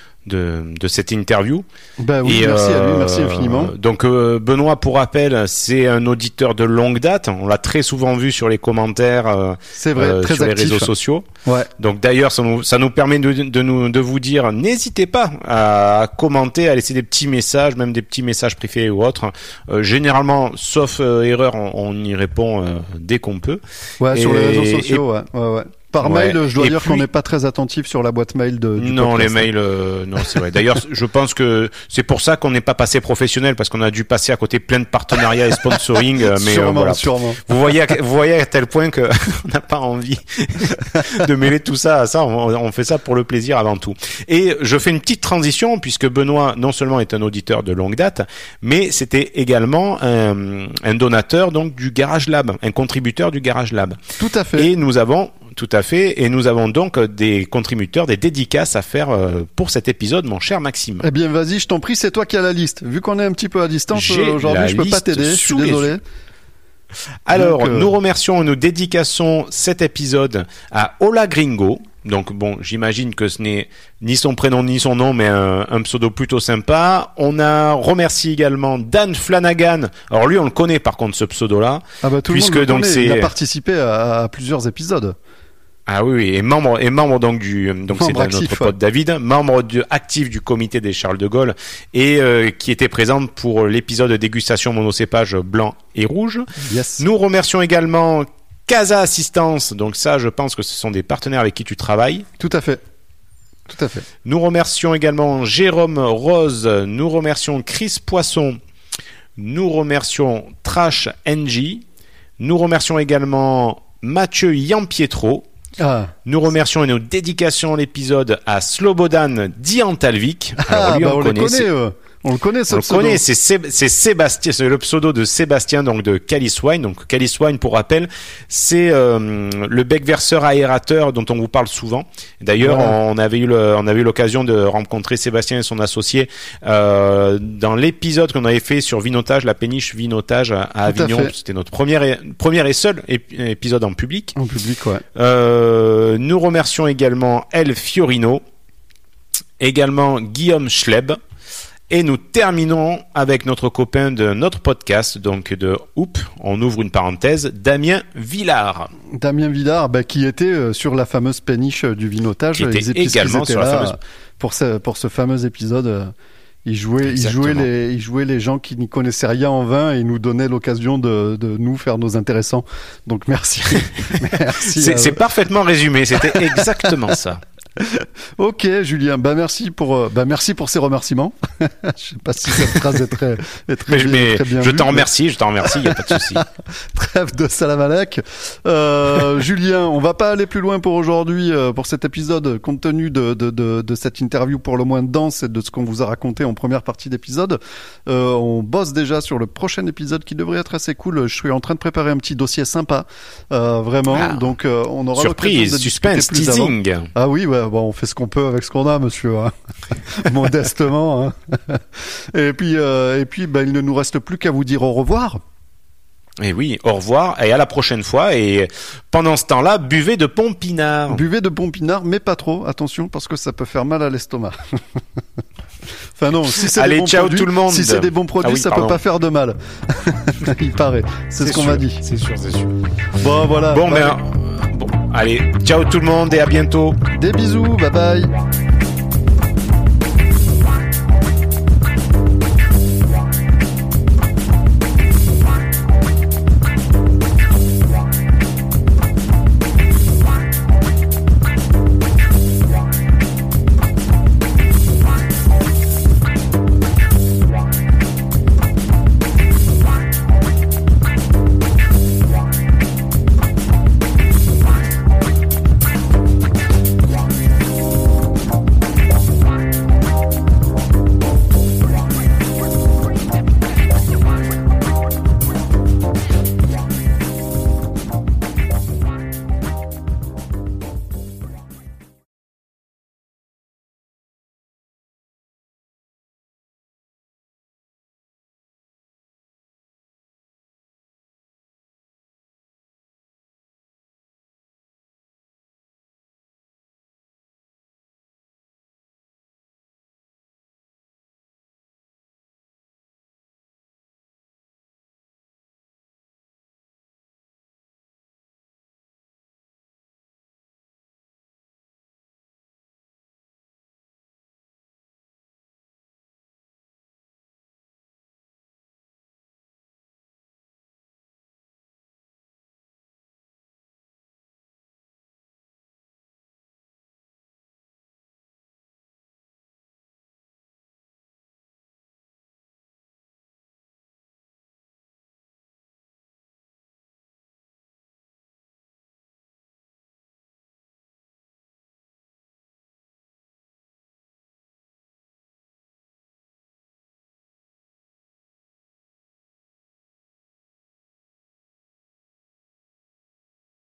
cette interview. Ben oui, et merci à lui, merci infiniment. Donc Benoît, pour rappel, c'est un auditeur de longue date. On l'a très souvent vu sur les commentaires, c'est vrai, très sur actif. Les réseaux sociaux. Ouais. Donc d'ailleurs, ça nous permet de vous dire, n'hésitez pas à commenter, à laisser des petits messages, même des petits messages privés ou autres. Généralement, sauf erreur, on y répond dès qu'on peut. Ouais, sur les réseaux sociaux, ouais. Par mail, je dois dire qu'on n'est pas très attentif sur la boîte mail du non, podcast. Les mails, non, c'est vrai. D'ailleurs, je pense que c'est pour ça qu'on n'est pas passé professionnel, parce qu'on a dû passer à côté plein de partenariats et sponsoring. Mais sûrement. Vous voyez à tel point que on n'a pas envie de mêler tout ça à ça. On fait ça pour le plaisir avant tout. Et je fais une petite transition, puisque Benoît, non seulement est un auditeur de longue date, mais c'était également un donateur donc du Garage Lab, un contributeur du Garage Lab. Tout à fait. Tout à fait, et nous avons donc des contributeurs, des dédicaces à faire pour cet épisode, mon cher Maxime. Eh bien, vas-y, je t'en prie, c'est toi qui as la liste. Vu qu'on est un petit peu à distance aujourd'hui, je peux pas t'aider, je suis désolé. Alors, nous remercions et nous dédicassons cet épisode à Ola Gringo. Donc bon, j'imagine que ce n'est ni son prénom ni son nom, mais un pseudo plutôt sympa. On a remercié également Dan Flanagan. Alors lui, on le connaît par contre, ce pseudo-là. Ah bah tout puisque, le monde le donc, connaît. Il a participé à plusieurs épisodes. Ah oui, et membre donc c'est notre pote David, membre actif du comité des Charles de Gaulle, et qui était présent pour l'épisode de dégustation monocépage blanc et rouge. Yes. Nous remercions également Casa Assistance, donc ça je pense que ce sont des partenaires avec qui tu travailles. Tout à fait. Nous remercions également Jérôme Rose, nous remercions Chris Poisson, nous remercions Trash NG, nous remercions également Mathieu Yampietro. Nous remercions et nous dédications l'épisode à Slobodan Diantalvic. Alors lui, on le connaît. On le connaît, ce pseudo. C'est Sébastien, c'est le pseudo de Sébastien, donc de Calice Wine. Donc Calice Wine, pour rappel, c'est le bec verseur aérateur dont on vous parle souvent. D'ailleurs, on avait eu l'occasion de rencontrer Sébastien et son associé dans l'épisode qu'on avait fait sur Vinotage, la péniche Vinotage à Avignon. C'était notre premier et seul épisode en public. En public, ouais. Nous remercions également El Fiorino, également Guillaume Schleb. Et nous terminons avec notre copain de notre podcast, donc de Oup, on ouvre une parenthèse, Damien Villard. Damien Villard, qui était sur la fameuse péniche du Vinotage. Qui était également sur la fameuse... Pour ce fameux épisode, il jouait les gens qui n'y connaissaient rien en vin et il nous donnait l'occasion de nous faire nos intéressants. Donc merci. C'est parfaitement résumé, c'était exactement ça. Ok, Julien, merci pour ces remerciements. Je sais pas si cette phrase est très bien. Je t'en remercie, il y a pas de souci. Trêve de Salamalek. Julien, on va pas aller plus loin pour aujourd'hui, pour cet épisode, compte tenu de cette interview pour le moins dense et de ce qu'on vous a raconté en première partie d'épisode. On bosse déjà sur le prochain épisode qui devrait être assez cool. Je suis en train de préparer un petit dossier sympa, vraiment. Donc on aura surprise, suspense, teasing. Ah oui, ouais. Bon, on fait ce qu'on peut avec ce qu'on a, monsieur, hein. Modestement. Hein. Et puis, il ne nous reste plus qu'à vous dire au revoir. Et oui, au revoir et à la prochaine fois. Et pendant ce temps-là, buvez de bon pinard. Buvez de bon pinard, mais pas trop. Attention, parce que ça peut faire mal à l'estomac. Enfin non, si c'est allez, des bons ciao produits, tout le monde. Si c'est des bons produits, ça peut pas faire de mal. Il paraît. C'est ce qu'on m'a dit. C'est sûr. Bon, voilà. Bon, allez, ciao tout le monde et à bientôt. Des bisous, bye bye.